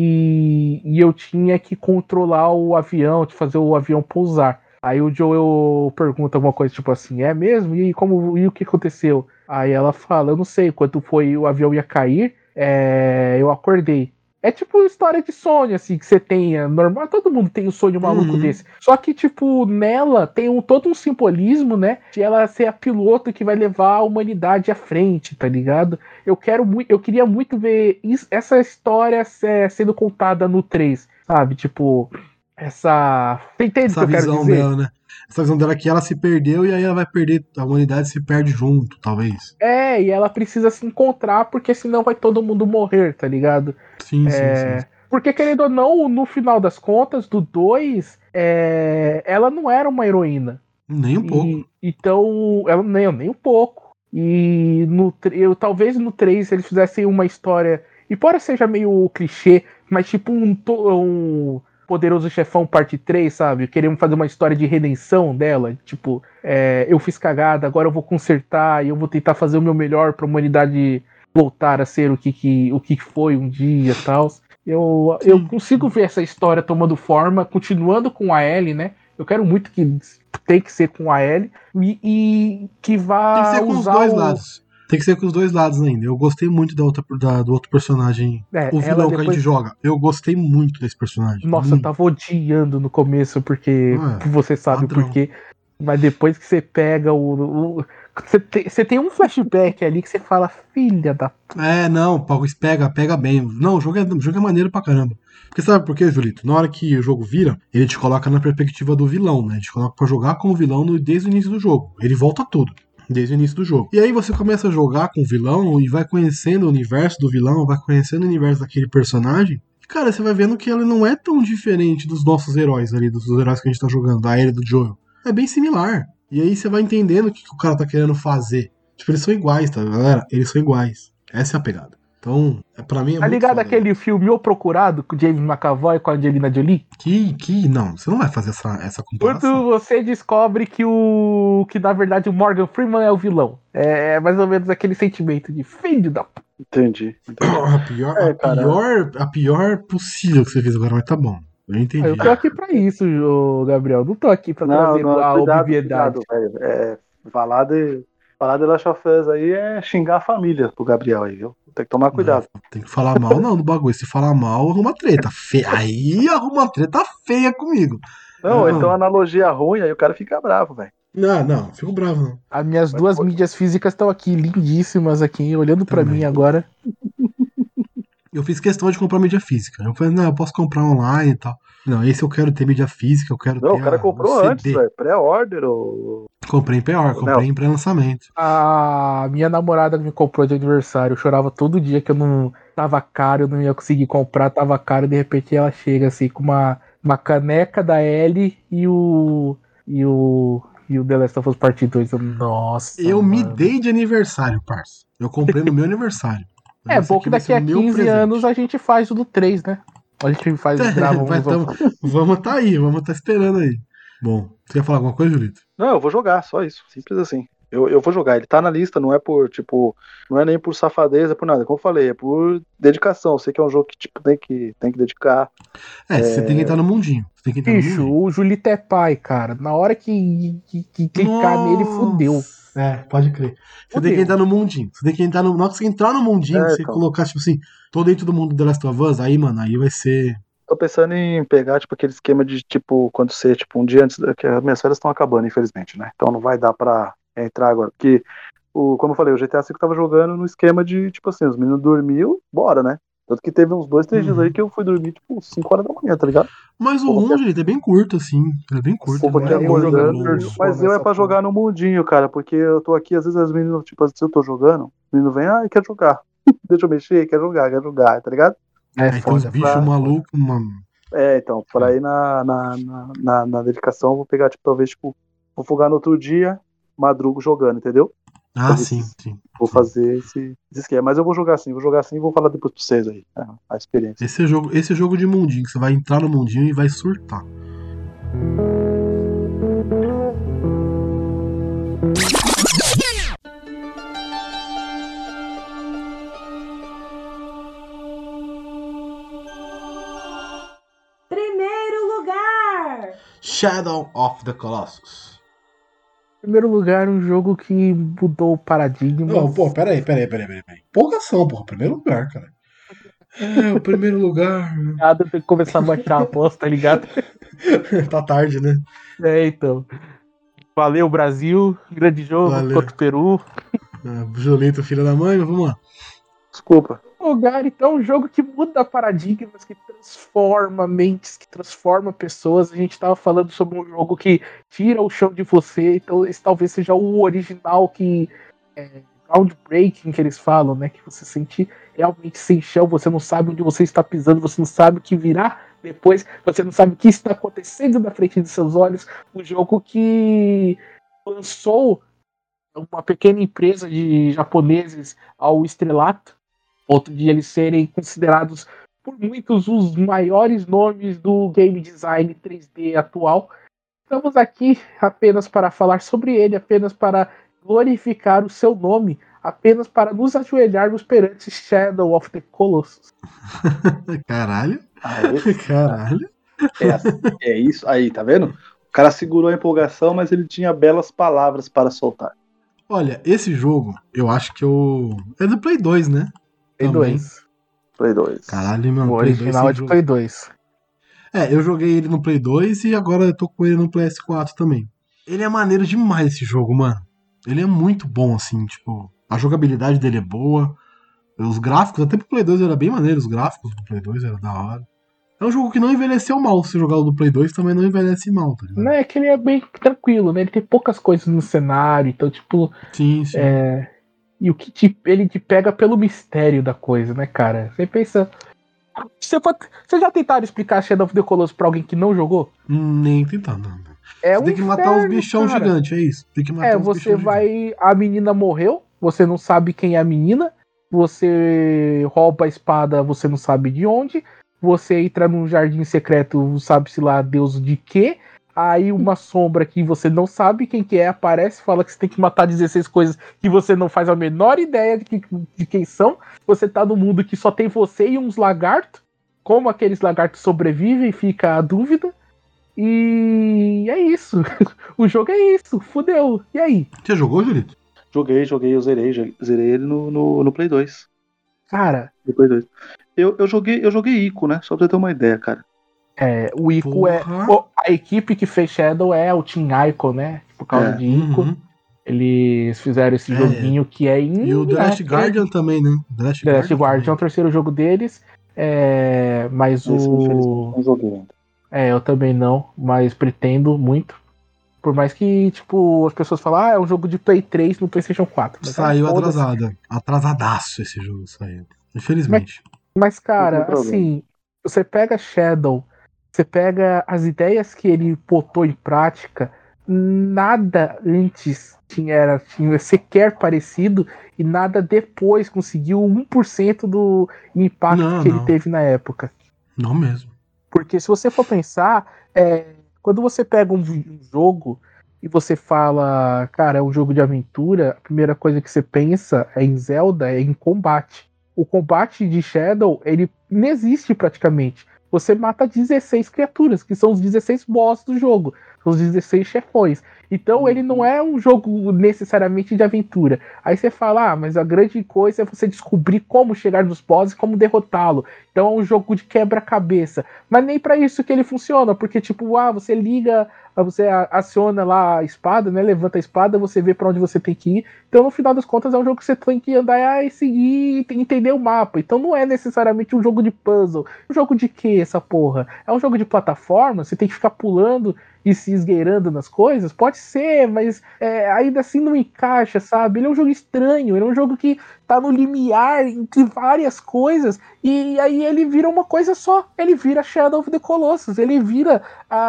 e, e eu tinha que controlar o avião, de fazer o avião pousar. Aí o Joel pergunta alguma coisa tipo assim, é mesmo? E, como, e o que aconteceu? Aí ela fala, eu não sei, quando foi o avião ia cair, é, eu acordei. É tipo história de sonho, assim, que você tem, é normal, todo mundo tem um sonho maluco Uhum. desse. Só que, tipo, nela tem um, todo um simbolismo, né, de ela ser a piloto que vai levar a humanidade à frente, tá ligado? Eu quero muito, eu queria muito ver isso- essa história é, sendo contada no três, sabe? Tipo, essa... Você entende o Essa que eu quero visão dizer? dela, né? Essa visão dela que ela se perdeu e aí ela vai perder, a humanidade se perde junto, talvez. É, e ela precisa se encontrar, porque senão vai todo mundo morrer, tá ligado? Sim, sim, É, sim. porque, querendo ou não, no final das contas, do dois, é, ela não era uma heroína. Nem um pouco. E, então, ela nem, nem um pouco. E no, tre- eu, talvez no três eles fizessem uma história, e pode seja meio clichê, mas tipo um, to- um Poderoso Chefão parte três, sabe? Queremos fazer uma história de redenção dela. Tipo, é, eu fiz cagada, agora eu vou consertar e eu vou tentar fazer o meu melhor pra humanidade voltar a ser o que, que, o que foi um dia e tal. Eu, eu consigo ver essa história tomando forma, continuando com a Ellie, né? Eu quero muito que tem que ser com a Ellie e, e que vá Tem que ser com os usar dois o... lados. Tem que ser com os dois lados ainda. Eu gostei muito da outra, da- do outro personagem. É, o ela vilão que a depois- gente joga. Eu gostei muito desse personagem. Nossa, eu muito. tava odiando no começo, porque Ah, você sabe padrão. por quê. Mas depois que você pega o. o- você, tem, você tem um flashback ali que você fala, filha da. É, não, Paulo, isso pega, pega bem. Não, o jogo, é, o jogo é maneiro pra caramba. Porque sabe por quê, Julito? Na hora que o jogo vira, ele te coloca na perspectiva do vilão, né? Ele te coloca pra jogar com o vilão no- desde o início do jogo. Ele volta tudo. Desde o início do jogo. E aí você começa a jogar com o vilão e vai conhecendo o universo do vilão, vai conhecendo o universo daquele personagem. cara, você vai vendo que ela não é tão diferente dos nossos heróis ali, dos heróis que a gente tá jogando, da Ellie e do Joel. É bem similar. E aí você vai entendendo o que, que o cara tá querendo fazer. Tipo, eles são iguais, tá, galera? Eles são iguais. Essa é a pegada. Então, é, pra mim é Tá muito ligado foda, aquele né? filme O Procurado, com o James McAvoy com a Angelina Jolie? Que, que, não, você não vai fazer essa, essa Quando comparação. você descobre que o. que na verdade o Morgan Freeman é o vilão. É mais ou menos aquele sentimento de filho da p. Entendi. entendi. A pior, É, a, cara. pior, a pior possível que você fez agora, mas tá bom. Eu entendi. Eu tô aqui pra isso, ô, Gabriel. Não tô aqui pra Não, trazer não, a cuidado, obviedade. cuidado, velho. É, falar de, falar de Last of Us aí é xingar a família pro Gabriel aí, viu? Tem que tomar cuidado. Não, tem que falar mal, não, do bagulho. Se falar mal, arruma treta. Fe... Aí arruma treta feia comigo. Não, Ah. então analogia ruim, aí o cara fica bravo, velho. Não, não, não fico bravo, não. As minhas Mas duas pode- mídias físicas estão aqui, lindíssimas aqui, olhando pra Também. mim agora. Eu fiz questão de comprar mídia física. Eu falei, não, eu posso comprar online e tal. Não, esse eu quero ter mídia física, eu quero Não, ter o cara a- comprou C D. antes, velho. Pré-order. Ou... Comprei em P-Or, comprei Não. em pré-lançamento. A minha namorada me comprou de aniversário. Eu chorava todo dia que eu não tava caro, eu não ia conseguir comprar, tava caro, e de repente ela chega assim com uma, uma caneca da Ellie e o. e o. e o The Last of Us Part dois. Eu, Nossa. Eu me mano. dei de aniversário, parça. Eu comprei no meu aniversário. É Esse bom aqui que vai daqui ser a o meu quinze presente. anos a gente faz o do três, né? A gente faz, grava Vai, uns. tamo- vamos tá aí, vamos tá esperando aí. Bom, você quer falar alguma coisa, Julito? Não, eu vou jogar, só isso. Simples assim. Eu, eu vou jogar. Ele tá na lista, não é por, tipo, não é nem por safadeza, por nada. Como eu falei, é por dedicação. Eu sei que é um jogo que, tipo, tem que, tem que dedicar. É, você tem que entrar no mundinho. Você tem que entrar no Bicho, mundinho. o Julito é pai, cara. Na hora que, que, que clicar nele, fudeu. É, pode crer. Você Fudeu. tem que entrar no mundinho. Você tem que entrar no. Na hora que você entrar no mundinho, É, você então. colocar, tipo assim, tô dentro do mundo do The Last of Us, aí, mano, aí vai ser. Tô pensando em pegar, tipo, aquele esquema de, tipo, quando você, tipo, um dia antes, da- que as minhas férias estão acabando, infelizmente, né? Então não vai dar pra entrar agora. Porque, o, como eu falei, o G T A cinco tava jogando no esquema de, tipo assim, os meninos dormiu, bora, né? Tanto que teve uns dois, três dias Uhum. aí que eu fui dormir, tipo, cinco horas da manhã, tá ligado? Mas o Pô, um, gente, é bem curto, assim. Ele é bem curto. Pô, porque não é é um acordando, jogo longo. mas eu é pra jogar no mundinho, cara, porque eu tô aqui, às vezes as meninas, tipo, se eu tô jogando, o menino vem, ah, quer jogar. Deixa eu mexer, quer jogar, quer jogar, tá ligado? É Aí tem uns foda. bichos pra- malucos, mano. É, então, pra ir na, na, na, na, na dedicação, eu vou pegar, tipo, talvez, tipo, vou folgar no outro dia, madrugo jogando, entendeu? Ah, Fazer sim, esse- sim. Vou sim. fazer esse, esse esquema. Mas eu vou jogar assim, vou jogar assim e vou falar depois pra vocês aí, é, a experiência. Esse é, jogo, esse é jogo de mundinho, que você vai entrar no mundinho e vai surtar. Primeiro lugar! Shadow of the Colossus. Em primeiro lugar, um jogo que mudou o paradigma. Não, pô, peraí, peraí, peraí, peraí. peraí. Empolgação, porra. Primeiro lugar, cara. É, o primeiro lugar. Nada, tem que começar a baixar a aposta, tá ligado? Tá tarde, né? É, então. Valeu, Brasil. Grande jogo Valeu. contra o Peru. Ah, Julito, filho da mãe, mas vamos lá. Desculpa. Lugar, então, um jogo que muda paradigmas, que transforma mentes, que transforma pessoas. A gente tava falando sobre um jogo que tira o chão de você, então esse talvez seja o original que é groundbreaking que eles falam, né? Que você sente realmente sem chão, você não sabe onde você está pisando, você não sabe o que virá depois, você não sabe o que está acontecendo na frente de seus olhos. Um jogo que lançou uma pequena empresa de japoneses ao estrelato, ponto de eles serem considerados por muitos os maiores nomes do game design três D atual. Estamos aqui apenas para falar sobre ele, apenas para glorificar o seu nome, apenas para nos ajoelharmos perante Shadow of the Colossus. Caralho. Aí, Caralho. é, é isso aí, tá vendo? O cara segurou a empolgação, mas ele tinha belas palavras para soltar. Olha, esse jogo, eu acho que eu. É do Play dois, né? Play Também. dois. Play dois. Caralho, mano. O Play dois original é sem de jogo. Play dois. É, eu joguei ele no Play dois e agora eu tô com ele no P S quatro também. Ele é maneiro demais esse jogo, mano. Ele é muito bom, assim, tipo, a jogabilidade dele é boa. Os gráficos, até pro Play dois era bem maneiro, os gráficos do Play dois era da hora. É um jogo que não envelheceu mal. Se jogar o do Play dois também não envelhece mal, tá ligado? Não é que ele é bem tranquilo, né? Ele tem poucas coisas no cenário, então, tipo, Sim, sim. é... E o que te, ele te pega pelo mistério da coisa, né, cara? Você pensa, Você, pode... Você já tentaram explicar Shadow of the Colossus pra alguém que não jogou? Nem tentando. É Você um tem que matar inferno, os bichão cara. gigantes, é isso. Tem que matar É, os você bichão vai. gigantes. A menina morreu, você não sabe quem é a menina. Você rouba a espada, você não sabe de onde. Você entra num jardim secreto, sabe-se lá, Deus de quê. Aí uma sombra que você não sabe quem que é aparece, fala que você tem que matar dezesseis coisas que você não faz a menor ideia de, que, de quem são. Você tá num mundo que só tem você e uns lagartos. Como aqueles lagartos sobrevivem, fica a dúvida. E é isso. O jogo é isso. Fudeu. E aí? Você jogou, Julito? Joguei, joguei, eu zerei, joguei- zerei ele no, no, no Play dois. Cara, No Play dois. Eu, eu joguei, eu joguei Ico, né? Só pra você ter uma ideia, cara. é, o Ico Porra. é. o- a equipe que fez Shadow é o Team Ico, né? Por causa É. de Ico. Uhum. Eles fizeram esse É. joguinho que é E o The Last Guardian também, né? The Last The Last Guardian é o também. terceiro jogo deles. É, mas Esse, infelizmente, o. não joguei ainda. É, eu também não, mas pretendo muito. Por mais que, tipo, as pessoas falam, ah, é um jogo de Play três no PlayStation quatro. Mas, Saiu é, foda-se. atrasada. Atrasadaço esse jogo saiu. Infelizmente. Mas, Não cara, tem problema. assim, você pega Shadow, você pega as ideias que ele botou em prática, nada antes tinha, era, tinha sequer parecido e nada depois conseguiu um por cento do impacto Não, que ele não. teve na época. Não mesmo. Porque se você for pensar, é, quando você pega um, vi- um jogo e você fala, cara, é um jogo de aventura, a primeira coisa que você pensa é em Zelda, é em combate. O combate de Shadow, ele não existe praticamente. Você mata dezesseis criaturas, que são os dezesseis boss do jogo, são os dezesseis chefões. Então ele não é um jogo necessariamente de aventura. Aí você fala, ah, mas a grande coisa é você descobrir como chegar nos bosses e como derrotá-lo. Então é um jogo de quebra-cabeça. Mas nem pra isso que ele funciona, porque tipo, ah, você liga, você a- aciona lá a espada, né? Levanta a espada, você vê pra onde você tem que ir. Então no final das contas é um jogo que você tem que andar e seguir e entender o mapa. Então não é necessariamente um jogo de puzzle. Um jogo de quê essa porra? É um jogo de plataforma, você tem que ficar pulando e se esgueirando nas coisas? Pode ser, mas é, ainda assim não encaixa, sabe? Ele é um jogo estranho, ele é um jogo que tá no limiar entre várias coisas e aí ele vira uma coisa só. Ele vira Shadow of the Colossus, ele vira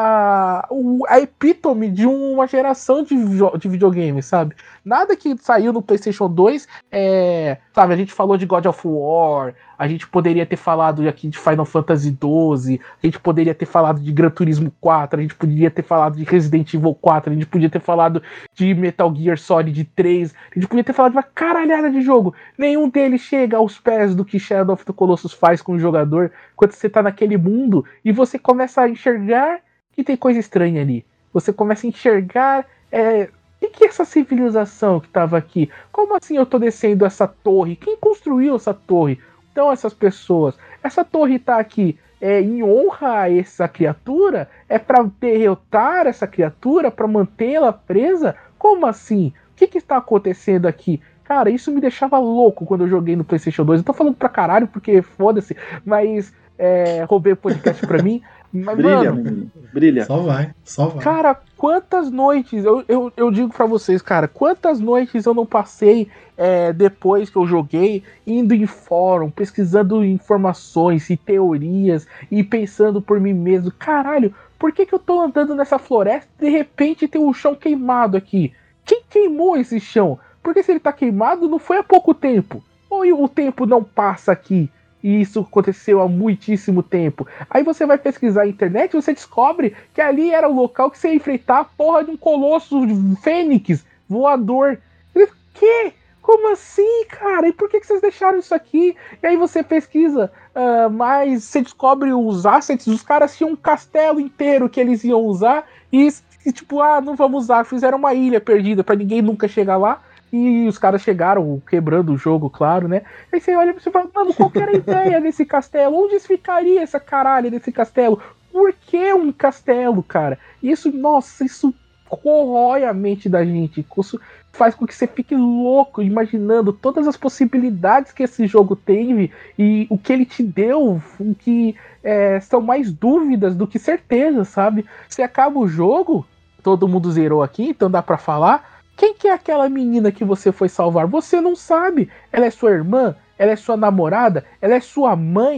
a, o- a epítome de uma geração de, vi- de videogames, sabe? Nada que saiu no PlayStation dois, é, sabe? A gente falou de God of War, a gente poderia ter falado aqui de Final Fantasy doze, a gente poderia ter falado de Gran Turismo quatro, a gente poderia ter falado de Resident Evil quatro, a gente podia ter falado de Metal Gear Solid três, a gente podia ter falado de uma caralhada de jogo. Nenhum deles chega aos pés do que Shadow of the Colossus faz com o jogador quando você tá naquele mundo e você começa a enxergar que tem coisa estranha ali. Você começa a enxergar... É, o que é essa civilização que tava aqui? Como assim eu tô descendo essa torre? Quem construiu essa torre? Então essas pessoas... Essa torre tá aqui é, em honra a essa criatura? É pra derrotar essa criatura? Pra mantê-la presa? Como assim? O que que está acontecendo aqui? Cara, isso me deixava louco quando eu joguei no PlayStation dois. Eu tô falando pra caralho porque foda-se, mas é, roubei o podcast pra mim. Mas, Brilha, mano, menino. Brilha. Só vai, só vai. cara, quantas noites, eu, eu, eu digo pra vocês, cara, quantas noites eu não passei é, depois que eu joguei, indo em fórum, pesquisando informações e teorias e pensando por mim mesmo, caralho, por que que eu tô andando nessa floresta e de repente tem um chão queimado aqui? Quem queimou esse chão? Porque se ele tá queimado, não foi há pouco tempo. Ou o tempo não passa aqui? E isso aconteceu há muitíssimo tempo. Aí você vai pesquisar na internet e você descobre que ali era o local que você ia enfrentar a porra de um colosso fênix voador. E, que? Como assim, cara? E por que que vocês deixaram isso aqui? E aí você pesquisa, uh, mas você descobre os assets, os caras tinham um castelo inteiro que eles iam usar e, e tipo, ah, não vamos usar. Fizeram uma ilha perdida pra ninguém nunca chegar lá. E os caras chegaram quebrando o jogo, claro, né? Aí você olha e você fala, mano, qual que era a ideia desse castelo? Onde ficaria essa caralho desse castelo? Por que um castelo, cara? Isso, nossa, isso corrói a mente da gente. Isso faz com que você fique louco, imaginando todas as possibilidades que esse jogo teve e o que ele te deu, o que é, são mais dúvidas do que certeza, sabe? Você acaba o jogo, todo mundo zerou aqui, então dá pra falar. Quem que é aquela menina que você foi salvar? Você não sabe. Ela é sua irmã? Ela é sua namorada? Ela é sua mãe?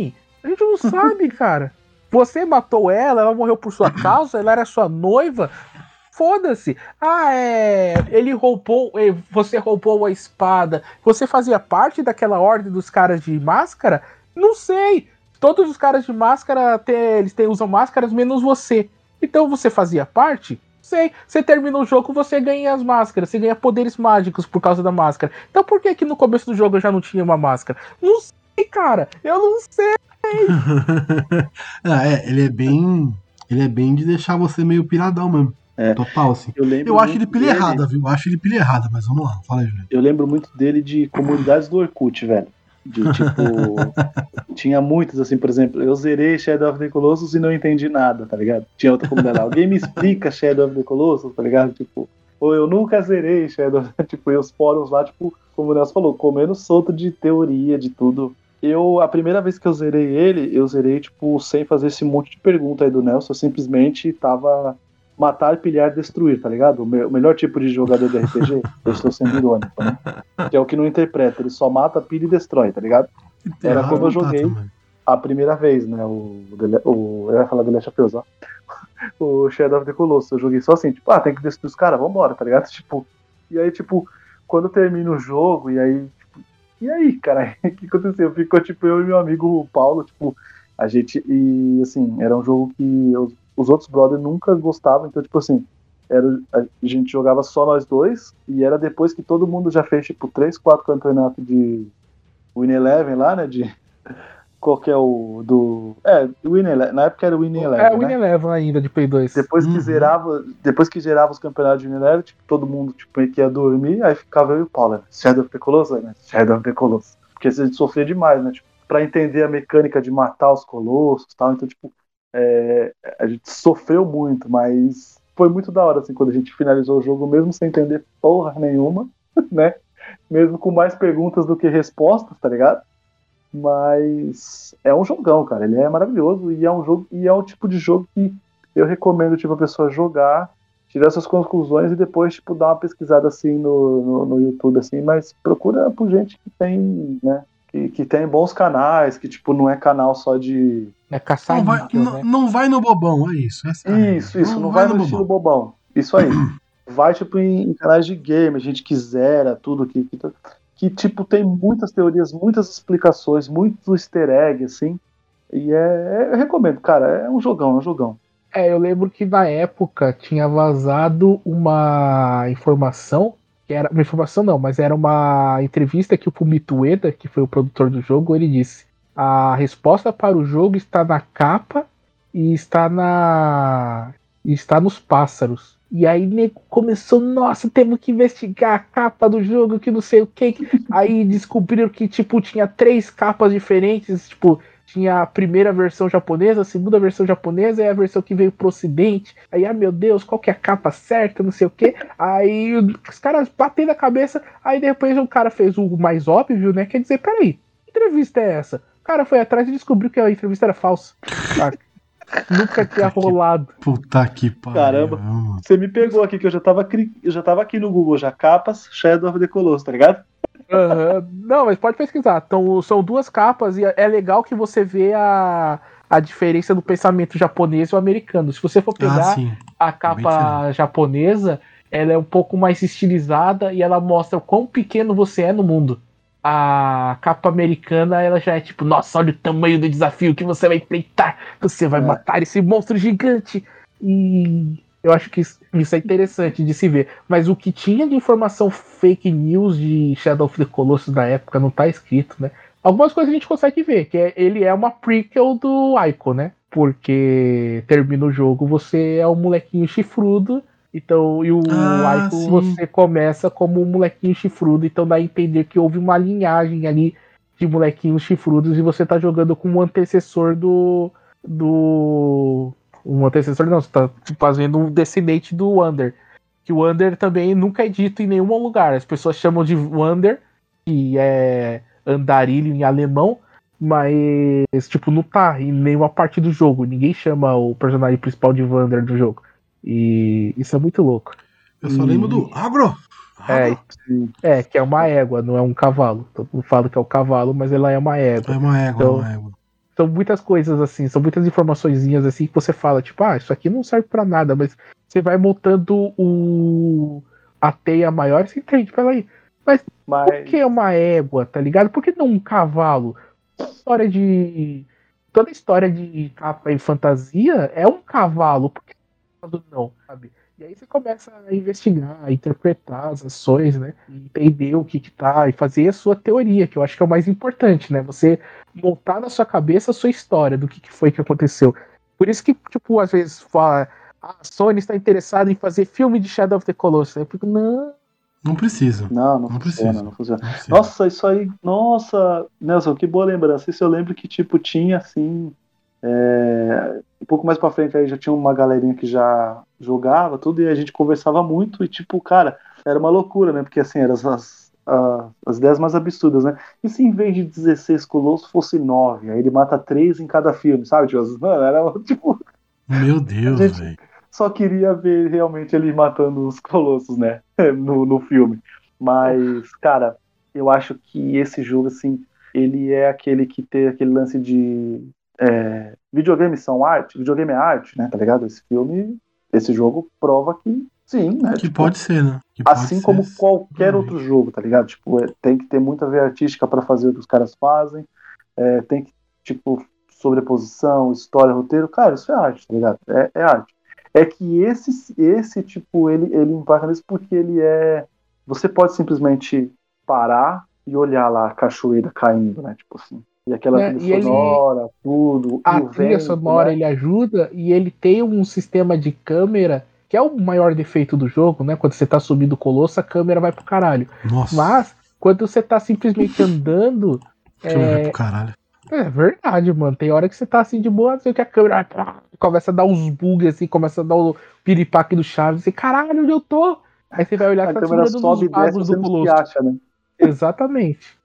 A gente não sabe, cara. Você matou ela, ela morreu por sua causa, ela era sua noiva. Foda-se. Ah, é. Ele roubou. Você roubou a espada. Você fazia parte daquela ordem dos caras de máscara? Não sei. Todos os caras de máscara, eles usam máscaras, menos você. Então você fazia parte? Sei. Você termina o jogo, você ganha as máscaras. Você ganha poderes mágicos por causa da máscara. Então por que que no começo do jogo eu já não tinha uma máscara? Não sei, cara. Eu não sei. ah, é, ele é bem. Ele é bem de deixar você meio piradão mesmo. É, total, assim. Eu, eu acho ele pilha dele... errada, viu? Eu acho ele pilha errada, mas vamos lá, fala aí, Juliano. Eu lembro muito dele de comunidades do Orkut, velho. De tipo. Tinha muitas, assim, por exemplo, eu zerei Shadow of the Colossus e não entendi nada, tá ligado? Tinha outra comunidade lá. Alguém me explica Shadow of the Colossus, tá ligado? Tipo, ou eu nunca zerei Shadow. Tipo, e os fóruns lá, tipo, como o Nelson falou, comendo solto de teoria, de tudo. Eu, a primeira vez que eu zerei ele, eu zerei, tipo, sem fazer esse monte de pergunta aí do Nelson, eu simplesmente tava. Matar, pilhar, destruir, tá ligado? O, me- o melhor tipo de jogador de R P G, eu estou sendo irônico, né? Que é o que não interpreta, ele só mata, pilha e destrói, tá ligado? Era como eu joguei a primeira vez, né? O, o, eu ia falar do Last of Us, ó. O Shadow of the Colossus, eu joguei só assim, tipo, ah, tem que destruir os caras, vambora, tá ligado? Tipo, e aí, tipo, quando termina o jogo, e aí, tipo, e aí, cara, o que aconteceu? Ficou, tipo, eu e meu amigo Paulo, tipo, a gente, e assim, era um jogo que eu os outros brothers nunca gostavam, então, tipo assim, era, a gente jogava só nós dois, e era depois que todo mundo já fez, tipo, três, quatro campeonatos de Win Eleven lá, né, de qual que é o do... É, Win Eleven, na época era Win Eleven, É, Win né? Eleven ainda, de Play dois. Depois que Uhum. zerava, depois que zerava os campeonatos de Win Eleven, tipo, todo mundo, tipo, meio que ia dormir, aí ficava eu e o Paulo, né? Shadow of the Colossus, né? Shadow of the Colossus. Porque a gente sofria demais, né, tipo, pra entender a mecânica de matar os colossos e tal, então, tipo, É, a gente sofreu muito, mas foi muito da hora, assim, quando a gente finalizou o jogo, mesmo sem entender porra nenhuma, né? Mesmo com mais perguntas do que respostas, tá ligado? Mas é um jogão, cara. Ele é maravilhoso e é um jogo, e é um tipo de jogo que eu recomendo, tipo, a pessoa jogar, tirar suas conclusões e depois, tipo, dar uma pesquisada assim no, no, no YouTube, assim, mas procura por gente que tem, né? Que, que tem bons canais, que, tipo, não é canal só de. É caçar Não vai, níquel, não, né? não vai no bobão, é isso. Essa é a regra. Isso, isso, não, vai no, no estilo bobão. Isso aí. Vai, tipo, em, em canais de game, a gente que zera tudo, que, que, que, tipo, tem muitas teorias, muitas explicações, muito easter egg, assim. E é, eu recomendo, cara, é um jogão, é um jogão. É, eu lembro que na época tinha vazado uma informação, que era uma informação não, mas era uma entrevista que o Fumito Ueda, que foi o produtor do jogo, ele disse: a resposta para o jogo está na capa e está na e está nos pássaros. E aí nego começou, nossa, temos que investigar a capa do jogo, que não sei o que. Aí descobriram que, tipo, tinha três capas diferentes, tipo, tinha a primeira versão japonesa, a segunda versão japonesa e a versão que veio pro ocidente. Aí, ah, meu Deus, qual que é a capa certa, não sei o que. Aí os caras batem na cabeça, aí depois o cara fez o mais óbvio, né? Quer dizer, peraí, que entrevista é essa? O cara foi atrás e descobriu que a entrevista era falsa. Ah, nunca tinha rolado. Puta que pariu. Caramba, você me pegou aqui, que eu já tava, eu já tava aqui no Google, já capas, Shadow of the Colossus, tá ligado? Uhum. Não, mas pode pesquisar. Então, são duas capas e é legal que você vê a, a diferença do pensamento japonês e o americano. Se você for pegar ah, a capa japonesa, ela é um pouco mais estilizada e ela mostra o quão pequeno você é no mundo. A capa americana, ela já é tipo, nossa, olha o tamanho do desafio que você vai enfrentar, você vai é. matar esse monstro gigante. E eu acho que isso, isso é interessante de se ver. Mas o que tinha de informação fake news de Shadow of the Colossus na época não tá escrito, né? Algumas coisas a gente consegue ver, que é, ele é uma prequel do Ico, né? Porque termina o jogo, você é um molequinho chifrudo. Então, e o ah, Ico você começa como um molequinho chifrudo, então dá a entender que houve uma linhagem ali de molequinhos chifrudos e você tá jogando com um antecessor do. do. Um antecessor não, você tá fazendo um descendente do Wander. Que o Wander também nunca é dito em nenhum lugar. As pessoas chamam de Wander, que é andarilho em alemão, mas tipo, não tá em nenhuma parte do jogo. Ninguém chama o personagem principal de Wander do jogo. E isso é muito louco. Eu só e... lembro do agro. É, é, que é uma égua, não é um cavalo. Todo mundo fala que é o cavalo, mas ela é uma égua. É uma égua, então, uma égua. São muitas coisas assim, são muitas informaçõezinhas assim que você fala, tipo, ah, isso aqui não serve pra nada, mas você vai montando o... a teia maior e você entende, peraí. Mas, Mas por que uma égua, tá ligado? Por que não um cavalo? História de. Toda história de capa e fantasia é um cavalo. Por que não, sabe? E aí você começa a investigar, a interpretar as ações, né? E entender o que que tá, e fazer a sua teoria, que eu acho que é o mais importante, né? Você montar na sua cabeça a sua história do que, que foi que aconteceu. Por isso que, tipo, às vezes fala, a Sony está interessada em fazer filme de Shadow of the Colossus. Eu fico, não. Não precisa. não, não, Não funciona, precisa. não funciona. Não precisa. Nossa, isso aí, nossa, Nelson, que boa lembrança. Isso eu lembro que, tipo, tinha, assim, é, um pouco mais pra frente aí já tinha uma galerinha que já jogava tudo e a gente conversava muito e, tipo, cara, era uma loucura, né? Porque, assim, eram as, as, as ideias mais absurdas, né? E se em vez de dezesseis colossos fosse nove? Aí ele mata três em cada filme, sabe? Tipo, mano, era, tipo... Meu Deus, A gente- velho. Só queria ver realmente ele matando os colossos, né? No, no filme. Mas, cara, eu acho que esse jogo, assim, ele é aquele que tem aquele lance de. É, videogames são arte, videogame é arte, né? Tá ligado? Esse filme, esse jogo prova que sim, né? Que Tipo, pode ser, né? Que pode assim ser, como qualquer realmente. outro jogo, tá ligado? Tipo, é, tem que ter muita veia artística pra fazer o que os caras fazem. É, tem que, tipo, sobreposição, história, roteiro. Cara, isso é arte, tá ligado? É, é arte. É que esse, esse tipo, ele, ele impacta nisso porque ele é. Você pode simplesmente parar e olhar lá a cachoeira caindo, né? Tipo assim. E aquela Né? trilha E ele, sonora, tudo, e a o trilha vento, sonora né? ele ajuda e ele tem um sistema de câmera que é o maior defeito do jogo, né? Quando você tá subindo o colosso, a câmera vai pro caralho. Nossa. Mas, quando você tá simplesmente andando, Deixa eu ver pro é, caralho. é verdade, mano. Tem hora que você tá assim de boa, assim, que a câmera pá, começa a dar uns bugs, assim, começa a dar o piripaque do Chaves, e caralho, onde eu tô? Aí você vai olhar A que tá câmera segurando nos sobe e desce, bagos você do não se colosso. acha, né? Exatamente.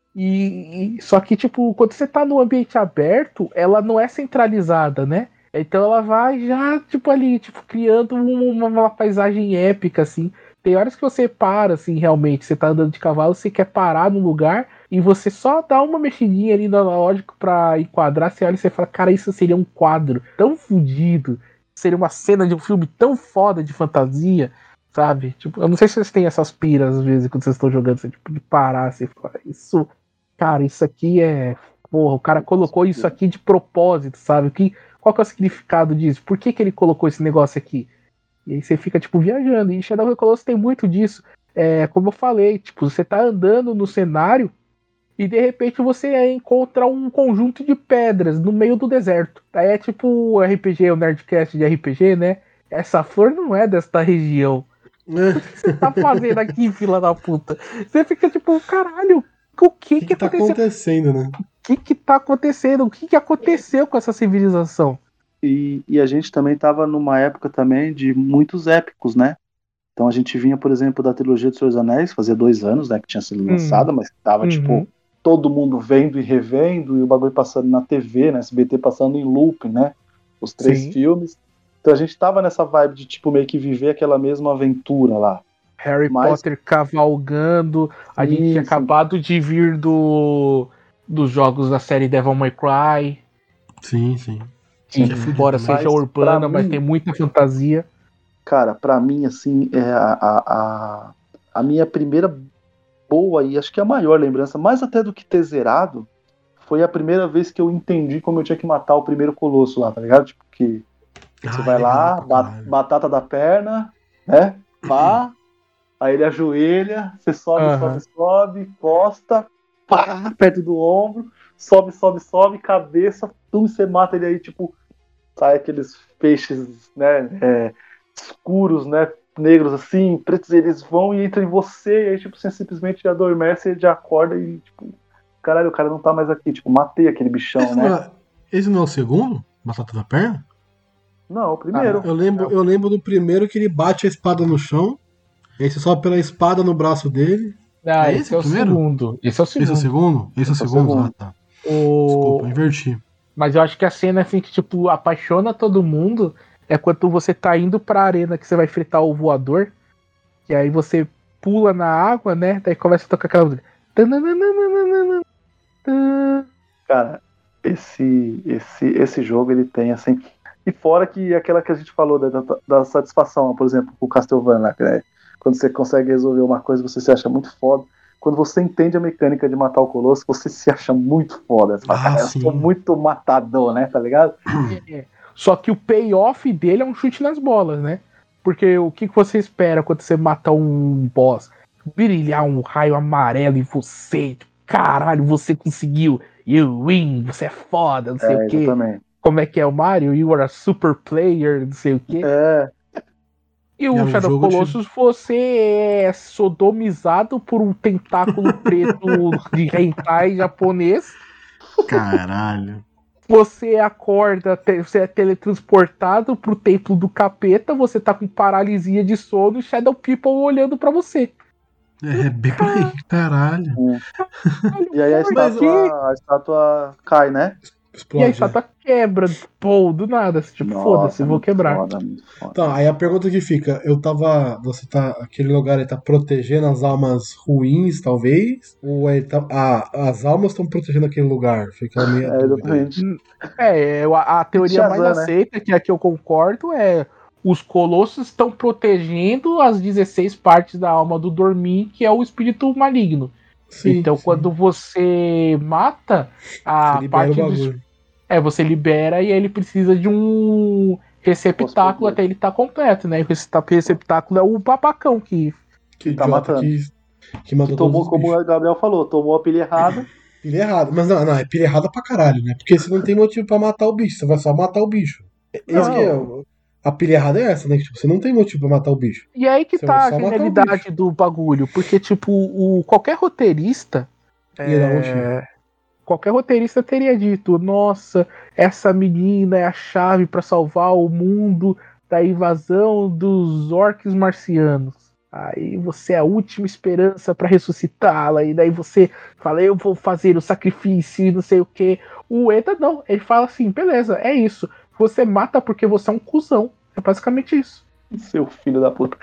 E, e- só que, tipo, quando você tá no ambiente aberto, ela não é centralizada, né? Então ela vai já, tipo, ali, tipo, criando um- uma, uma paisagem épica, assim. Tem horas que você para, assim, realmente. Você tá andando de cavalo, você quer parar num lugar e você só dá uma mexidinha ali no analógico pra enquadrar. Você olha e você fala, cara, isso seria um quadro tão fodido. Seria uma cena de um filme tão foda de fantasia. Sabe? Tipo, eu não sei se vocês têm essas piras às vezes quando vocês estão jogando, assim, tipo, de parar assim, e falar, isso, cara, isso aqui é. Porra, o cara colocou isso aqui de propósito, sabe? Que, qual que é o significado disso? Por que, que ele colocou esse negócio aqui? E aí você fica, tipo, viajando. E Shadow of the Colossus tem muito disso. É, como eu falei, tipo, você tá andando no cenário e de repente você encontra um conjunto de pedras no meio do deserto. Aí é tipo o R P G, o Nerdcast de R P G, né? Essa flor não é desta região. O que você tá fazendo aqui, fila da puta? Você fica tipo, caralho, o que O que, que, que tá aconteceu? acontecendo, né? O que que tá acontecendo? O que que aconteceu com essa civilização? E, e a gente também estava numa época também de muitos épicos, né? Então a gente vinha, por exemplo, da trilogia dos Senhor dos Anéis, fazia dois anos, né, que tinha sido lançada, mas tava, Uhum. tipo, todo mundo vendo e revendo, e o bagulho passando na T V, né, S B T passando em looping, né, os três Sim. filmes. Então a gente tava nessa vibe de, tipo, meio que viver aquela mesma aventura lá. Harry Mas- Potter cavalgando. A Sim, gente tinha sim. acabado de vir do dos jogos da série Devil May Cry, Sim, sim. que Que é fudido embora também. seja Mas, urbana, pra mas mim- tem muita fantasia. Cara, pra mim, assim, é a, a, a, a minha primeira boa e acho que a maior lembrança, mais até do que ter zerado, foi a primeira vez que eu entendi como eu tinha que matar o primeiro colosso lá, tá ligado? Tipo, que você Ah, vai legal lá, pra ba- caralho. batata da perna, né? Pá, aí ele ajoelha, você sobe, Aham. sobe, sobe, costa, pá, perto do ombro, sobe, sobe, sobe, cabeça, tum, você mata ele aí, tipo, sai aqueles peixes, né, é, escuros, né, negros assim, pretos, eles vão e entram em você, e aí, tipo, você simplesmente adormece, ele já acorda e, tipo, caralho, o cara não tá mais aqui, tipo, matei aquele bichão, Esse não, né? é, esse não é o segundo? Batata da perna? Não, o primeiro. Eu lembro, eu lembro do primeiro que ele bate a espada no chão, aí você sobe pela espada no braço dele. Ah, É esse, esse é o o primeiro? segundo. Esse é o Esse é segundo. o segundo? Esse é o Esse é o segundo? segundo. Ah, tá. O... Desculpa, eu inverti. Mas eu acho que a cena assim que, tipo, apaixona todo mundo é quando você tá indo pra arena que você vai fritar o voador. E aí você pula na água, né? Daí começa a tocar aquela música. Tananana. Cara, esse, esse, esse jogo ele tem, assim. E fora que aquela que a gente falou da, da, da satisfação, por exemplo, com o Castlevania, né? Quando você consegue resolver uma coisa, você se acha muito foda. Quando você entende a mecânica de matar o Colosso, você se acha muito foda. Você fala, Ah, cara, eu sim. sou muito matador, né? Tá ligado? É. Só que o payoff dele é um chute nas bolas, né? Porque o que que você espera quando você mata um boss? Brilhar um raio amarelo em você. Caralho, você conseguiu. You win, você é foda, não sei É, o quê. exatamente. Como é que é o Mario? You are a super player, não sei o quê. É, E o É um Shadow jogo de- Colossus, você é sodomizado por um tentáculo preto de hentai japonês. Caralho. Você acorda, te- você é teletransportado pro templo do capeta, você tá com paralisia de sono e Shadow People olhando pra você. É bem por aí, caralho. e aí a Por estátua, quê? a estátua cai, né? E Explode. a estátua quebra, pô, do nada. Tipo, foda-se, vou muito quebrar. Foda, muito foda. Tá, aí a pergunta que fica, eu tava. Você tá. Aquele lugar aí tá protegendo as almas ruins, talvez? Ou ele tá. Ah, as almas estão protegendo aquele lugar? Fica meio. É, exatamente. É, eu- a, a teoria Shazam, mais né? aceita, que é a que eu concordo, é os colossos estão protegendo as dezesseis partes da alma do Dormir, que é o espírito maligno. Sim, então, sim. quando você mata a Você libera o parte do. bagulho. É, você libera e ele precisa de um receptáculo Hospedagem. até ele estar completo, né? E esse receptáculo é o babacão que. Que tá idiota matando. que, que matou Que tomou, todos os como bichos. o Gabriel falou, tomou a pilha errada. Pilha errada. Mas não, não, é pilha errada pra caralho, né? Porque você não tem motivo pra matar o bicho, você vai só matar o bicho. É isso Não. que é. A pilha errada é essa, né? Que tipo, você não tem motivo pra matar o bicho. E aí que Você tá vai a só matar o genialidade bicho. do bagulho. Porque, tipo, o, qualquer roteirista. Ia dar um motivo. É, qualquer roteirista teria dito: nossa, essa menina é a chave pra salvar o mundo da invasão dos orcs marcianos. Aí você é a última esperança pra ressuscitá-la. E daí você fala: eu vou fazer o sacrifício e não sei o que. O Eda não, ele fala assim: beleza, é isso. Você mata porque você é um cuzão. É basicamente isso. Seu filho da puta.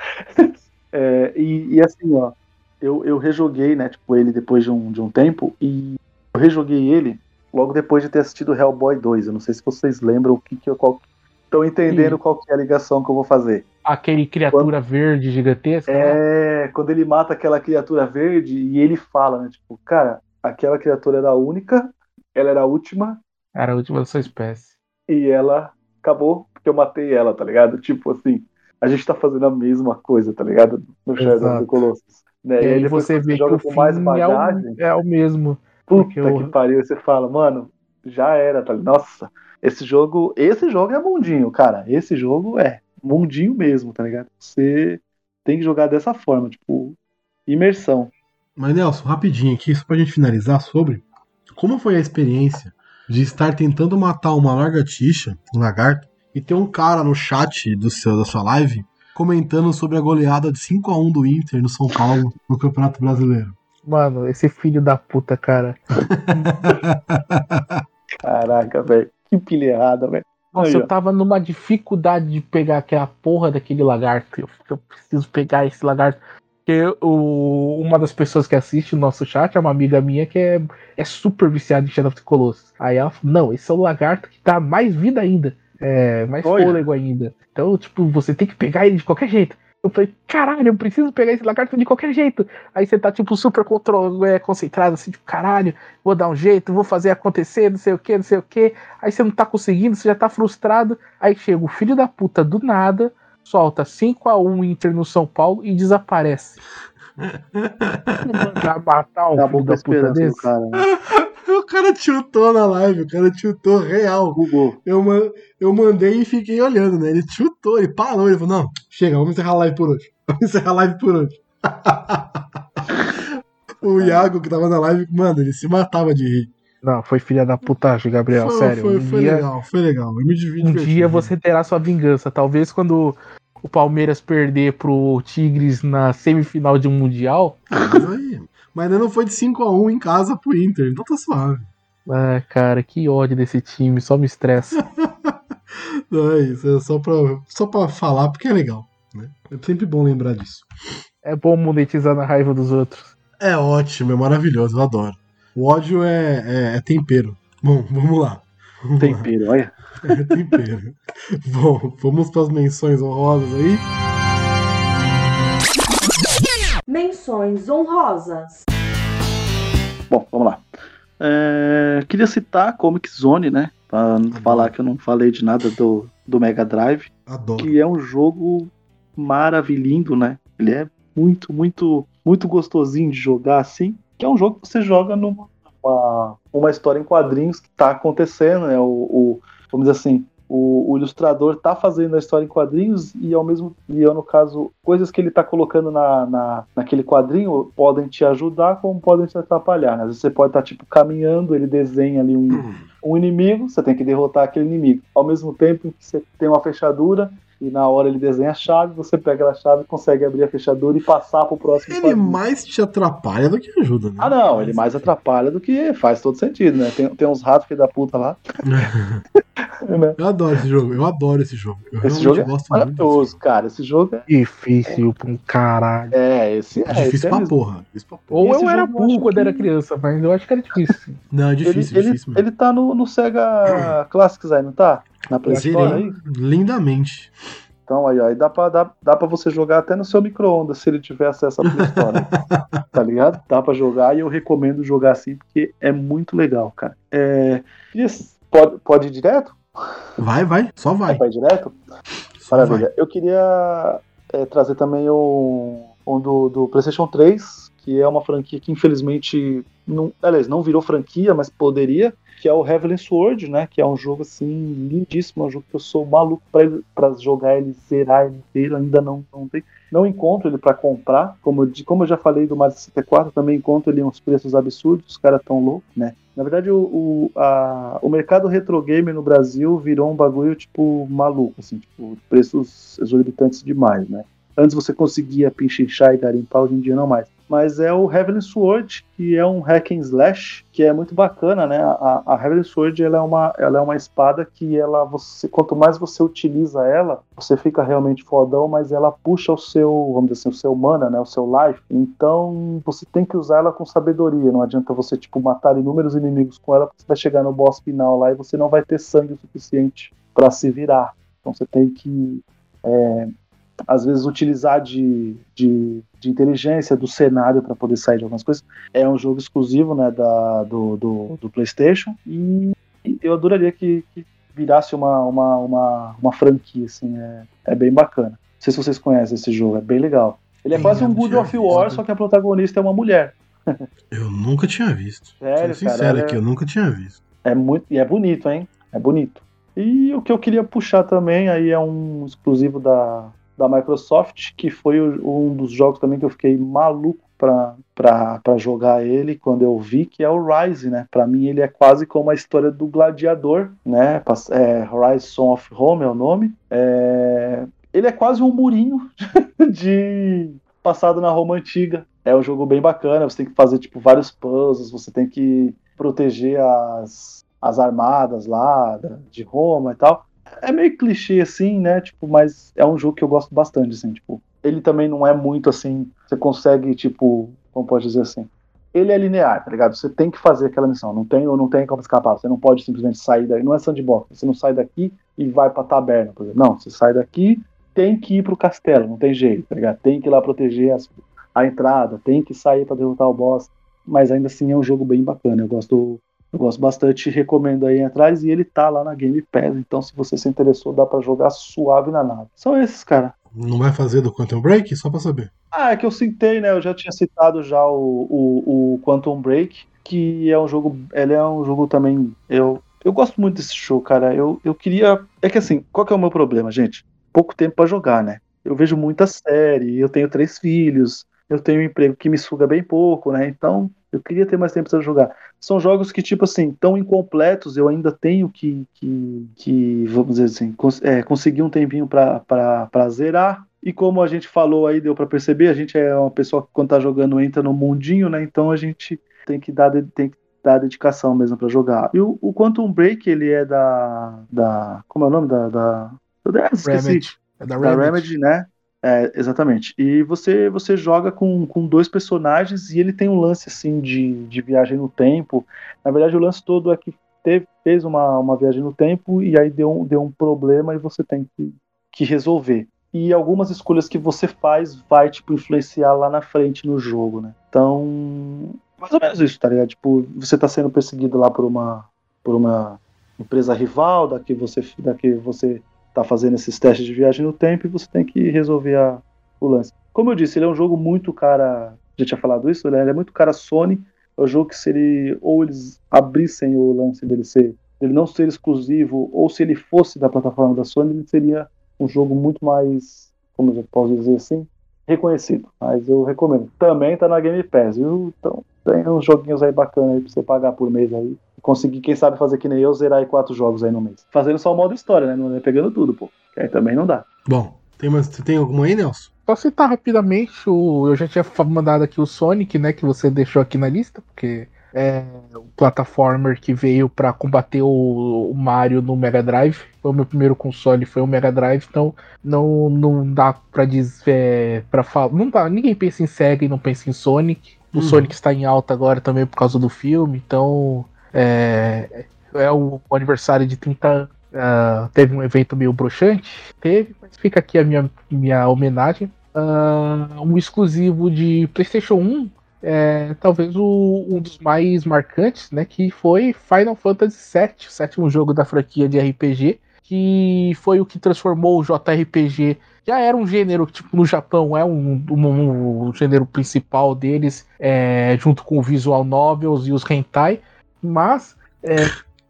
É, e, e assim, ó, eu, eu rejoguei, né, tipo, ele depois de um, de um tempo, e eu rejoguei ele logo depois de ter assistido Hellboy dois. Eu não sei se vocês lembram o que que eu. Qual, estão entendendo Sim. qual que é a ligação que eu vou fazer. Aquele criatura verde gigantesca. É, quando ele mata aquela criatura verde e ele fala, né, tipo, cara, aquela criatura era a única, ela era a última, Era a última da sua espécie. e ela acabou porque eu matei ela, tá ligado? Tipo assim, a gente tá fazendo a mesma coisa, tá ligado? No Shadow Exato. of the Colossus. Né? E aí depois você quando vê que joga o com mais fim é bagagem, o, é o mesmo. puta porque eu- que pariu, você fala, mano, já era, tá ligado? Nossa, esse jogo, esse jogo é mundinho, cara. Esse jogo é mundinho mesmo, tá ligado? Você tem que jogar dessa forma, tipo, imersão. Mas, Nelson, rapidinho aqui, só pra gente finalizar sobre como foi a experiência de estar tentando matar uma lagartixa, um lagarto, e ter um cara no chat do seu, da sua live comentando sobre a goleada de cinco a um do Inter no São Paulo no Campeonato Brasileiro. Mano, esse filho da puta, cara. Caraca, velho. Que pilha errada, velho. Nossa, Aí, eu ó. tava numa dificuldade de pegar aquela porra daquele lagarto. Eu, eu preciso pegar esse lagarto. Porque o, uma das pessoas que assiste o nosso chat é uma amiga minha que é, é super viciada em Shadow of the Colossus. Aí ela falou, não, esse é o lagarto que dá mais vida ainda. É, mais Olha. fôlego ainda. Então, tipo, você tem que pegar ele de qualquer jeito. Eu falei, caralho, eu preciso pegar esse lagarto de qualquer jeito. Aí você tá, tipo, super contro- é, concentrado, assim, tipo, caralho, vou dar um jeito, vou fazer acontecer, não sei o que, não sei o que. Aí você não tá conseguindo, você já tá frustrado. Aí chega o filho da puta do nada, solta cinco a um Inter no São Paulo e desaparece. Vai matar um Acabou filho com a da puta esperança do desse? cara, né? O cara tiltou na live, o cara tiltou real. Bugou. Eu, ma- eu mandei e fiquei olhando, né? Ele tiltou, ele parou, ele falou, não, chega, vamos encerrar a live por hoje. Vamos encerrar a live por hoje. O Iago, que tava na live, mano, ele se matava de rir. Não, foi filha da putagem, Gabriel, foi, sério. Foi, um foi dia, legal, foi legal. Eu me dividi. um dia você terá sua vingança. Talvez quando o Palmeiras perder pro Tigres na semifinal de um Mundial. Mas, aí, mas ainda não foi de cinco a um em casa pro Inter, então tá suave. Ah, cara, que ódio desse time, só me estressa. Não é isso, é só pra, só pra falar porque é legal. Né? É sempre bom lembrar disso. É bom monetizar na raiva dos outros. É ótimo, é maravilhoso, eu adoro. O ódio é, é, é tempero. Bom, vamos lá. Vamos lá. Tempero, olha. É, tempero. Bom, vamos para as menções honrosas aí. Menções honrosas. Bom, vamos lá. É, queria citar a Comic Zone, né? Pra não falar que eu não falei de nada do, do Mega Drive. Adoro. Que é um jogo maravilhoso, né? Ele é muito, muito, muito gostosinho de jogar, assim. Que é um jogo que você joga numa uma, uma história em quadrinhos que tá acontecendo, né? O, o, vamos dizer assim, o, o ilustrador tá fazendo a história em quadrinhos e ao mesmo e no caso, coisas que ele tá colocando na, na, naquele quadrinho podem te ajudar como podem te atrapalhar, né? Às vezes você pode estar, tá, tipo, caminhando, ele desenha ali um, um inimigo, você tem que derrotar aquele inimigo. Ao mesmo tempo que você tem uma fechadura e na hora ele desenha a chave, você pega a chave e consegue abrir a fechadura e passar pro próximo Ele quadrinho. mais te atrapalha do que ajuda, né? Ah, não, ele mais atrapalha do que faz todo sentido, né? Tem, tem uns ratos filho da puta lá. Eu adoro esse jogo, eu adoro esse jogo. Eu Esse realmente jogo é gosto maravilhoso, muito. cara. Esse jogo é. Difícil pra um caralho. É, esse é. É difícil esse é pra mesmo. porra. Difícil pra porra. Ou Esse eu era jogo eu burro acho quando que- era criança, mas eu acho que era difícil. Não, é Ele, difícil, ele, difícil mesmo. ele tá no, no Sega Classics aí, não tá? Na Play Store Zerei aí? lindamente. Então aí, ó, aí dá pra, dá, dá pra você jogar até no seu micro-ondas se ele tiver acesso à Play Store. Aí. Tá ligado? Dá pra jogar e eu recomendo jogar assim porque é muito legal, cara. É, pode, pode ir direto? Vai, vai, só É vai. pra ir direto? Só Maravilha. vai. Eu queria é, trazer também um, um do, do PlayStation três, que é uma franquia que infelizmente, não, aliás, não virou franquia, mas poderia, que é o Heavenly Sword, né? Que é um jogo assim lindíssimo, é um jogo que eu sou maluco pra, ele- pra jogar ele, zerar ele inteiro, ainda não, não tem. Não encontro ele pra comprar, como eu, di- como eu já falei do Mario sessenta e quatro, também encontro ele em uns preços absurdos, os caras tão loucos, né? Na verdade, o, o, a- o mercado retro gamer no Brasil virou um bagulho, tipo, maluco, assim, tipo, preços exorbitantes demais, né? Antes você conseguia pinchinchar e garimpar, hoje em dia não mais. Mas é o Heavenly Sword, que é um hack and slash, que é muito bacana, né? A, a Heavenly Sword, ela é, uma, ela é uma espada que ela, você, quanto mais você utiliza ela, você fica realmente fodão, mas ela puxa o seu, vamos dizer assim, o seu mana, né? O seu life. Então, você tem que usar ela com sabedoria. Não adianta você, tipo, matar inúmeros inimigos com ela, porque você vai chegar no boss final lá e você não vai ter sangue o suficiente para se virar. Então, você tem que... É, às vezes utilizar de, de, de inteligência do cenário para poder sair de algumas coisas. É um jogo exclusivo, né, da, do, do, do PlayStation, e eu adoraria que, que virasse uma, uma, uma, uma franquia, assim, é, é bem bacana. Não sei se vocês conhecem esse jogo, é bem legal. Ele é Sim, quase eu um não God tinha of War, visto. só que a protagonista é uma mulher. Eu nunca tinha visto. Sério, Sou cara, sincero ela aqui, é- eu nunca tinha visto. É muito, e é bonito, hein? É bonito. E o que eu queria puxar também aí é um exclusivo da, da Microsoft, que foi o- um dos jogos também que eu fiquei maluco pra, pra, pra jogar ele quando eu vi, que é o Rise, né? Pra mim ele é quase como a história do Gladiador, né? Pas- É, Rise Son of Rome é o nome. É, ele é quase um murinho de passado na Roma Antiga. É um jogo bem bacana, você tem que fazer tipo vários puzzles, você tem que proteger as, as armadas lá da- de Roma e tal. É meio clichê assim, né? Tipo, mas é um jogo que eu gosto bastante, assim, tipo, ele também não é muito assim, você consegue, tipo, como pode dizer assim, ele é linear, tá ligado? Você tem que fazer aquela missão, não tem ou não tem como escapar, você não pode simplesmente sair daí, não é sandbox, você não sai daqui e vai pra taberna, por exemplo. Não, você sai daqui, tem que ir pro castelo, não tem jeito, tá ligado? Tem que ir lá proteger as, a entrada, tem que sair pra derrotar o boss, mas ainda assim é um jogo bem bacana, eu gosto, eu gosto bastante, recomendo aí atrás, e ele tá lá na Game Pass, então se você se interessou, dá pra jogar suave na nave. São esses, cara. Não vai fazer do Quantum Break? Só pra saber. Ah, é que eu citei, né? Eu já tinha citado já o, o, o Quantum Break, que é um jogo. Ele é um jogo também. Eu, eu gosto muito desse jogo, cara. Eu, eu queria. É que assim, qual que é o meu problema, gente? Pouco tempo pra jogar, né? Eu vejo muita série, eu tenho três filhos, eu tenho um emprego que me suga bem pouco, né? Então, eu queria ter mais tempo pra jogar. São jogos que, tipo assim, tão incompletos, eu ainda tenho que, que, que vamos dizer assim, cons é, conseguir um tempinho pra, pra, pra zerar. E como a gente falou aí, deu pra perceber, a gente é uma pessoa que quando tá jogando entra no mundinho, né? Então a gente tem que dar, tem que dar dedicação mesmo pra jogar. E o, o Quantum Break, ele é da, da... Como é o nome da... da ah, esqueci. Remedy. É da Da Remedy. Remedy, né? É, exatamente. E você, você joga com, com dois personagens e ele tem um lance assim de, de viagem no tempo. Na verdade, o lance todo é que teve, fez uma, uma viagem no tempo e aí deu um, deu um problema e você tem que, que resolver. E algumas escolhas que você faz vai, tipo, influenciar lá na frente no jogo, né? Então, mais ou menos isso, tá ligado? Tipo, você tá sendo perseguido lá por uma, por uma empresa rival, da que você, da que você tá fazendo esses testes de viagem no tempo e você tem que resolver a, o lance. Como eu disse, ele é um jogo muito cara... Já tinha falado isso, né? Ele é muito cara Sony. É um jogo que se ele... Ou eles abrissem o lance dele ser... Ele não ser exclusivo, ou se ele fosse da plataforma da Sony, ele seria um jogo muito mais, como eu posso dizer assim, reconhecido. Mas eu recomendo. Também tá na Game Pass, viu? Então tem uns joguinhos aí bacanas aí pra você pagar por mês aí. Conseguir, quem sabe, fazer que nem eu, zerar aí quatro jogos aí no mês. Fazendo só o modo história, né? Não é pegando tudo, pô. Que aí também não dá. Bom, tem mais, você tem alguma aí, Nelson? Só citar rapidamente, o, eu já tinha mandado aqui o Sonic, né, que você deixou aqui na lista, porque é um platformer que veio pra combater o, o Mario no Mega Drive. Foi o meu primeiro console, foi o Mega Drive, então não, não dá pra dizer, pra falar, não dá, ninguém pensa em Sega e não pensa em Sonic. O uhum. Sonic está em alta agora também por causa do filme, então é, é o aniversário de trinta anos. Uh, teve um evento meio broxante, teve, mas fica aqui a minha, minha homenagem. Uh, um exclusivo de PlayStation um, é, talvez o, um dos mais marcantes, né, que foi Final Fantasy sete, o sétimo jogo da franquia de R P G, que foi o que transformou o J R P G. Já era um gênero, tipo, no Japão, é um, um, um, um gênero principal deles, é, junto com o visual novels e os hentai, mas é,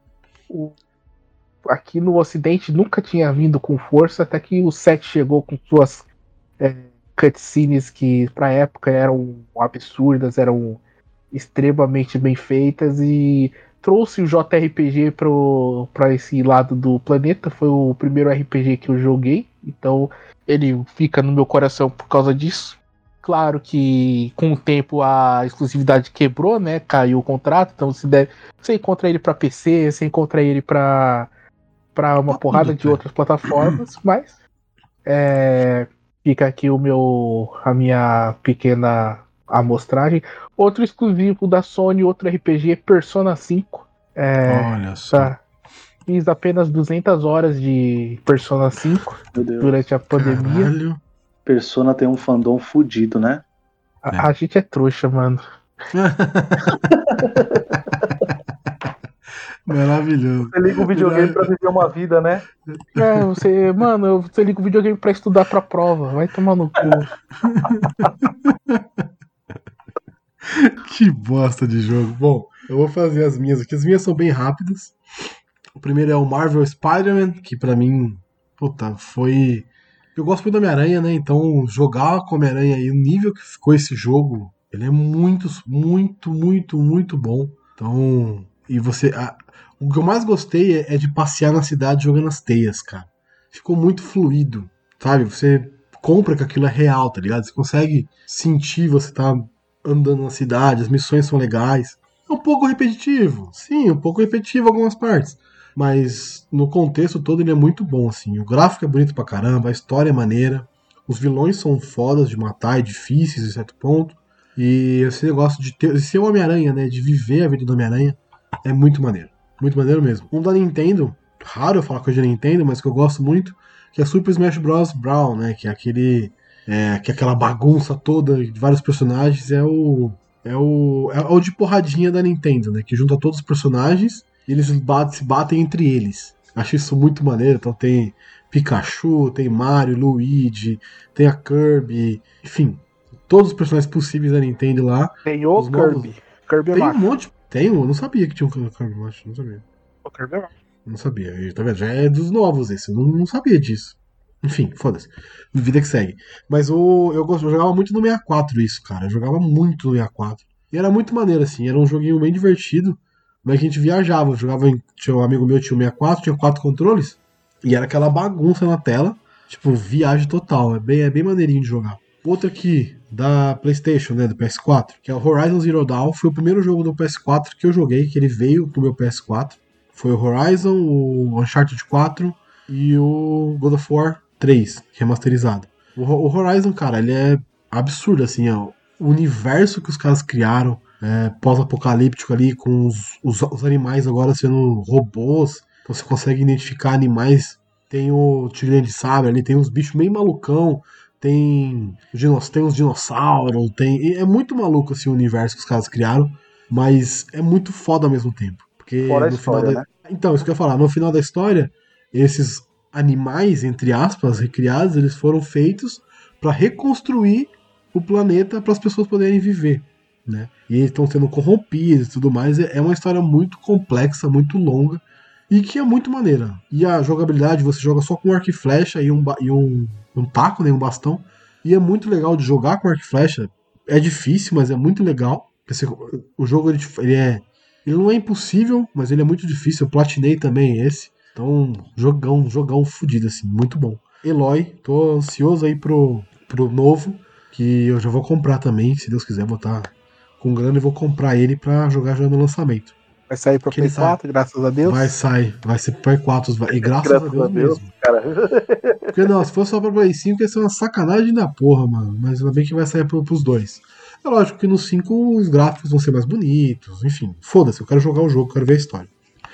o aqui no Ocidente nunca tinha vindo com força, até que o sete chegou com suas é, cutscenes que pra época eram absurdas, eram extremamente bem feitas e trouxe o J R P G pro, pra esse lado do planeta. Foi o primeiro R P G que eu joguei, então ele fica no meu coração por causa disso. Claro que com o tempo a exclusividade quebrou, né? Caiu o contrato, então você, deve, você encontra ele pra P C, você encontra ele pra para uma porrada de outras plataformas, mas é, fica aqui o meu, a minha pequena amostragem. Outro exclusivo da Sony, outro R P G, Persona cinco. É, Olha só. Tá, fiz apenas duzentas horas de Persona cinco durante a pandemia. Caralho. Persona tem um fandom fudido, né? A, é. a gente é trouxa, mano. Maravilhoso. Você liga o videogame pra viver uma vida, né? É, você, mano, você liga o videogame pra estudar pra prova. Vai tomar no cu. Que bosta de jogo. Bom, eu vou fazer as minhas aqui. As minhas são bem rápidas. O primeiro é o Marvel Spider-Man, que pra mim, puta, foi... Eu gosto muito da Homem-Aranha, né? Então jogar com a Homem-Aranha aí, o nível que ficou esse jogo, ele é muito, muito, muito, muito bom. Então... E você... A... O que eu mais gostei é, é de passear na cidade jogando as teias, cara. Ficou muito fluido, sabe? Você compra que aquilo é real, tá ligado? Você consegue sentir, você tá andando na cidade, as missões são legais. É um pouco repetitivo, sim, um pouco repetitivo em algumas partes. Mas no contexto todo ele é muito bom, assim. O gráfico é bonito pra caramba, a história é maneira. Os vilões são fodas de matar e difíceis, em certo ponto. E esse negócio de, ter, de ser o Homem-Aranha, né? De viver a vida do Homem-Aranha é muito maneiro. Muito maneiro mesmo. Um da Nintendo, raro eu falar coisa de Nintendo, mas que eu gosto muito, que é Super Smash Bros. Brawl, né? Que é aquele. É, que é aquela bagunça toda de vários personagens. É o. É o. É o de porradinha da Nintendo, né? Que junta todos os personagens e eles bate, se batem entre eles. Acho isso muito maneiro. Então tem Pikachu, tem Mario, Luigi, tem a Kirby, enfim. Todos os personagens possíveis da Nintendo lá. Tem o Kirby. Novos... Kirby tem um monte. Tem um? Eu não sabia que tinha um Kirby macho. Não sabia. O Kirby é macho. Não sabia. Tá vendo? Já é dos novos esse. Eu não, não sabia disso. Enfim, foda-se. Vida que segue. Mas o, eu, eu jogava muito no sessenta e quatro isso, cara. Eu jogava muito no sessenta e quatro. E era muito maneiro, assim. Era um joguinho bem divertido. Mas a gente viajava. Eu jogava em, tinha um amigo meu, tinha um sessenta e quatro, tinha quatro controles. E era aquela bagunça na tela. Tipo, viagem total. É bem, é bem maneirinho de jogar. Outro aqui, da PlayStation, né, do P S quatro, que é o Horizon Zero Dawn. Foi o primeiro jogo do P S quatro que eu joguei, que ele veio pro meu P S quatro. Foi o Horizon, o Uncharted quatro e o God of War três, remasterizado. O, o Horizon, cara, ele é absurdo, assim, ó. O universo que os caras criaram, é, pós-apocalíptico ali, com os, os, os animais agora sendo robôs. Então você consegue identificar animais. Tem o Tigre de Sabre ali, tem uns bichos meio malucão. Tem, tem uns dinossauros. Tem, é muito maluco assim, o universo que os caras criaram. Mas é muito foda ao mesmo tempo. Porque Fora a no história, final da... né? Então, isso que eu ia falar. No final da história, esses animais, entre aspas, recriados, eles foram feitos para reconstruir o planeta para as pessoas poderem viver, né? E eles estão sendo corrompidos e tudo mais. É uma história muito complexa, muito longa e que é muito maneira. E a jogabilidade, você joga só com arco e flecha e um, e um, um taco, né, um bastão. E é muito legal de jogar com arco e flecha. É difícil, mas é muito legal. Você, o jogo ele, ele é ele não é impossível, mas ele é muito difícil. Eu platinei também esse. Então, jogão, jogão fudido, assim, muito bom. Eloy, tô ansioso aí pro, pro novo, que eu já vou comprar também, se Deus quiser, vou estar com grana e vou comprar ele pra jogar já no lançamento. Vai sair pro Play quatro, graças a Deus? Vai sair, vai ser pro Play quatro, e graças, Graças a Deus, a Deus, mesmo. cara. Porque não, se fosse só pro Play cinco ia ser uma sacanagem da porra, mano, mas ainda bem que vai sair pro, pros dois. É lógico que no cinco os gráficos vão ser mais bonitos, enfim, foda-se, eu quero jogar o jogo, quero ver a história.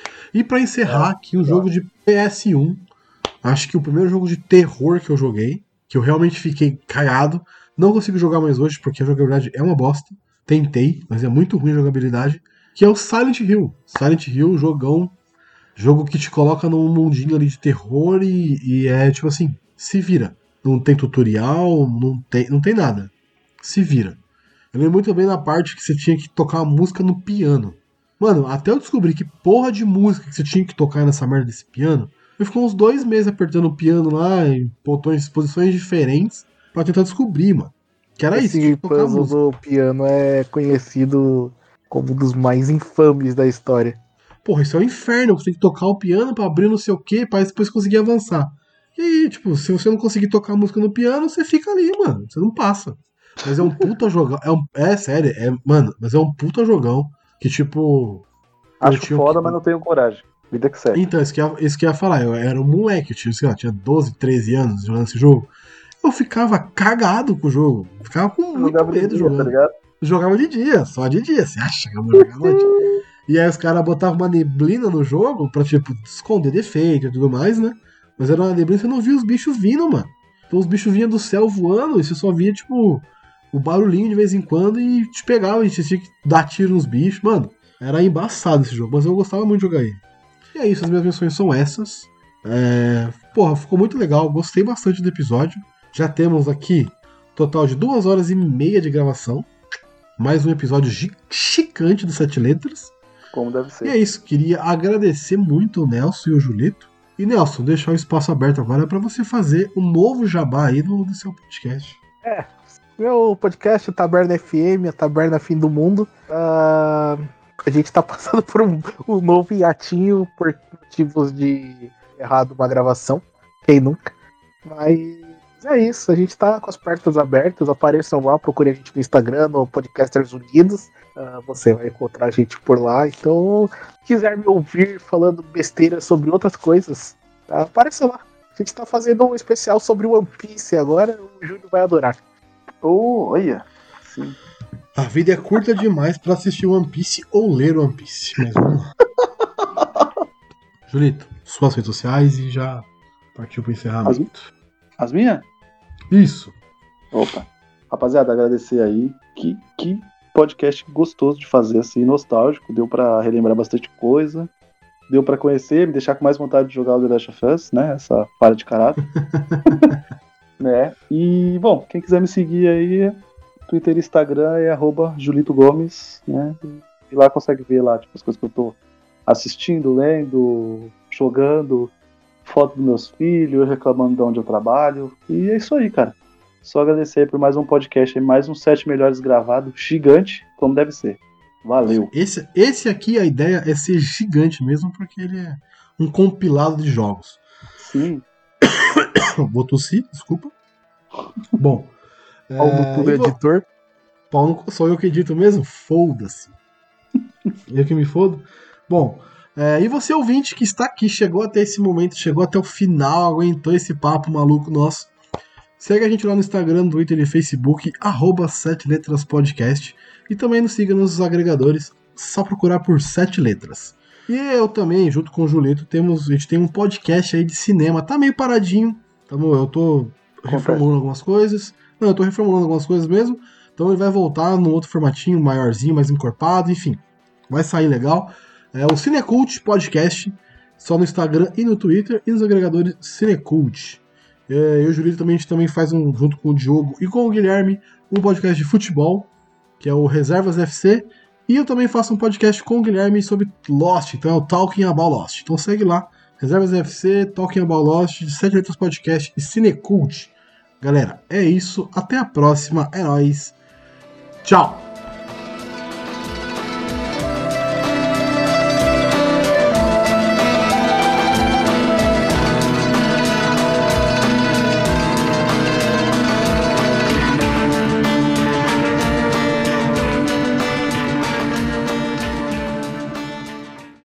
E pra encerrar É, aqui, um jogo de P S um, acho que o primeiro jogo de terror que eu joguei, que eu realmente fiquei cagado, não consigo jogar mais hoje porque a jogabilidade é uma bosta, tentei, mas é muito ruim a jogabilidade, que é o Silent Hill. Silent Hill, jogão, jogo que te coloca num mundinho ali de terror e, e é tipo assim, se vira. Não tem tutorial, não tem, não tem nada. Se vira. Eu lembro muito bem na parte que você tinha que tocar a música no piano. Mano, até eu descobrir que porra de música que você tinha que tocar nessa merda desse piano, eu fiquei uns dois meses apertando o piano lá em botões, posições diferentes pra tentar descobrir, mano. Que era isso, Esse tinha que tocar a puzzle música. do piano é conhecido como um dos mais infames da história. Porra, isso é um inferno, você tem que tocar o piano pra abrir não sei o que, pra depois conseguir avançar. E aí, tipo, se você não conseguir tocar a música no piano, você fica ali, mano, você não passa. Mas é um puta jogão, é, um, é sério, é, mano, mas é um puta jogão que tipo... eu Acho tinha foda, que- mas não tenho coragem. Vida que segue. Então, isso que, eu, ia- isso que eu ia falar, eu era um moleque, eu tinha, sei lá, tinha doze, treze anos jogando esse jogo. Eu ficava cagado com o jogo, ficava com muito Jogava de medo dia, jogando. tá ligado? Jogava de dia, só de dia, você acha que eu vou jogar à noite? E aí os caras botavam uma neblina no jogo pra, tipo, esconder defeito e tudo mais, né? Mas era uma neblina, você não via os bichos vindo, mano. Então os bichos vinham do céu voando e você só via, tipo, o barulhinho de vez em quando e te pegava e você tinha que dar tiro nos bichos. Mano, era embaçado esse jogo, mas eu gostava muito de jogar ele. E é isso, as minhas menções são essas. É... Porra, ficou muito legal, gostei bastante do episódio. Já temos aqui um total de duas horas e meia de gravação. Mais um episódio gigante do Sete Letras. Como deve ser. E é isso, queria agradecer muito o Nelson e o Julito. E Nelson, deixar o espaço aberto agora para você fazer um novo jabá aí do, do seu podcast. Meu podcast, o Taberna F M, a Taberna Fim do Mundo. Ah, a gente tá passando por um, um novo hiatinho por motivos de errado uma gravação. Quem nunca? Mas é isso, a gente tá com as portas abertas. Apareçam lá, procure a gente no Instagram, no Podcasters Unidos. Ah, você vai encontrar a gente por lá. Então, se quiser me ouvir falando besteira sobre outras coisas, tá? Apareça lá. A gente tá fazendo um especial sobre One Piece agora. O Júlio vai adorar. Oh, olha. Sim. A vida é curta demais para assistir One Piece ou ler One Piece. Mas vamos lá. Julito, suas redes sociais e já partiu pro encerramento. As minhas? Isso. Opa. Rapaziada, agradecer aí. Que, que podcast gostoso de fazer, assim, nostálgico. Deu pra relembrar bastante coisa. Deu pra conhecer, me deixar com mais vontade de jogar o The Last of Us, né? Essa falha de caráter. né? E, bom, quem quiser me seguir aí, Twitter e Instagram é arroba Julito Gomes, né? E lá consegue ver lá, tipo, as coisas que eu tô assistindo, lendo, jogando, foto dos meus filhos, reclamando de onde eu trabalho. E é isso aí, cara. Só agradecer aí por mais um podcast, mais um Sete Melhores gravado, gigante, como deve ser. Valeu. Esse, esse aqui, a ideia é ser gigante mesmo, porque ele é um compilado de jogos. Sim. Vou tossir, desculpa. Bom. Pau no cu do e vo- editor. Pau no cu, sou eu que edito mesmo? Foda-se. Eu que me fodo. Bom, é, e você ouvinte que está aqui, chegou até esse momento, chegou até o final, aguentou esse papo maluco nosso. Segue a gente lá no Instagram, no Twitter e Facebook, arroba sete letras podcast. E também nos siga nos agregadores, só procurar por Sete Letras. E eu também, junto com o Julito, temos, a gente tem um podcast aí de cinema. Tá meio paradinho, tá bom? Eu tô reformulando algumas coisas. Não, eu tô reformulando algumas coisas mesmo. Então ele vai voltar num outro formatinho, maiorzinho, mais encorpado, enfim. Vai sair legal. É o Cinecult Podcast, só no Instagram e no Twitter, e nos agregadores Cinecult. É, eu e o Julito também, a gente também faz um, junto com o Diogo e com o Guilherme, um podcast de futebol, que é o Reservas F C, e eu também faço um podcast com o Guilherme sobre Lost, então é o Talking About Lost. Então segue lá, Reservas F C, Talking About Lost, Sete Letras Podcast e Cinecult. Galera, é isso, até a próxima, é nóis, tchau!